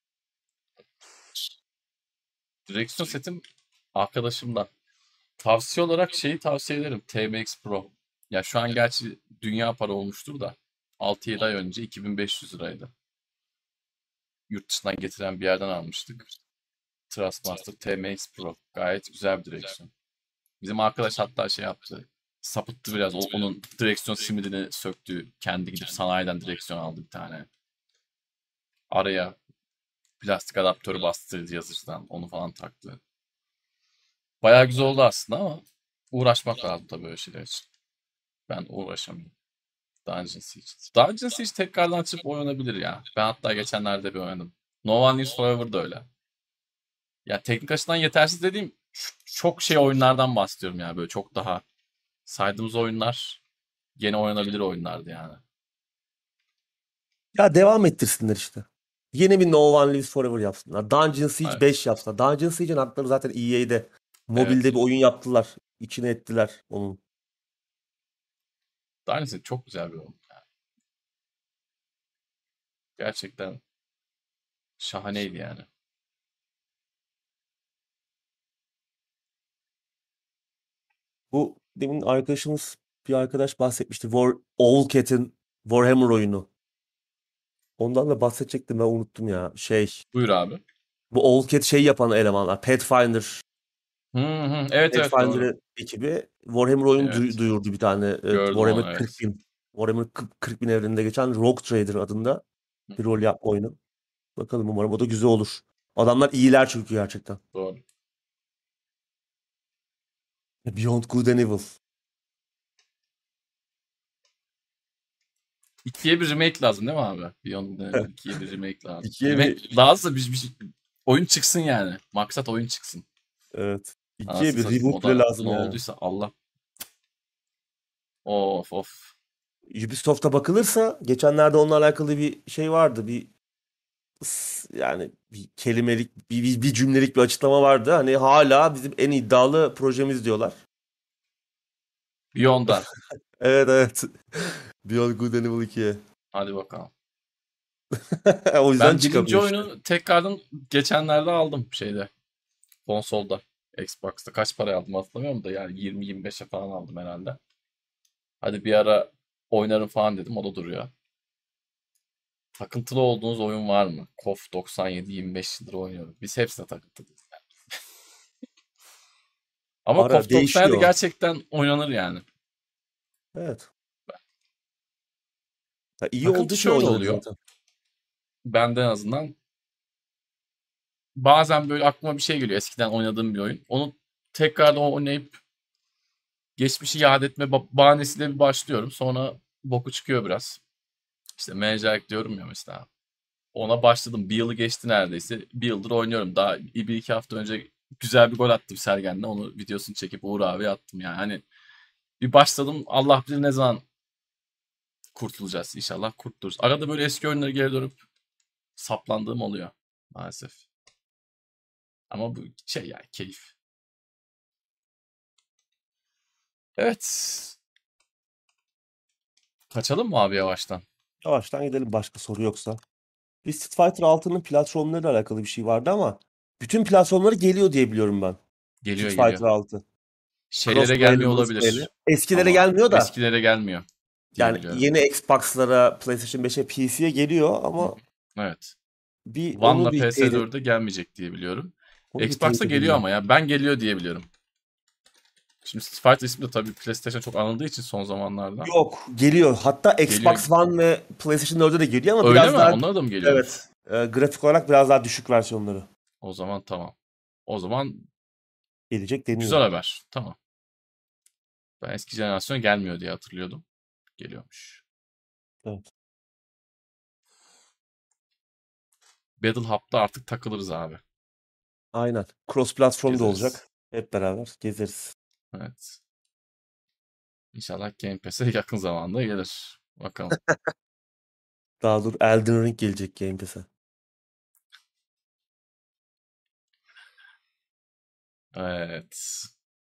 Direksiyon setim arkadaşımdan. Tavsiye olarak şeyi tavsiye ederim. TMX Pro. Ya şu an gerçi dünya para olmuştur da 6-7 ay önce 2500 liraydı. Yurt dışından getiren bir yerden almıştık. Trustmaster TMX Pro. Gayet güzel bir direksiyon. Bizim arkadaş hatta şey yaptı. Sapıttı biraz. Onun direksiyon simidini söktü. Kendi gidip sanayiden direksiyon aldı bir tane. Araya plastik adaptörü bastırdı yazıcıdan. Onu falan taktı. Bayağı güzel oldu aslında ama uğraşmak lazım tabii öyle şeyler için. Ben uğraşamıyorum. Dungeon Siege. Dungeon Siege tekrardan açıp oynanabilir ya. Ben hatta geçenlerde bir oynadım. No One Lives Forever da öyle. Ya teknik açıdan yetersiz dediğim çok şey oyunlardan bahsediyorum ya. Böyle çok daha saydığımız oyunlar gene oynanabilir oyunlardı yani. Ya devam ettirsinler işte. Yeni bir No One Lives Forever yapsınlar. Dungeon Siege Evet. 5 yapsınlar. Dungeon Siege'in hakları zaten EA'de. Mobilde Evet. bir oyun yaptılar. İçine ettiler onun. Dungeon Siege çok güzel bir oyun. Gerçekten şahaneydi yani. Bu demin bir arkadaş bahsetmişti. Old Cat'in Warhammer oyunu. Ondan da bahsedecektim ben unuttum ya. Buyur abi. Bu Old Cat şey yapan elemanlar. Hı hı. Evet evet doğru. Pathfinder'ın ekibi Warhammer oyunu Evet. duyurdu bir tane. Evet, Gördüm Warhammer onu evet. 40.000. Warhammer 40.000 evreninde geçen Rogue Trader adında Hı bir hı. rol yapma oyunu. Bakalım umarım o da güzel olur. Adamlar iyiler çünkü gerçekten. Doğru. Beyond Good and Evil. İkiye bir remake lazım değil mi abi? Beyond Level 2'ye bir remake lazım. İkiye Remake bir lazım da oyun çıksın yani. Maksat oyun çıksın. evet. İkiye Anasını bir satayım. reboot O bile da lazım ne ya. olduysa Allah. Of of. Ubisoft'a bakılırsa geçenlerde onunla alakalı bir şey vardı. Yani bir kelimelik bir cümlelik bir açıklama vardı. Hani hala bizim en iddialı projemiz diyorlar. Beyond'dan. Evet evet. Beyond Good and Evil 2'ye. Hadi bakalım. O yüzden Ben birinci çıkamıyor işte. oyunu tekrardan geçenlerde aldım şeyde. Konsolda. Xbox'ta kaç para aldım hatırlamıyorum da yani 20-25'e falan aldım herhalde. Hadi bir ara oynarım falan dedim o da duruyor. Takıntılı olduğunuz oyun var mı? KOF 97 25 yıldır oynuyorum. Biz hepsine takıntılıyız. Ama Ara KOF 97 değişiyor. gerçekten oynanır yani. Evet. Ya iyi olduğu Takıntı için şöyle oynanır oluyor. zaten. Bende en azından. Bazen böyle aklıma bir şey geliyor. Eskiden oynadığım bir oyun. Onu tekrardan oynayıp geçmişi yad etme bahanesiyle bir başlıyorum. Sonra boku çıkıyor biraz. İşte menajerlik diyorum ya mesela. Ona başladım. Bir yılı geçti neredeyse. Bir yıldır oynuyorum. Daha bir iki hafta önce güzel bir gol attım Sergen'le. Onu videosunu çekip Uğur abi attım yani. Hani bir başladım Allah bilir ne zaman kurtulacağız. İnşallah kurtuluruz. Arada böyle eski oyunlara geri dönüp saplandığım oluyor maalesef. Ama bu şey yani keyif. Evet. Kaçalım mı abi yavaştan? Yavaştan gidelim başka soru yoksa. Bir Street Fighter 6'nın platformlarıyla alakalı bir şey vardı ama bütün platformları geliyor diye biliyorum ben. Geliyor Street geliyor. Fighter 6. Şeylere Crossplay gelmiyor multiplayer'le. olabilir. Eskilere Ama gelmiyor da eskilere gelmiyor diye yani biliyorum. yeni Xbox'lara, PlayStation 5'e, PC'ye geliyor Hı hı. ama Evet. bir One'la onu bir teyit, PS4'e gelmeyecek diye biliyorum. onu bir Xbox'a teyit geliyor edeyim ama ya ben geliyor diye biliyorum. Şimdi Street Fighter ismi de tabii PlayStation çok anıldığı için son zamanlarda. Yok, geliyor. Hatta Geliyor. Xbox One ve PlayStation 4'e de geliyor ama Öyle mi? biraz daha, Onlara da mı geliyormuş? evet, grafik olarak biraz daha düşük versiyonları O zaman tamam. O zaman gelecek deniyor. güzel haber. Tamam. Ben eski jenerasyon gelmiyor diye hatırlıyordum. Geliyormuş. Evet. Battle Hub'da artık takılırız abi. Aynen. Cross platform da Gezeriz. olacak. Hep beraber gezeriz. Evet. İnşallah Game Pass'e yakın zamanda gelir. Bakalım. Daha dur, Elden Ring gelecek Game Pass'e. Evet.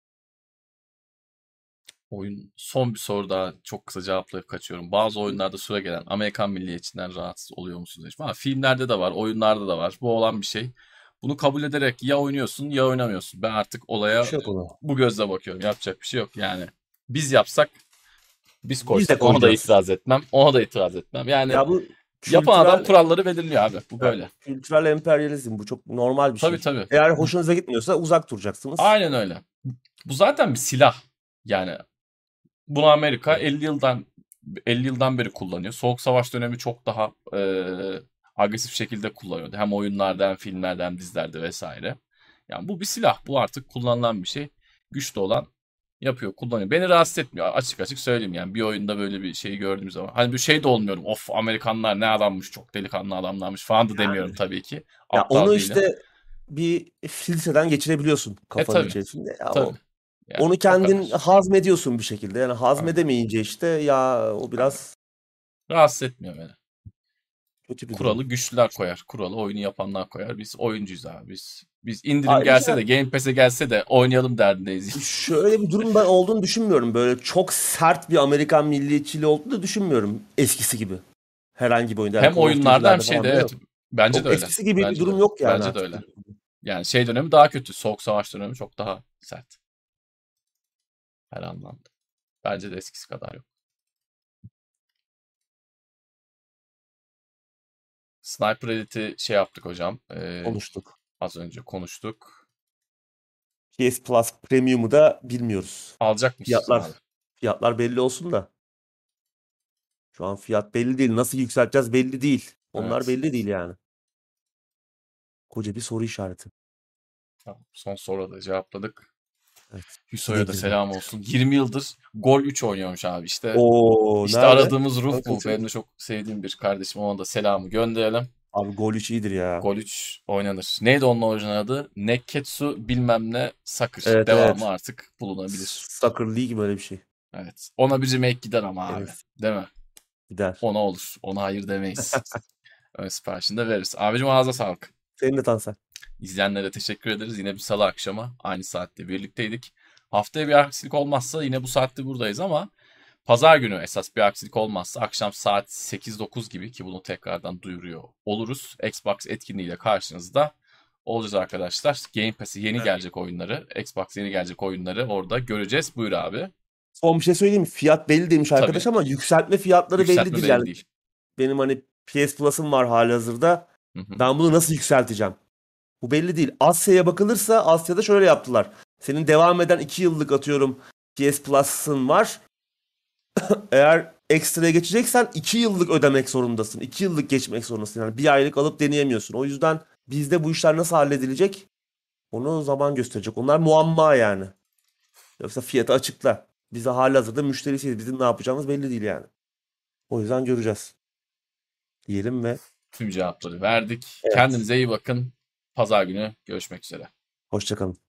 Oyun son bir soru daha çok kısa cevaplayıp kaçıyorum. Bazı oyunlarda süre gelen Amerikan milliyetçinden rahatsız oluyor musunuz? Ama filmlerde de var, oyunlarda da var. Bu olan bir şey. Bunu kabul ederek ya oynuyorsun ya oynamıyorsun. Ben artık Bir olaya şey yok ona. bu gözle bakıyorum. Yapacak bir şey yok. Yani biz yapsak, biz Biz de koysak ona da koyacağız. itiraz etmem. Ona da itiraz etmem. Yani Ya bu yapan adam kültürel kuralları belirliyor abi. Bu ha, böyle. kültürel emperyalizm, bu çok normal bir Tabii şey. tabii. Eğer Bu, hoşunuza gitmiyorsa uzak duracaksınız. aynen öyle. Bu zaten bir silah. Yani bunu Amerika Evet. 50 yıldan beri kullanıyor. Soğuk Savaş dönemi çok daha agresif şekilde kullanıyordu. Hem oyunlarda hem filmlerde hem dizilerde vesaire. Yani bu bir silah. Bu artık kullanılan bir şey. Güçlü olan yapıyor, kullanıyor. Beni rahatsız etmiyor. Açık açık söyleyeyim yani. Bir oyunda böyle bir şeyi gördüğüm zaman. Hani bir şey de olmuyorum. Of Amerikanlar ne adammış, çok delikanlı adamlarmış falan da demiyorum Yani tabii ki. ya onu Aptal değilim. işte bir filtreden geçirebiliyorsun kafanın Tabii, içerisinde. Ya tabii. Yani onu o kendin kadar. hazmediyorsun bir şekilde. Yani Aynen, hazmedemeyince işte ya o aynen. biraz Rahatsız etmiyor beni. kötü bir durum. Kuralı güçlüler koyar. Kuralı oyunu yapanlar koyar. Biz oyuncuyuz abi. Biz indirim gelse Ayrıca de Game Pass'e gelse de oynayalım derdindeyiz. şöyle bir durum ben olduğunu düşünmüyorum. Böyle çok sert bir Amerikan milliyetçiliği olduğunu da düşünmüyorum eskisi gibi. Herhangi bir oyunda yani Hem Call of oyunlarda hem Duty'lerde şeyde falan da evet. yok. Bence de Çok öyle. eskisi gibi bir Bence durum de. yok yani Bence de artık. öyle. Yani şey dönemi daha kötü. Soğuk Savaş dönemi çok daha sert. Her anlamda. Bence de eskisi kadar yok. Sniper Elite'i şey yaptık hocam. Konuştuk. Az önce konuştuk. PS Plus Premium'u da bilmiyoruz. Alacak mısınız Fiyatlar abi? fiyatlar belli olsun da. Şu an fiyat belli değil. Nasıl yükselteceğiz belli değil. Onlar Evet. belli değil yani. Koca bir soru işareti. Tamam. Son soruda da cevapladık. Evet. Hüso'ya da Gidebiliriz selam artık. olsun. 20 yıldır Gol 3 oynuyormuş abi. İşte Oo, İşte nerede? aradığımız ruh Ben bu. Benim kaçırdım. de çok sevdiğim bir kardeşim. Ona da selamı gönderelim. Abi gol 3 iyidir ya. Gol 3 oynanır. Neydi onun orijinal adı? Nekketsu bilmem ne Sakır. Evet, Devamı evet. artık bulunabilir. Soccer League böyle bir şey. Evet. Ona bir remake gider ama abi. Evet, Değil mi? gider. Ona olur. Ona hayır demeyiz. Ön siparişini de veririz. Abicim ağza sağlık. Senin de Tansel. İzleyenlere teşekkür ederiz. Yine bir salı akşamı aynı saatte birlikteydik. Haftaya bir aksilik olmazsa yine bu saatte buradayız ama pazar günü esas bir aksilik olmazsa akşam saat 8-9 gibi ki bunu tekrardan duyuruyor oluruz. Xbox etkinliğiyle karşınızda olacağız arkadaşlar. Game Pass'e yeni Evet. gelecek oyunları, Xbox yeni gelecek oyunları orada göreceğiz. Buyur abi. Son bir şey söyleyeyim mi? Fiyat belli demiş Tabii. arkadaş ama yükseltme fiyatları Yükseltme bellidir. belli Yani değil. benim hani PS Plus'ım var halihazırda. Hı hı. Ben bunu nasıl yükselteceğim? Bu belli değil. Asya'ya bakılırsa Asya'da şöyle yaptılar. Senin devam eden 2 yıllık atıyorum PS Plus'ın var. Eğer ekstraya geçeceksen 2 yıllık ödemek zorundasın. 2 yıllık geçmek zorundasın. Yani bir aylık alıp deneyemiyorsun. O yüzden bizde bu işler nasıl halledilecek? Onu zaman gösterecek. Onlar muamma yani. Yoksa fiyatı açıkla. Biz de halihazırda müşterisiyiz. Bizim ne yapacağımız belli değil yani. O yüzden göreceğiz. Diyelim ve Tüm cevapları verdik. evet. Kendinize iyi bakın. Pazar günü görüşmek üzere. Hoşça kalın.